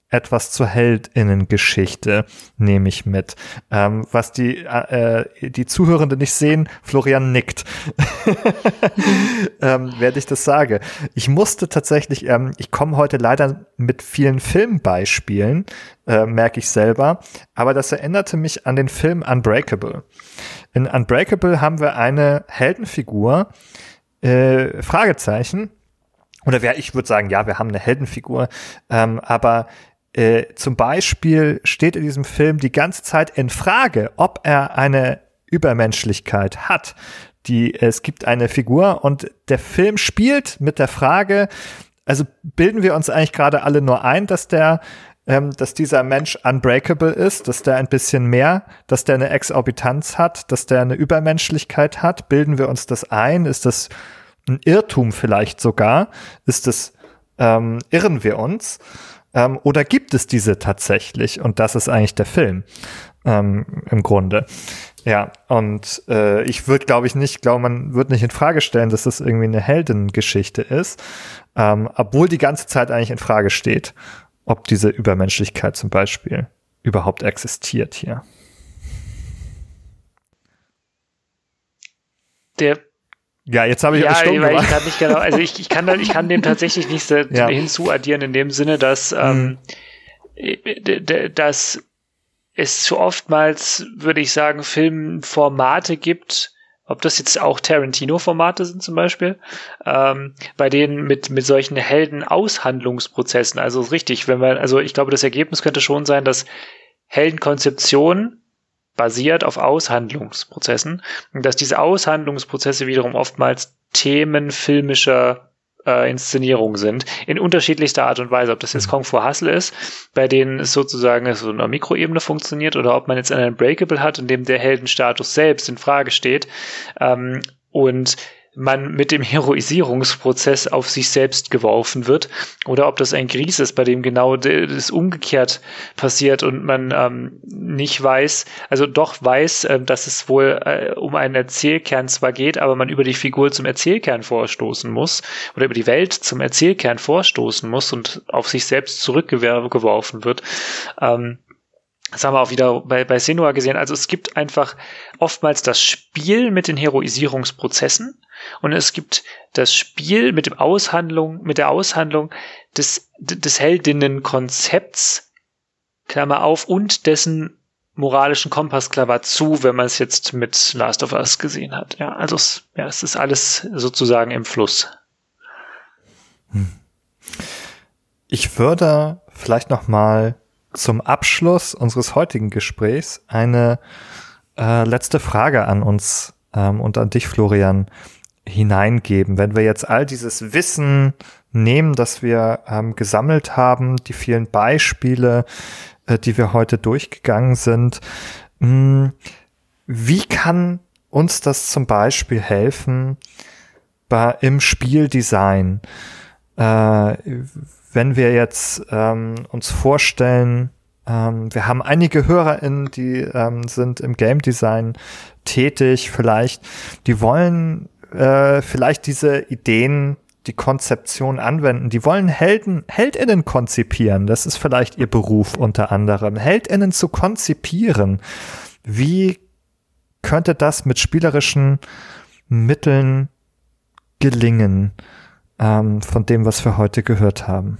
etwas zur Heldinnengeschichte, nehme ich mit. Was die Zuhörenden nicht sehen, Florian nickt, während ich das sage. Ich musste tatsächlich, ich komme heute leider mit vielen Filmbeispielen, merke ich selber, aber das erinnerte mich an den Film Unbreakable. In Unbreakable haben wir eine Heldenfigur, Fragezeichen, oder ich würde sagen, ja, wir haben eine Heldenfigur, aber zum Beispiel steht in diesem Film die ganze Zeit in Frage, ob er eine Übermenschlichkeit hat. Es gibt eine Figur und der Film spielt mit der Frage, also bilden wir uns eigentlich gerade alle nur ein, dass dieser Mensch unbreakable ist, dass der ein bisschen mehr, dass der eine Exorbitanz hat, dass der eine Übermenschlichkeit hat. Bilden wir uns das ein? Ist das ein Irrtum vielleicht sogar? Irren wir uns? Oder gibt es diese tatsächlich? Und das ist eigentlich der Film im Grunde. Ja, und ich glaube, man würde nicht in Frage stellen, dass das irgendwie eine Heldengeschichte ist, obwohl die ganze Zeit eigentlich in Frage steht, ob diese Übermenschlichkeit zum Beispiel überhaupt existiert hier. Ja, jetzt habe ich stumm gemacht. Ich kann nicht genau, also ich kann dem tatsächlich nicht hinzuaddieren in dem Sinne, dass es zu oftmals, würde ich sagen, Filmformate gibt, ob das jetzt auch Tarantino-Formate sind zum Beispiel, bei denen mit solchen Helden-Aushandlungsprozessen, also richtig, ich glaube, das Ergebnis könnte schon sein, dass Heldenkonzeption basiert auf Aushandlungsprozessen und dass diese Aushandlungsprozesse wiederum oftmals Themen filmischer Inszenierung sind, in unterschiedlichster Art und Weise, ob das jetzt Kung Fu Hustle ist, bei denen es sozusagen so einer Mikroebene funktioniert, oder ob man jetzt einen Unbreakable hat, in dem der Heldenstatus selbst in Frage steht und man mit dem Heroisierungsprozess auf sich selbst geworfen wird, oder ob das ein Gries ist, bei dem genau das umgekehrt passiert und man nicht weiß, also doch weiß, dass es wohl um einen Erzählkern zwar geht, aber man über die Figur zum Erzählkern vorstoßen muss oder über die Welt zum Erzählkern vorstoßen muss und auf sich selbst zurückgeworfen wird. Das haben wir auch wieder bei Senua gesehen. Also es gibt einfach oftmals das Spiel mit den Heroisierungsprozessen und es gibt das Spiel mit der Aushandlung des Heldinnenkonzepts, Klammer auf, und dessen moralischen Kompass, Klammer zu, wenn man es jetzt mit Last of Us gesehen hat. Ja, also es ist alles sozusagen im Fluss. Ich würde vielleicht noch mal zum Abschluss unseres heutigen Gesprächs eine letzte Frage an uns und an dich, Florian, hineingeben. Wenn wir jetzt all dieses Wissen nehmen, das wir gesammelt haben, die vielen Beispiele, die wir heute durchgegangen sind, wie kann uns das zum Beispiel helfen im Spieldesign? Wenn wir jetzt uns vorstellen, wir haben einige HörerInnen, die sind im Game Design tätig, die wollen vielleicht diese Ideen, die Konzeption anwenden, die wollen HeldInnen konzipieren, das ist vielleicht ihr Beruf unter anderem, HeldInnen zu konzipieren. Wie könnte das mit spielerischen Mitteln gelingen, von dem, was wir heute gehört haben?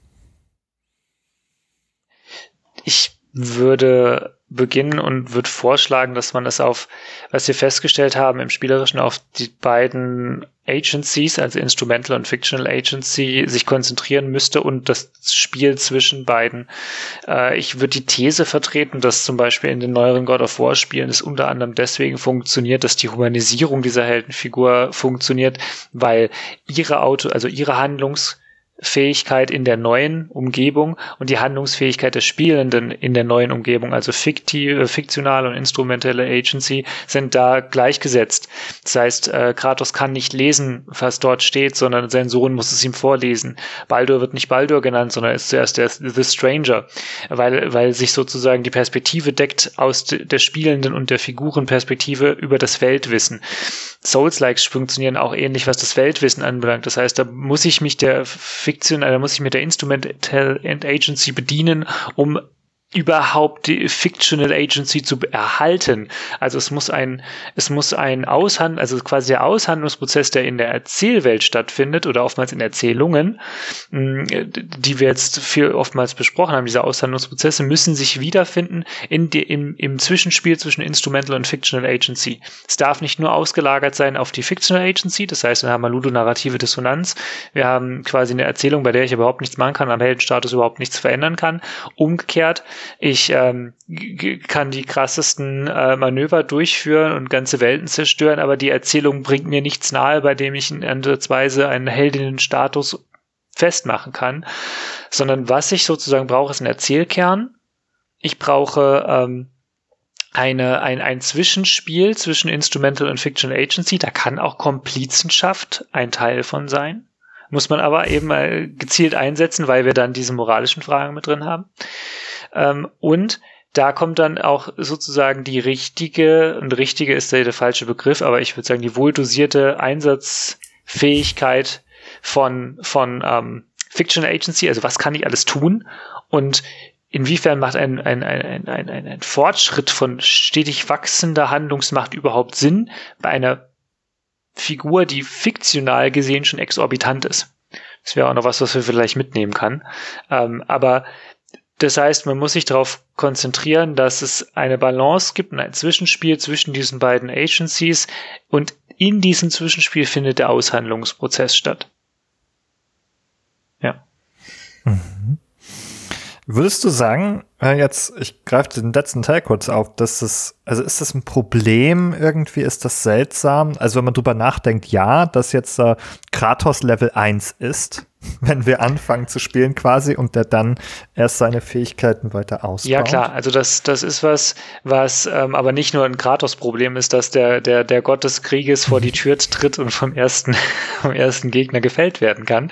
Ich würde beginnen und würde vorschlagen, dass man es auf, was wir festgestellt haben im Spielerischen, auf die beiden Agencies, also Instrumental und Fictional Agency, sich konzentrieren müsste und das Spiel zwischen beiden. Ich würde die These vertreten, dass zum Beispiel in den neueren God of War Spielen es unter anderem deswegen funktioniert, dass die Humanisierung dieser Heldenfigur funktioniert, weil ihre Handlungsfähigkeit in der neuen Umgebung und die Handlungsfähigkeit des Spielenden in der neuen Umgebung, also fiktionale und instrumentelle Agency, sind da gleichgesetzt. Das heißt, Kratos kann nicht lesen, was dort steht, sondern sein Sohn muss es ihm vorlesen. Baldur wird nicht Baldur genannt, sondern ist zuerst der The Stranger, weil sich sozusagen die Perspektive deckt aus der Spielenden und der Figurenperspektive über das Weltwissen. Souls-Likes funktionieren auch ähnlich, was das Weltwissen anbelangt. Das heißt, da muss ich mich der Instrumental Agency bedienen, um überhaupt die Fictional Agency zu erhalten. Also es muss ein also quasi der Aushandlungsprozess, der in der Erzählwelt stattfindet oder oftmals in Erzählungen, die wir jetzt oftmals besprochen haben, diese Aushandlungsprozesse müssen sich wiederfinden im Zwischenspiel zwischen Instrumental und Fictional Agency. Es darf nicht nur ausgelagert sein auf die Fictional Agency, das heißt, wir haben eine ludonarrative Dissonanz, wir haben quasi eine Erzählung, bei der ich überhaupt nichts machen kann, am Heldenstatus überhaupt nichts verändern kann. Umgekehrt, ich kann die krassesten Manöver durchführen und ganze Welten zerstören, aber die Erzählung bringt mir nichts nahe, bei dem ich in ansatzweise einen Heldinnenstatus festmachen kann, sondern was ich sozusagen brauche, ist ein Erzählkern. Ich brauche ein Zwischenspiel zwischen Instrumental und Fictional Agency. Da kann auch Komplizenschaft ein Teil von sein. Muss man aber eben gezielt einsetzen, weil wir dann diese moralischen Fragen mit drin haben. Und da kommt dann auch sozusagen die richtige ist der falsche Begriff, aber ich würde sagen, die wohldosierte Einsatzfähigkeit von Fictional Agency, also was kann ich alles tun und inwiefern macht ein Fortschritt von stetig wachsender Handlungsmacht überhaupt Sinn bei einer Figur, die fiktional gesehen schon exorbitant ist. Das wäre auch noch was wir vielleicht mitnehmen kann. Aber das heißt, man muss sich darauf konzentrieren, dass es eine Balance gibt und ein Zwischenspiel zwischen diesen beiden Agencies und in diesem Zwischenspiel findet der Aushandlungsprozess statt. Ja. Mhm. Würdest du sagen, ich greife den letzten Teil kurz auf, ist das ein Problem irgendwie, ist das seltsam? Also wenn man drüber nachdenkt, ja, dass jetzt Kratos Level 1 ist, wenn wir anfangen zu spielen quasi und der dann erst seine Fähigkeiten weiter ausbaut. Ja klar, also das ist was aber nicht nur ein Kratos-Problem ist, dass der Gott des Krieges vor die Tür tritt und vom ersten Gegner gefällt werden kann,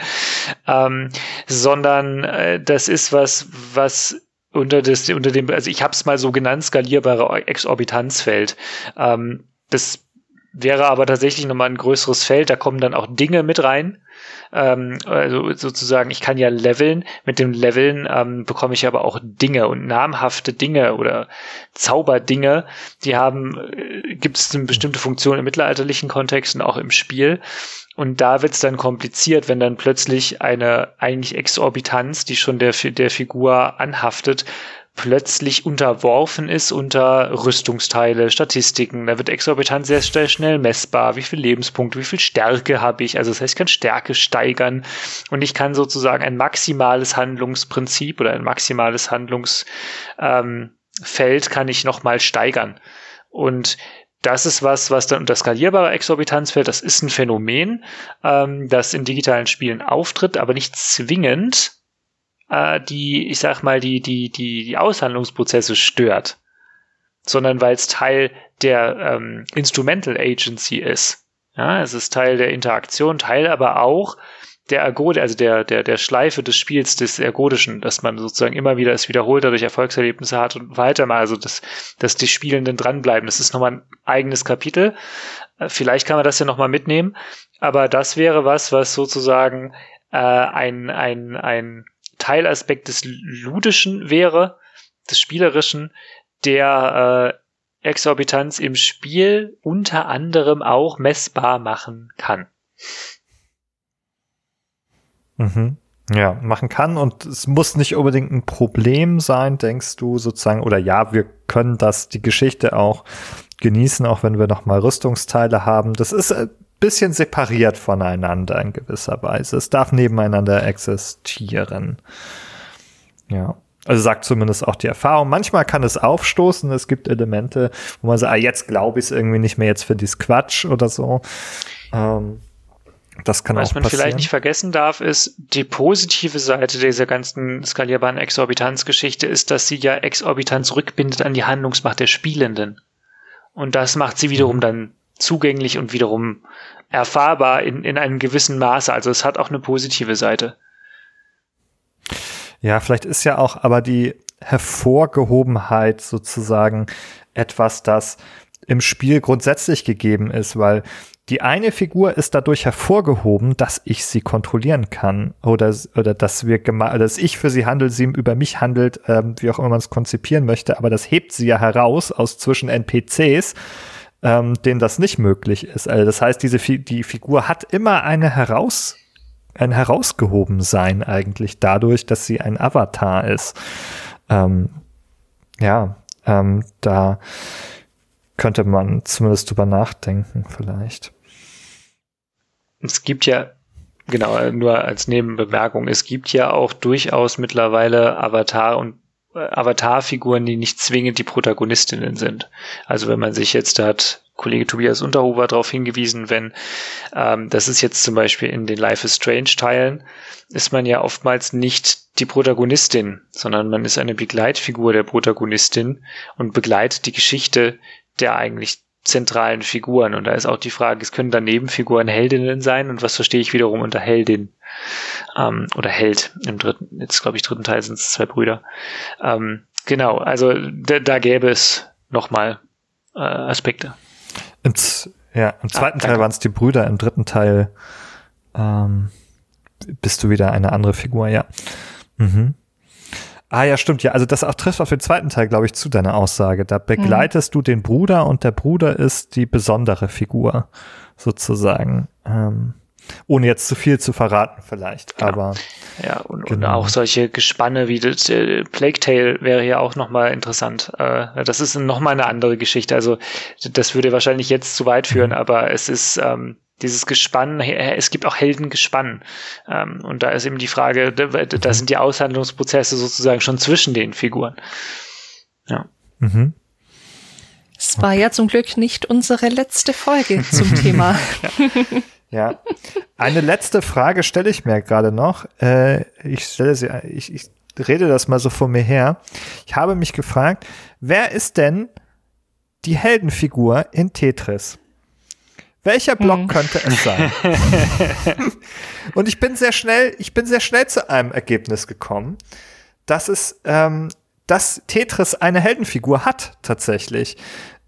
sondern das ist was unter dem, also ich habe es mal so genannt, skalierbare Exorbitanzfeld. Das wäre aber tatsächlich nochmal ein größeres Feld, da kommen dann auch Dinge mit rein. Also sozusagen, ich kann ja leveln, mit dem Leveln bekomme ich aber auch Dinge und namhafte Dinge oder Zauberdinge, gibt es eine bestimmte Funktion im mittelalterlichen Kontext und auch im Spiel. Und da wird es dann kompliziert, wenn dann plötzlich eine eigentlich Exorbitanz, die schon der Figur anhaftet, plötzlich unterworfen ist unter Rüstungsteile, Statistiken. Da wird Exorbitanz sehr schnell messbar. Wie viel Lebenspunkte, wie viel Stärke habe ich? Also das heißt, ich kann Stärke steigern und ich kann sozusagen ein maximales Handlungsprinzip oder ein maximales Handlungsfeld kann ich nochmal steigern. Und das ist was dann unter skalierbare Exorbitanzfeld, das ist ein Phänomen, das in digitalen Spielen auftritt, aber nicht zwingend die Aushandlungsprozesse stört, sondern weil es Teil der Instrumental Agency ist. Ja, es ist Teil der Interaktion, Teil aber auch der Ergode, also der Schleife des Spiels, des Ergodischen, dass man sozusagen immer wieder es wiederholt, dadurch Erfolgserlebnisse hat und weiter mal, also dass die Spielenden dranbleiben. Das ist nochmal ein eigenes Kapitel. Vielleicht kann man das ja nochmal mitnehmen, aber das wäre was sozusagen ein Teilaspekt des Ludischen wäre, des Spielerischen, der Exorbitanz im Spiel unter anderem auch messbar machen kann. Mhm. Ja, machen kann und es muss nicht unbedingt ein Problem sein, denkst du sozusagen, oder ja, wir können die Geschichte auch genießen, auch wenn wir nochmal Rüstungsteile haben. Das ist ein bisschen separiert voneinander in gewisser Weise. Es darf nebeneinander existieren. Ja, also sagt zumindest auch die Erfahrung. Manchmal kann es aufstoßen, es gibt Elemente, wo man sagt, jetzt glaube ich es irgendwie nicht mehr, jetzt finde ich es Quatsch oder so. Das kann auch passieren. Was man vielleicht nicht vergessen darf, ist, die positive Seite dieser ganzen skalierbaren Exorbitanzgeschichte ist, dass sie ja Exorbitanz rückbindet an die Handlungsmacht der Spielenden. Und das macht sie wiederum dann zugänglich und wiederum erfahrbar in einem gewissen Maße. Also es hat auch eine positive Seite. Ja, vielleicht ist ja auch aber die Hervorgehobenheit sozusagen etwas, das im Spiel grundsätzlich gegeben ist, weil die eine Figur ist dadurch hervorgehoben, dass ich sie kontrollieren kann oder dass ich für sie handle, sie über mich handelt, wie auch immer man es konzipieren möchte, aber das hebt sie ja heraus aus zwischen NPCs, denen das nicht möglich ist. Also das heißt, die Figur hat immer ein Herausgehobensein eigentlich dadurch, dass sie ein Avatar ist. Da könnte man zumindest drüber nachdenken vielleicht. Es gibt ja, genau, nur als Nebenbemerkung, es gibt ja auch durchaus mittlerweile Avatarfiguren, die nicht zwingend die Protagonistinnen sind. Also wenn man sich jetzt, da hat Kollege Tobias Unterhofer darauf hingewiesen, wenn das ist jetzt zum Beispiel in den Life is Strange Teilen, ist man ja oftmals nicht die Protagonistin, sondern man ist eine Begleitfigur der Protagonistin und begleitet die Geschichte der eigentlich zentralen Figuren. Und da ist auch die Frage, es können dann Nebenfiguren Heldinnen sein, und was verstehe ich wiederum unter Heldin oder Held im dritten Teil sind es 2 Brüder. Genau, also da gäbe es nochmal Aspekte. Im zweiten Teil waren es die Brüder, im dritten Teil bist du wieder eine andere Figur, ja. Mhm. Ja, stimmt, ja. Also das auch trifft auf den zweiten Teil, glaube ich, zu deiner Aussage. Da begleitest du den Bruder und der Bruder ist die besondere Figur, sozusagen. Ohne jetzt zu viel zu verraten vielleicht, genau. Aber ja, und auch solche Gespanne wie das Plague Tale wäre ja auch nochmal interessant. Das ist nochmal eine andere Geschichte. Also das würde wahrscheinlich jetzt zu weit führen, aber es ist dieses Gespann, es gibt auch Heldengespann. Und da ist eben die Frage, da sind die Aushandlungsprozesse sozusagen schon zwischen den Figuren. Ja. Mhm. Es war ja zum Glück nicht unsere letzte Folge zum Thema. Ja. Eine letzte Frage stelle ich mir gerade noch. Ich rede das mal so vor mir her. Ich habe mich gefragt, wer ist denn die Heldenfigur in Tetris? Welcher Block könnte es sein? Und ich bin sehr schnell zu einem Ergebnis gekommen, dass Tetris eine Heldenfigur hat, tatsächlich,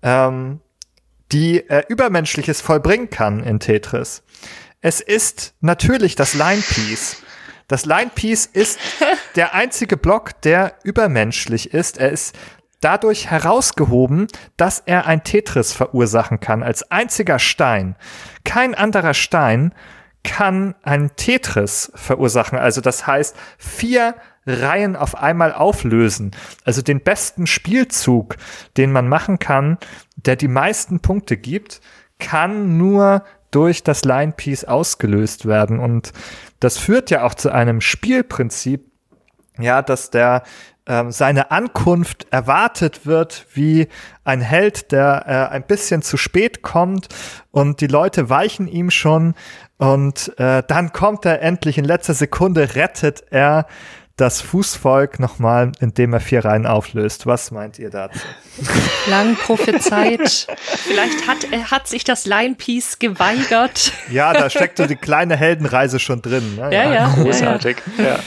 die Übermenschliches vollbringen kann in Tetris. Es ist natürlich das Line Piece. Das Line Piece ist der einzige Block, der übermenschlich ist. Er ist dadurch herausgehoben, dass er ein Tetris verursachen kann, als einziger Stein. Kein anderer Stein kann ein Tetris verursachen. Also das heißt, 4 Reihen auf einmal auflösen. Also den besten Spielzug, den man machen kann, der die meisten Punkte gibt, kann nur durch das Line Piece ausgelöst werden. Und das führt ja auch zu einem Spielprinzip, ja, dass seine Ankunft erwartet wird wie ein Held, der ein bisschen zu spät kommt und die Leute weichen ihm schon und dann kommt er endlich in letzter Sekunde, rettet er das Fußvolk nochmal, indem er 4 Reihen auflöst. Was meint ihr dazu? Lang prophezeit. Vielleicht hat sich das Line Piece geweigert. Ja, da steckt so die kleine Heldenreise schon drin. Ne? Ja. Großartig. Ja.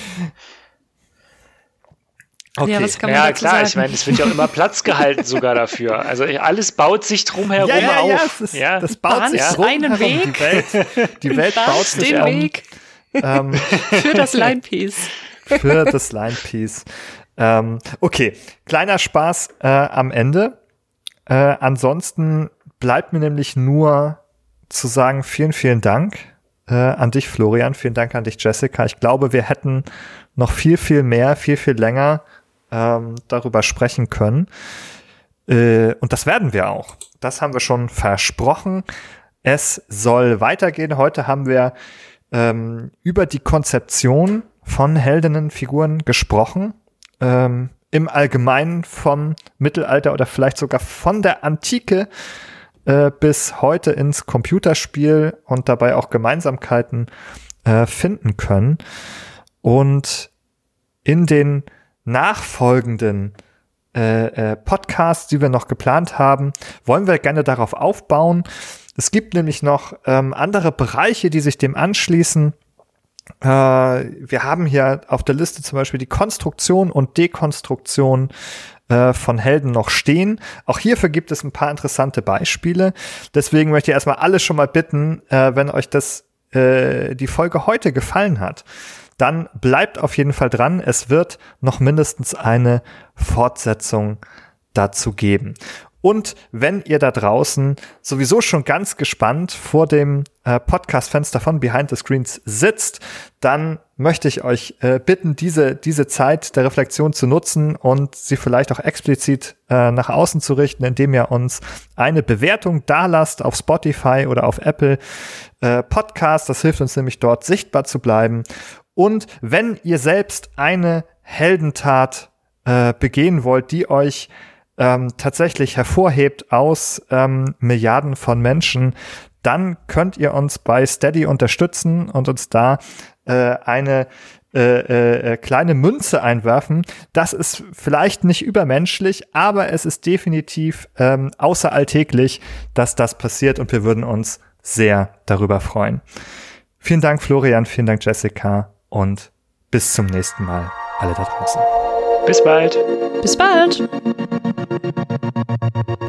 Okay. Ja, was kann man dazu klar, sagen? ich meine, es wird ja auch immer Platz gehalten sogar dafür. Also alles baut sich drumherum auf. Das baut sich einen Weg. Die Welt baut sich den Weg für das Line Piece. Für das Line Piece. Okay, kleiner Spaß am Ende. Ansonsten bleibt mir nämlich nur zu sagen, vielen, vielen Dank an dich, Florian. Vielen Dank an dich, Jessica. Ich glaube, wir hätten noch viel, viel mehr, viel, viel länger darüber sprechen können. Und das werden wir auch. Das haben wir schon versprochen. Es soll weitergehen. Heute haben wir über die Konzeption von Heldinnenfiguren gesprochen. Im Allgemeinen vom Mittelalter oder vielleicht sogar von der Antike bis heute ins Computerspiel und dabei auch Gemeinsamkeiten finden können. Und in den nachfolgenden Podcasts, die wir noch geplant haben, wollen wir gerne darauf aufbauen. Es gibt nämlich noch andere Bereiche, die sich dem anschließen. Wir haben hier auf der Liste zum Beispiel die Konstruktion und Dekonstruktion von Helden noch stehen. Auch hierfür gibt es ein paar interessante Beispiele. Deswegen möchte ich erstmal alle schon mal bitten, wenn euch die Folge heute gefallen hat, dann bleibt auf jeden Fall dran. Es wird noch mindestens eine Fortsetzung dazu geben. Und wenn ihr da draußen sowieso schon ganz gespannt vor dem Podcast-Fenster von Behind the Screens sitzt, dann möchte ich euch bitten, diese Zeit der Reflexion zu nutzen und sie vielleicht auch explizit nach außen zu richten, indem ihr uns eine Bewertung dalasst auf Spotify oder auf Apple Podcast. Das hilft uns nämlich dort sichtbar zu bleiben. Und wenn ihr selbst eine Heldentat begehen wollt, die euch tatsächlich hervorhebt aus Milliarden von Menschen, dann könnt ihr uns bei Steady unterstützen und uns da eine kleine Münze einwerfen. Das ist vielleicht nicht übermenschlich, aber es ist definitiv außeralltäglich, dass das passiert und wir würden uns sehr darüber freuen. Vielen Dank, Florian, vielen Dank, Jessica und bis zum nächsten Mal, alle da draußen. Bis bald. Bis bald.